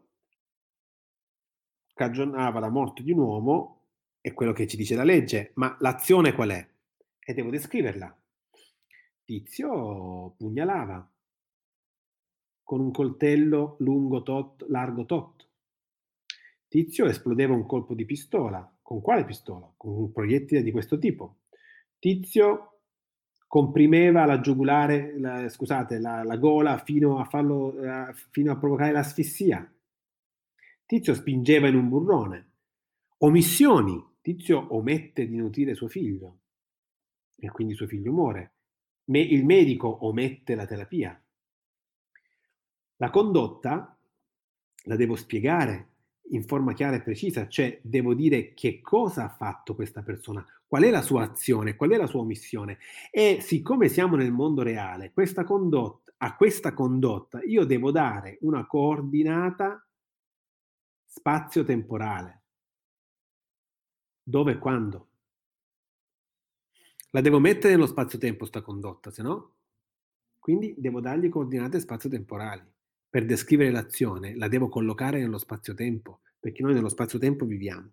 cagionava la morte di un uomo, è quello che ci dice la legge, ma l'azione qual è? E devo descriverla. Tizio pugnalava con un coltello lungo tot, largo tot. Tizio esplodeva un colpo di pistola. Con quale pistola? Con un proiettile di questo tipo. Tizio comprimeva la giugulare, la, scusate, la, la gola fino a farlo, eh, fino a provocare l'asfissia. Tizio spingeva in un burrone. Omissioni. Tizio omette di nutrire suo figlio e quindi suo figlio muore. Me- il medico omette la terapia. La condotta la devo spiegare in forma chiara e precisa, cioè devo dire che cosa ha fatto questa persona, qual è la sua azione, qual è la sua omissione. E siccome siamo nel mondo reale, questa condotta, a questa condotta io devo dare una coordinata spazio-temporale. Dove e quando? La devo mettere nello spazio-tempo sta condotta, se no? Quindi devo dargli coordinate spazio-temporali. Per descrivere l'azione la devo collocare nello spazio-tempo, perché noi nello spazio-tempo viviamo.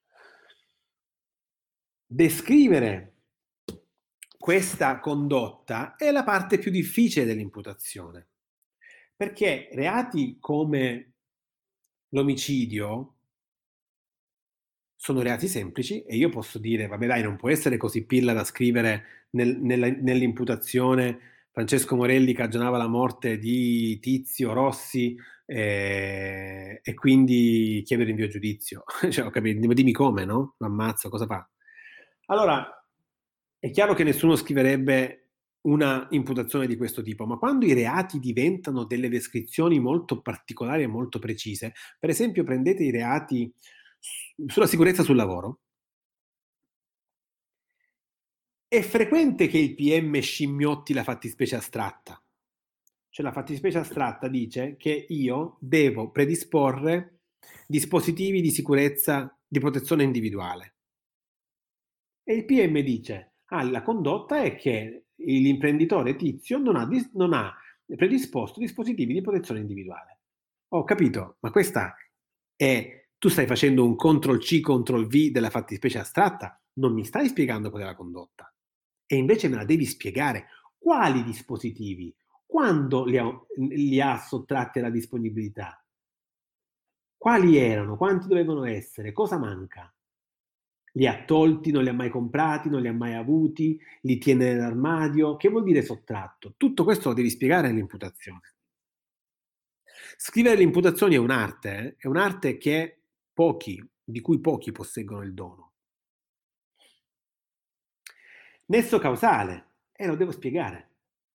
Descrivere questa condotta è la parte più difficile dell'imputazione, perché reati come l'omicidio sono reati semplici e io posso dire, vabbè dai, non può essere così pilla da scrivere nel, nella, nell'imputazione Francesco Morelli cagionava la morte di Tizio Rossi eh, e quindi chiedo rinvio a giudizio. Cioè, ho capito, dimmi come, no? Lo ammazzo, cosa fa? Allora, è chiaro che nessuno scriverebbe una imputazione di questo tipo, ma quando i reati diventano delle descrizioni molto particolari e molto precise, per esempio prendete i reati sulla sicurezza sul lavoro, è frequente che il P M scimmiotti la fattispecie astratta. Cioè la fattispecie astratta dice che io devo predisporre dispositivi di sicurezza di protezione individuale. E il P M dice, ah, la condotta è che l'imprenditore Tizio non ha, dis- non ha predisposto dispositivi di protezione individuale. Ho capito, ma questa è, tu stai facendo un control C, control V della fattispecie astratta, non mi stai spiegando qual è la condotta. E invece me la devi spiegare. Quali dispositivi? Quando li ha, li ha sottratti alla disponibilità? Quali erano? Quanti dovevano essere? Cosa manca? Li ha tolti, non li ha mai comprati, non li ha mai avuti, li tiene nell'armadio. Che vuol dire sottratto? Tutto questo lo devi spiegare nell'imputazione. Scrivere le imputazioni è un'arte, eh? È un'arte che pochi, di cui pochi posseggono il dono. Nesso causale, e eh, lo devo spiegare.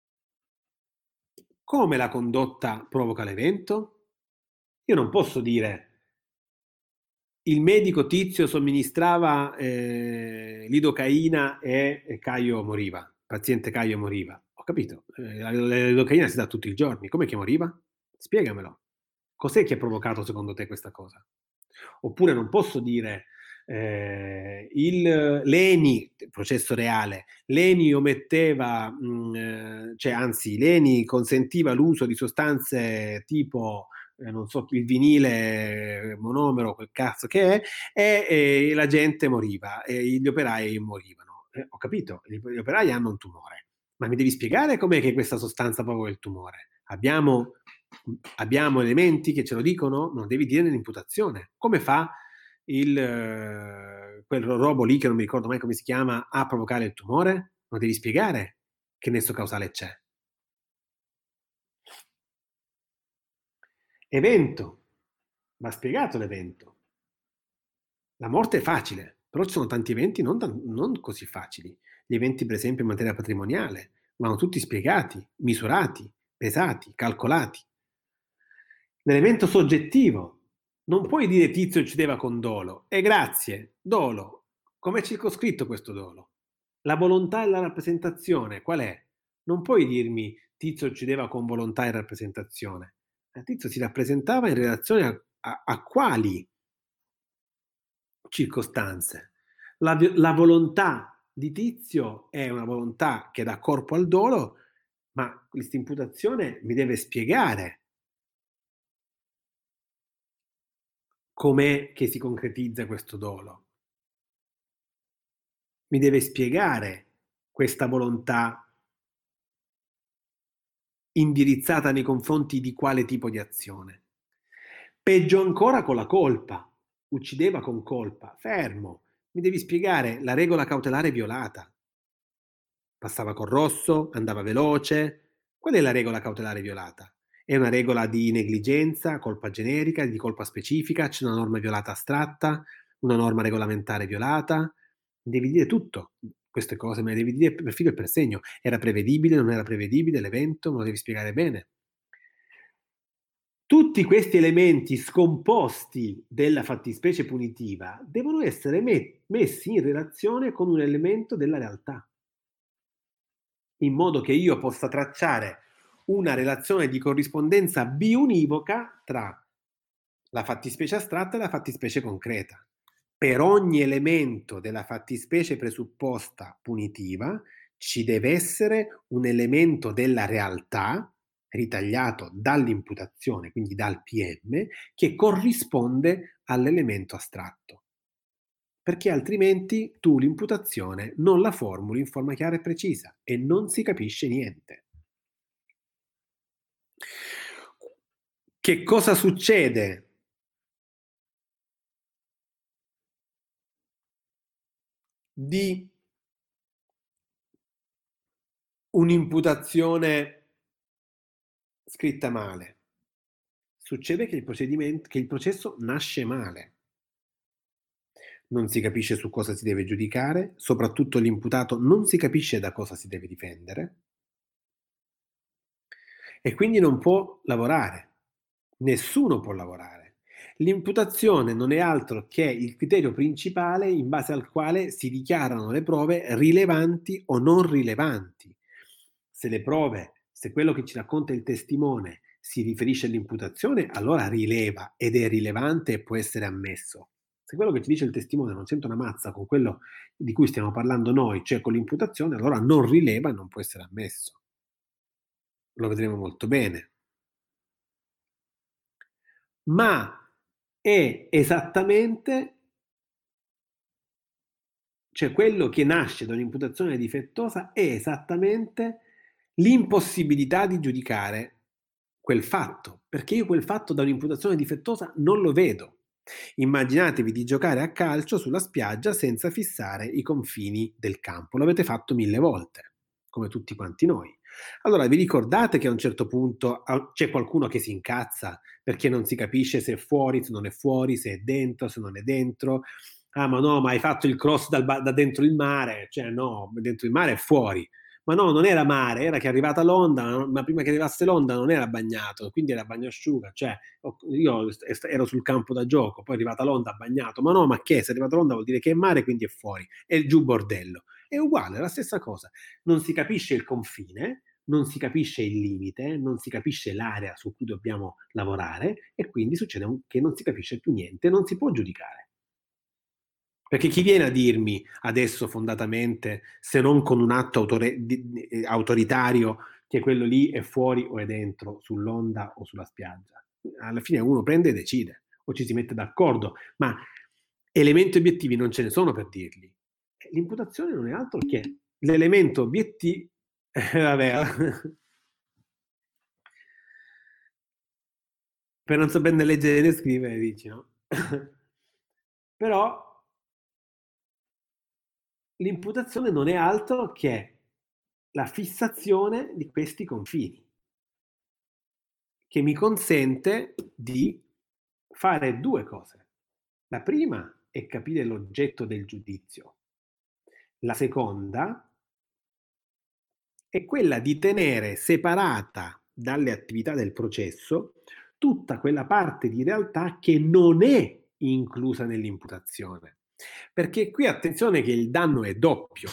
Come la condotta provoca l'evento? Io non posso dire il medico Tizio somministrava eh, lidocaina e, e Caio moriva, il paziente Caio moriva. Ho capito, eh, la, la lidocaina si dà tutti i giorni, come che moriva? Spiegamelo. Cos'è che ha provocato secondo te questa cosa? Oppure non posso dire eh, il l'Eni, processo reale, l'Eni ometteva, mh, eh, cioè anzi l'Eni consentiva l'uso di sostanze tipo eh, non so, il vinile monomero, quel cazzo che è, e, e la gente moriva, e gli operai morivano. Eh, ho capito, gli, gli operai hanno un tumore, ma mi devi spiegare com'è che questa sostanza provoca il tumore? Abbiamo, abbiamo elementi che ce lo dicono? Non devi dire nell'imputazione. Come fa il, eh, quel robo lì, che non mi ricordo mai come si chiama, a provocare il tumore? Non devi spiegare che nesso causale c'è. Evento. Va spiegato l'evento. La morte è facile, però ci sono tanti eventi non, tan- non così facili. Gli eventi, per esempio, in materia patrimoniale, vanno tutti spiegati, misurati, pesati, calcolati. L'elemento soggettivo. Non puoi dire Tizio uccideva con dolo. E grazie, dolo. Com'è circoscritto questo dolo? La volontà e la rappresentazione, qual è? Non puoi dirmi Tizio uccideva con volontà e rappresentazione. Eh, Tizio si rappresentava in relazione a, a, a quali circostanze. La, la volontà di Tizio è una volontà che dà corpo al dolo, ma questa imputazione mi deve spiegare com'è che si concretizza questo dolo. Mi deve spiegare questa volontà indirizzata nei confronti di quale tipo di azione. Peggio ancora con la colpa. Uccideva con colpa. Fermo. Mi devi spiegare la regola cautelare violata. Passava col rosso, andava veloce. Qual è la regola cautelare violata? È una regola di negligenza, colpa generica, di colpa specifica, c'è una norma violata astratta, una norma regolamentare violata. Devi dire tutto, queste cose me le devi dire per filo e per segno. Era prevedibile, non era prevedibile l'evento, me lo devi spiegare bene. Tutti questi elementi scomposti della fattispecie punitiva devono essere me- messi in relazione con un elemento della realtà, in modo che io possa tracciare una relazione di corrispondenza biunivoca tra la fattispecie astratta e la fattispecie concreta. Per ogni elemento della fattispecie presupposta punitiva ci deve essere un elemento della realtà ritagliato dall'imputazione, quindi dal P M, che corrisponde all'elemento astratto. Perché altrimenti tu l'imputazione non la formuli in forma chiara e precisa e non si capisce niente. Che cosa succede? Di un'imputazione scritta male. Succede che il procedimento, che il processo nasce male. Non si capisce su cosa si deve giudicare, soprattutto l'imputato non si capisce da cosa si deve difendere e quindi non può lavorare. Nessuno può lavorare. L'imputazione non è altro che il criterio principale in base al quale si dichiarano le prove rilevanti o non rilevanti. Se le prove, se quello che ci racconta il testimone si riferisce all'imputazione, allora rileva ed è rilevante e può essere ammesso. Se quello che ci dice il testimone non c'entra una mazza con quello di cui stiamo parlando noi, cioè con l'imputazione, allora non rileva e non può essere ammesso. Lo vedremo molto bene. Ma è esattamente, cioè quello che nasce da un'imputazione difettosa è esattamente l'impossibilità di giudicare quel fatto, perché io quel fatto da un'imputazione difettosa non lo vedo. Immaginatevi di giocare a calcio sulla spiaggia senza fissare i confini del campo. Lo avete fatto mille volte, come tutti quanti noi. Allora, vi ricordate che a un certo punto c'è qualcuno che si incazza perché non si capisce se è fuori, se non è fuori, se è dentro, se non è dentro. Ah, ma no, ma hai fatto il cross dal, da dentro il mare. Cioè, no, dentro il mare è fuori. Ma no, non era mare, era che è arrivata l'onda, ma prima che arrivasse l'onda non era bagnato, quindi era bagnasciuga. Cioè, io ero sul campo da gioco, poi è arrivata l'onda, ha bagnato. Ma no, ma che? Se è arrivata l'onda vuol dire che è mare, quindi è fuori. È giù bordello. È uguale, è la stessa cosa. Non si capisce il confine, non si capisce il limite, non si capisce l'area su cui dobbiamo lavorare e quindi succede che non si capisce più niente, non si può giudicare. Perché chi viene a dirmi adesso fondatamente, se non con un atto autore- di- di- autoritario, che quello lì è fuori o è dentro, sull'onda o sulla spiaggia? Alla fine uno prende e decide, o ci si mette d'accordo, ma elementi obiettivi non ce ne sono per dirli. L'imputazione non è altro che l'elemento obiettivo. Eh, vabbè. Per non saperne leggere né scrivere, dici, no? Però l'imputazione non è altro che la fissazione di questi confini, che mi consente di fare due cose. La prima è capire l'oggetto del giudizio. La seconda è quella di tenere separata dalle attività del processo tutta quella parte di realtà che non è inclusa nell'imputazione. Perché qui attenzione che il danno è doppio.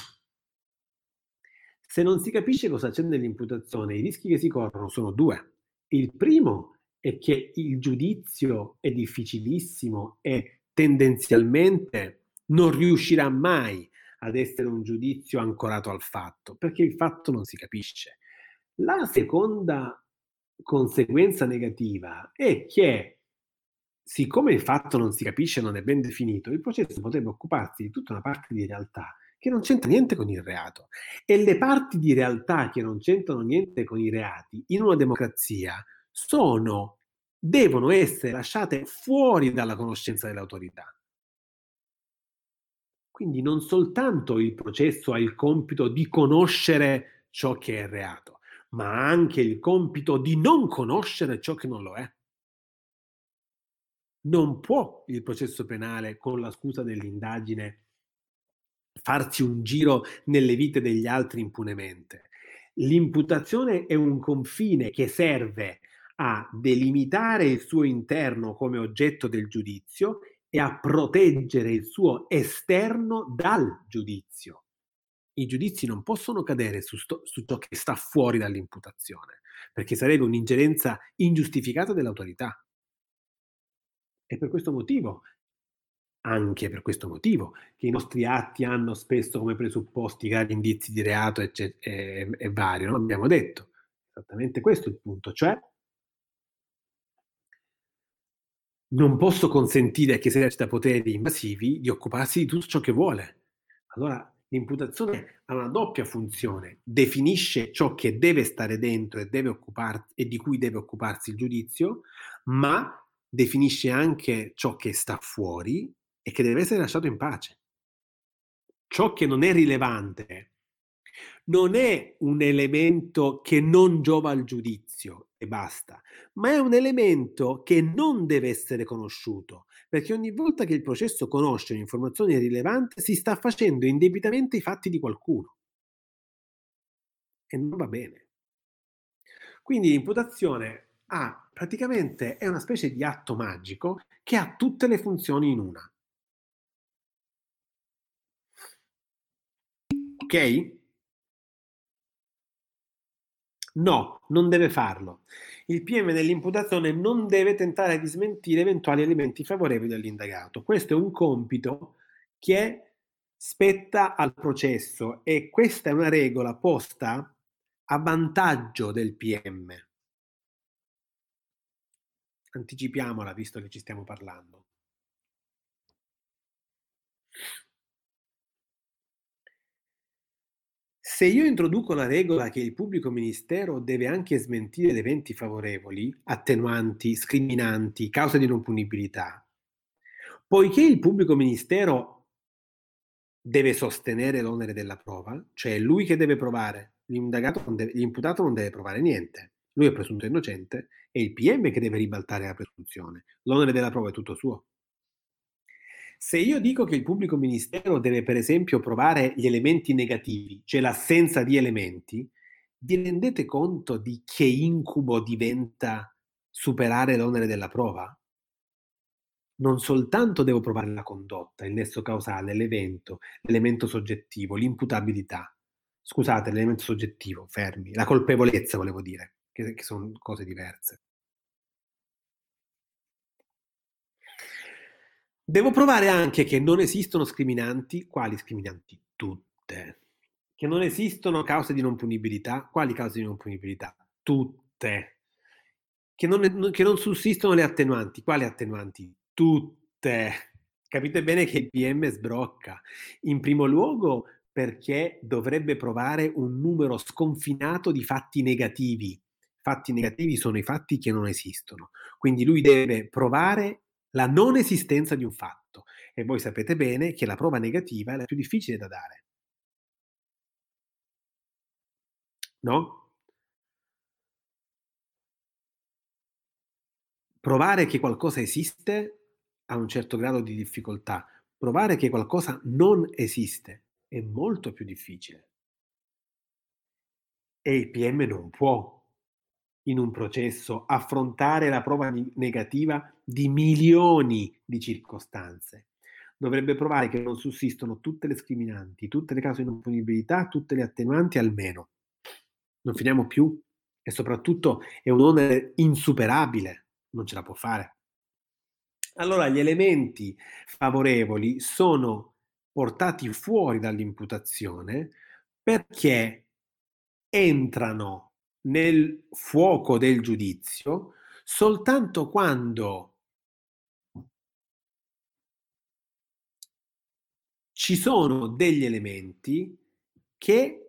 Se non si capisce cosa c'è nell'imputazione, i rischi che si corrono sono due. Il primo è che il giudizio è difficilissimo e tendenzialmente non riuscirà mai ad essere un giudizio ancorato al fatto, perché il fatto non si capisce. La seconda conseguenza negativa è che, siccome il fatto non si capisce, non è ben definito, il processo potrebbe occuparsi di tutta una parte di realtà che non c'entra niente con il reato. E le parti di realtà che non c'entrano niente con i reati in una democrazia sono, devono essere lasciate fuori dalla conoscenza dell'autorità. Quindi non soltanto il processo ha il compito di conoscere ciò che è reato, ma ha anche il compito di non conoscere ciò che non lo è. Non può il processo penale, con la scusa dell'indagine, farsi un giro nelle vite degli altri impunemente. L'imputazione è un confine che serve a delimitare il suo interno come oggetto del giudizio e a proteggere il suo esterno dal giudizio. I giudizi non possono cadere su, sto, su ciò che sta fuori dall'imputazione, perché sarebbe un'ingerenza ingiustificata dell'autorità. E per questo motivo Anche per questo motivo, che i nostri atti hanno spesso come presupposti gravi indizi di reato e, e, e vario, no? Abbiamo detto esattamente questo il punto, cioè non posso consentire che esercita poteri invasivi di occuparsi di tutto ciò che vuole. Allora l'imputazione ha una doppia funzione, definisce ciò che deve stare dentro e, deve occupar- e di cui deve occuparsi il giudizio, ma definisce anche ciò che sta fuori e che deve essere lasciato in pace. Ciò che non è rilevante non è un elemento che non giova al giudizio e basta, ma è un elemento che non deve essere conosciuto, perché ogni volta che il processo conosce un'informazione rilevante si sta facendo indebitamente i fatti di qualcuno e non va bene. Quindi l'imputazione ha praticamente è una specie di atto magico che ha tutte le funzioni in una. Ok? No, non deve farlo. Il P M nell'imputazione non deve tentare di smentire eventuali elementi favorevoli all'indagato. Questo è un compito che spetta al processo e questa è una regola posta a vantaggio del P M. Anticipiamola visto che ci stiamo parlando. Se io introduco la regola che il pubblico ministero deve anche smentire ed eventi favorevoli, attenuanti, scriminanti, cause di non punibilità, poiché il pubblico ministero deve sostenere l'onere della prova, cioè è lui che deve provare, l'indagato non deve- l'imputato non deve provare niente, lui è presunto innocente, è il P M che deve ribaltare la presunzione, l'onere della prova è tutto suo. Se io dico che il pubblico ministero deve, per esempio, provare gli elementi negativi, cioè l'assenza di elementi, vi rendete conto di che incubo diventa superare l'onere della prova? Non soltanto devo provare la condotta, il nesso causale, l'evento, l'elemento soggettivo, l'imputabilità. Scusate, l'elemento soggettivo, fermi. La colpevolezza, volevo dire, che, che sono cose diverse. Devo provare anche che non esistono scriminanti, quali scriminanti? Tutte. Che non esistono cause di non punibilità, quali cause di non punibilità? Tutte. Che non, che non sussistono le attenuanti, quali attenuanti? Tutte. Capite bene che il P M sbrocca. In primo luogo perché dovrebbe provare un numero sconfinato di fatti negativi. Fatti negativi sono i fatti che non esistono. Quindi lui deve provare la non esistenza di un fatto. E voi sapete bene che la prova negativa è la più difficile da dare. No? Provare che qualcosa esiste ha un certo grado di difficoltà. Provare che qualcosa non esiste è molto più difficile. E il P M non può, in un processo, affrontare la prova negativa di milioni di circostanze. Dovrebbe provare che non sussistono tutte le scriminanti, tutte le cause di non punibilità, tutte le attenuanti almeno. Non finiamo più e soprattutto è un onere insuperabile, non ce la può fare. Allora gli elementi favorevoli sono portati fuori dall'imputazione perché entrano nel fuoco del giudizio soltanto quando ci sono degli elementi che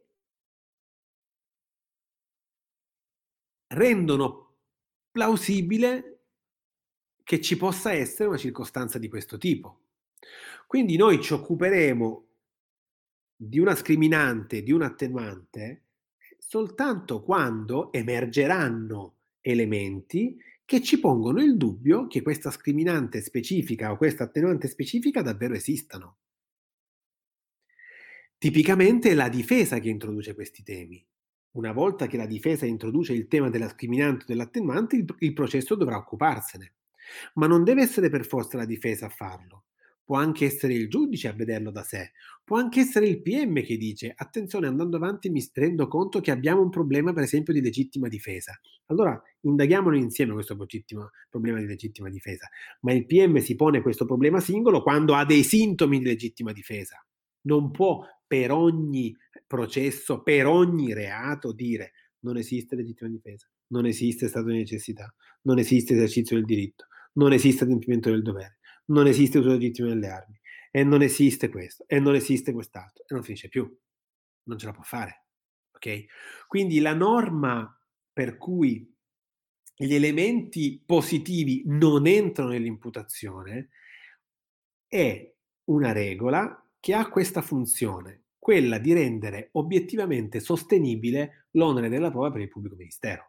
rendono plausibile che ci possa essere una circostanza di questo tipo. Quindi noi ci occuperemo di una scriminante, di un attenuante, soltanto quando emergeranno elementi che ci pongono il dubbio che questa scriminante specifica o questa attenuante specifica davvero esistano. Tipicamente è la difesa che introduce questi temi. Una volta che la difesa introduce il tema della scriminante o dell'attenuante, il, il processo dovrà occuparsene. Ma non deve essere per forza la difesa a farlo. può anche essere il giudice a vederlo da sé, può anche essere il P M che dice: "Attenzione, andando avanti mi s rendo conto che abbiamo un problema, per esempio, di legittima difesa. Allora indaghiamolo insieme questo progettimo problema di legittima difesa". Ma il P M si pone questo problema singolo quando ha dei sintomi di legittima difesa. Non può per ogni processo, per ogni reato dire: "Non esiste legittima difesa, non esiste stato di necessità, non esiste esercizio del diritto, non esiste adempimento del dovere, non esiste uso legittimo delle armi, e non esiste questo, e non esiste quest'altro", e non finisce più. Non ce la può fare, okay? Quindi la norma per cui gli elementi positivi non entrano nell'imputazione è una regola che ha questa funzione, quella di rendere obiettivamente sostenibile l'onere della prova per il pubblico ministero.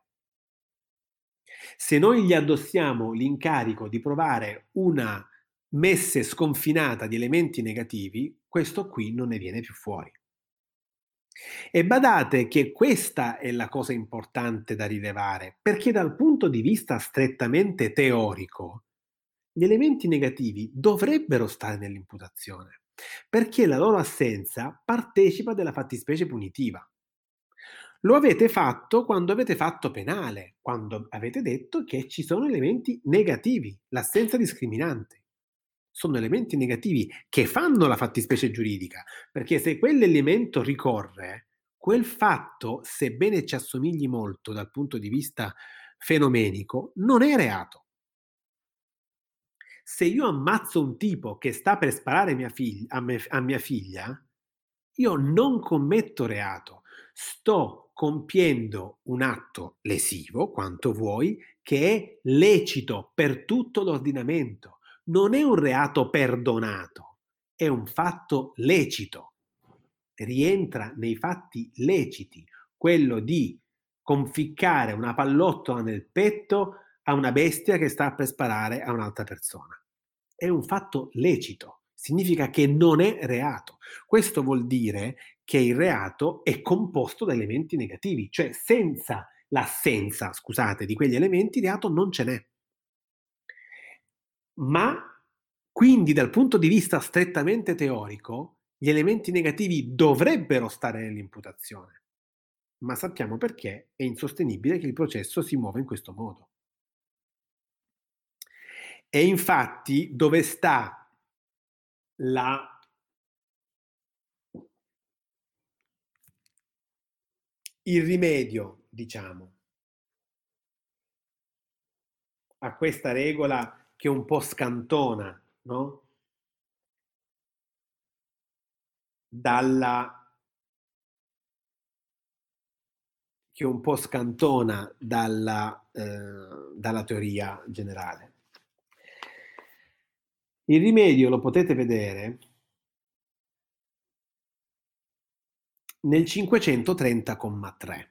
Se noi gli addossiamo l'incarico di provare una messe sconfinata di elementi negativi, questo qui non ne viene più fuori. E badate che questa è la cosa importante da rilevare, perché dal punto di vista strettamente teorico, gli elementi negativi dovrebbero stare nell'imputazione, perché la loro assenza partecipa della fattispecie punitiva. Lo avete fatto quando avete fatto penale, quando avete detto che ci sono elementi negativi, l'assenza discriminante. Sono elementi negativi che fanno la fattispecie giuridica, perché se quell'elemento ricorre, quel fatto, sebbene ci assomigli molto dal punto di vista fenomenico, non è reato. Se io ammazzo un tipo che sta per sparare mia figlia, a, me, a mia figlia, io non commetto reato, sto compiendo un atto lesivo, quanto vuoi, che è lecito per tutto l'ordinamento. Non è un reato perdonato, è un fatto lecito. Rientra nei fatti leciti quello di conficcare una pallottola nel petto a una bestia che sta per sparare a un'altra persona. È un fatto lecito, significa che non è reato. Questo vuol dire che il reato è composto da elementi negativi, cioè senza l'assenza, scusate, di quegli elementi, il reato non ce n'è. Ma quindi dal punto di vista strettamente teorico, gli elementi negativi dovrebbero stare nell'imputazione, ma sappiamo perché è insostenibile che il processo si muova in questo modo. E infatti dove sta la il rimedio, diciamo, a questa regola che un po' scantona, no? Dalla che un po' scantona dalla, eh, dalla teoria generale. Il rimedio lo potete vedere nel cinquecentotrenta comma tre.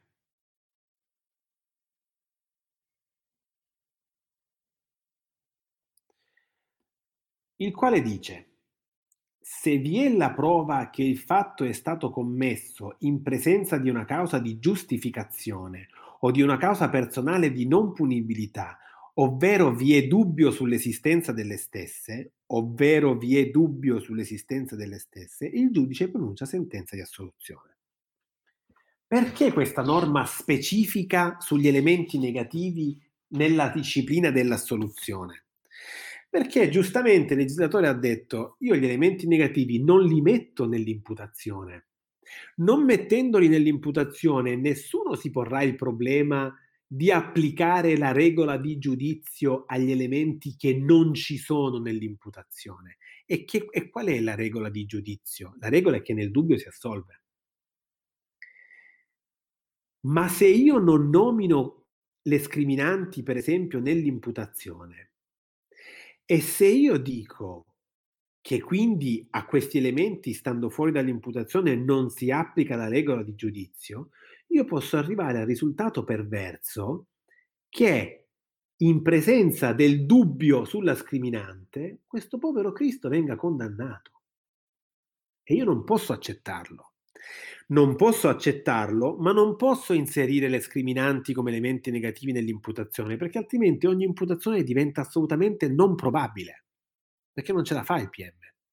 Il quale dice: se vi è la prova che il fatto è stato commesso in presenza di una causa di giustificazione o di una causa personale di non punibilità, ovvero vi è dubbio sull'esistenza delle stesse, ovvero vi è dubbio sull'esistenza delle stesse, il giudice pronuncia sentenza di assoluzione. Perché questa norma specifica sugli elementi negativi nella disciplina dell'assoluzione? Perché giustamente il legislatore ha detto: io gli elementi negativi non li metto nell'imputazione. Non mettendoli nell'imputazione, nessuno si porrà il problema di applicare la regola di giudizio agli elementi che non ci sono nell'imputazione. E, che, e qual è la regola di giudizio? La regola è che nel dubbio si assolve. Ma se io non nomino le scriminanti, per esempio, nell'imputazione, e se io dico che quindi a questi elementi, stando fuori dall'imputazione, non si applica la regola di giudizio, io posso arrivare al risultato perverso che in presenza del dubbio sulla scriminante, questo povero Cristo venga condannato. E io non posso accettarlo. Non posso accettarlo, ma non posso inserire le scriminanti come elementi negativi nell'imputazione, perché altrimenti ogni imputazione diventa assolutamente non probabile, perché non ce la fa il P M.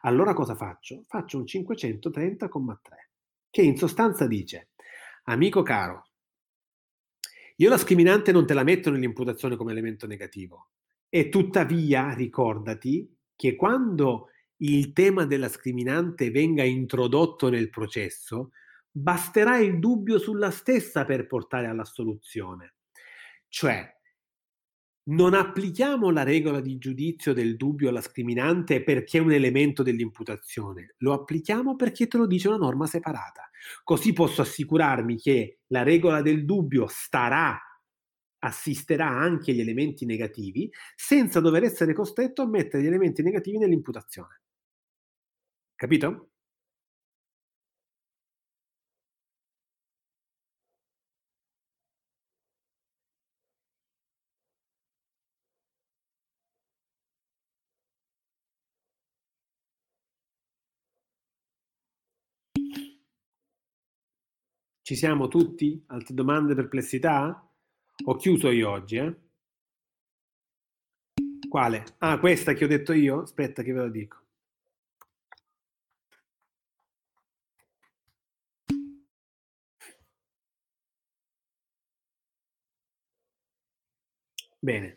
Allora cosa faccio? Faccio un cinquecentotrenta comma tre, che in sostanza dice: amico caro, io la scriminante non te la metto nell'imputazione come elemento negativo, e tuttavia ricordati che quando il tema della scriminante venga introdotto nel processo, basterà il dubbio sulla stessa per portare alla soluzione. Cioè, non applichiamo la regola di giudizio del dubbio alla scriminante perché è un elemento dell'imputazione, lo applichiamo perché te lo dice una norma separata. Così posso assicurarmi che la regola del dubbio starà, assisterà anche gli elementi negativi, senza dover essere costretto a mettere gli elementi negativi nell'imputazione. Capito? Ci siamo tutti? Altre domande, perplessità? Ho chiuso io oggi, eh? Quale? Ah, questa che ho detto io? Aspetta che ve lo dico. Bene.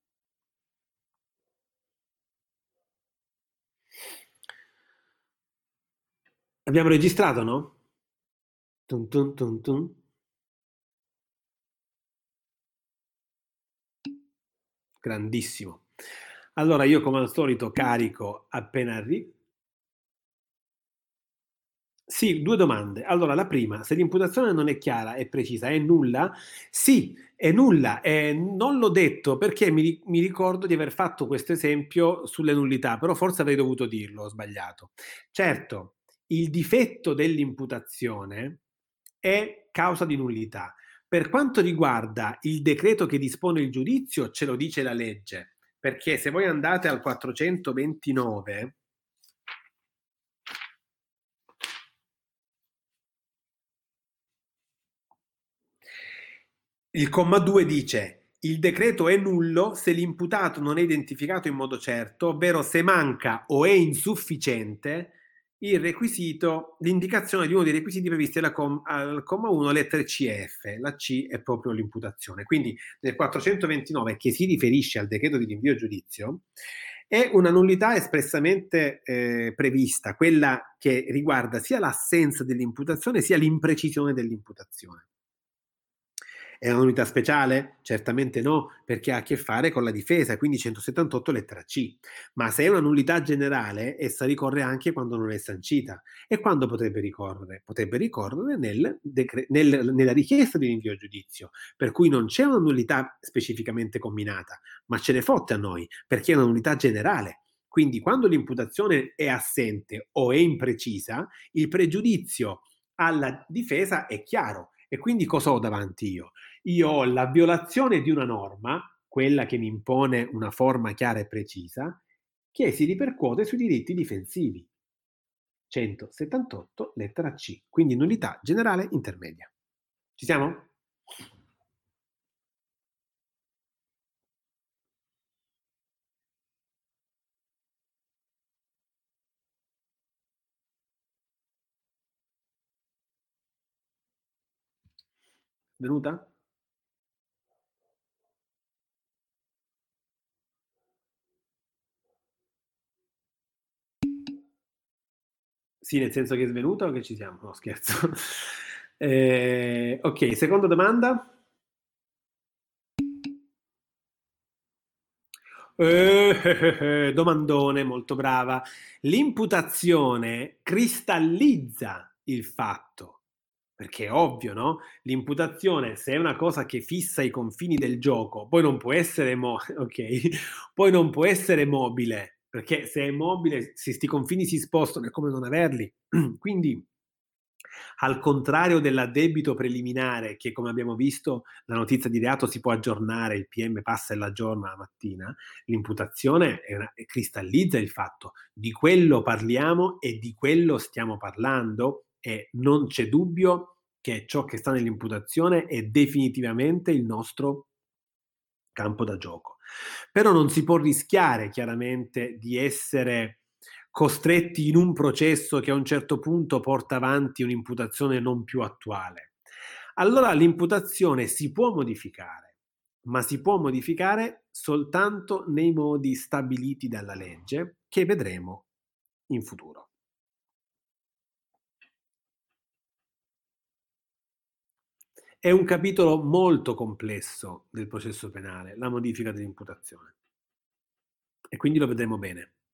Abbiamo registrato, no? Tun tun tun tun. Grandissimo. Allora io come al solito carico appena arrivo. Sì, due domande. Allora, la prima, se l'imputazione non è chiara e precisa, è nulla? Sì, è nulla. Eh, non l'ho detto perché mi, ri- mi ricordo di aver fatto questo esempio sulle nullità, però forse avrei dovuto dirlo, ho sbagliato. Certo, il difetto dell'imputazione è causa di nullità. Per quanto riguarda il decreto che dispone il giudizio, ce lo dice la legge, perché se voi andate al quattrocentoventinove, il comma due dice: il decreto è nullo se l'imputato non è identificato in modo certo, ovvero se manca o è insufficiente il requisito, l'indicazione di uno dei requisiti previsti alla com- al comma uno, lettere C e F. La C è proprio l'imputazione. Quindi nel quattrocentoventinove, che si riferisce al decreto di rinvio a giudizio, è una nullità espressamente eh, prevista, quella che riguarda sia l'assenza dell'imputazione sia l'imprecisione dell'imputazione. È un'unità speciale? Certamente no, perché ha a che fare con la difesa, quindi centosettantotto lettera C. Ma se è una nullità generale, essa ricorre anche quando non è sancita. E quando potrebbe ricorrere? Potrebbe ricorrere nel decre- nel- nella richiesta di rinvio a giudizio, per cui non c'è una nullità specificamente combinata, ma ce ne fotte a noi, perché è una nullità generale. Quindi quando l'imputazione è assente o è imprecisa, il pregiudizio alla difesa è chiaro. E quindi cosa ho davanti io? Io ho la violazione di una norma, quella che mi impone una forma chiara e precisa, che si ripercuote sui diritti difensivi. centosettantotto lettera C, quindi nullità generale intermedia. Ci siamo? Venuta? Sì, nel senso che è svenuta o che ci siamo? No, scherzo. Eh, ok, seconda domanda. Eh, eh, eh, domandone, molto brava. L'imputazione cristallizza il fatto, perché è ovvio, no? L'imputazione, se è una cosa che fissa i confini del gioco, poi non può essere, mo- ok? Poi non può essere mobile, perché se è mobile, se sti confini si spostano, è come non averli. Quindi, al contrario dell'addebito preliminare, che come abbiamo visto, la notizia di reato si può aggiornare, il P M passa e l'aggiorna la mattina, l'imputazione è una- cristallizza il fatto, di quello parliamo e di quello stiamo parlando e non c'è dubbio che ciò che sta nell'imputazione è definitivamente il nostro campo da gioco. Però non si può rischiare chiaramente di essere costretti in un processo che a un certo punto porta avanti un'imputazione non più attuale. Allora l'imputazione si può modificare, ma si può modificare soltanto nei modi stabiliti dalla legge, che vedremo in futuro. È un capitolo molto complesso del processo penale, la modifica dell'imputazione. E quindi lo vedremo bene.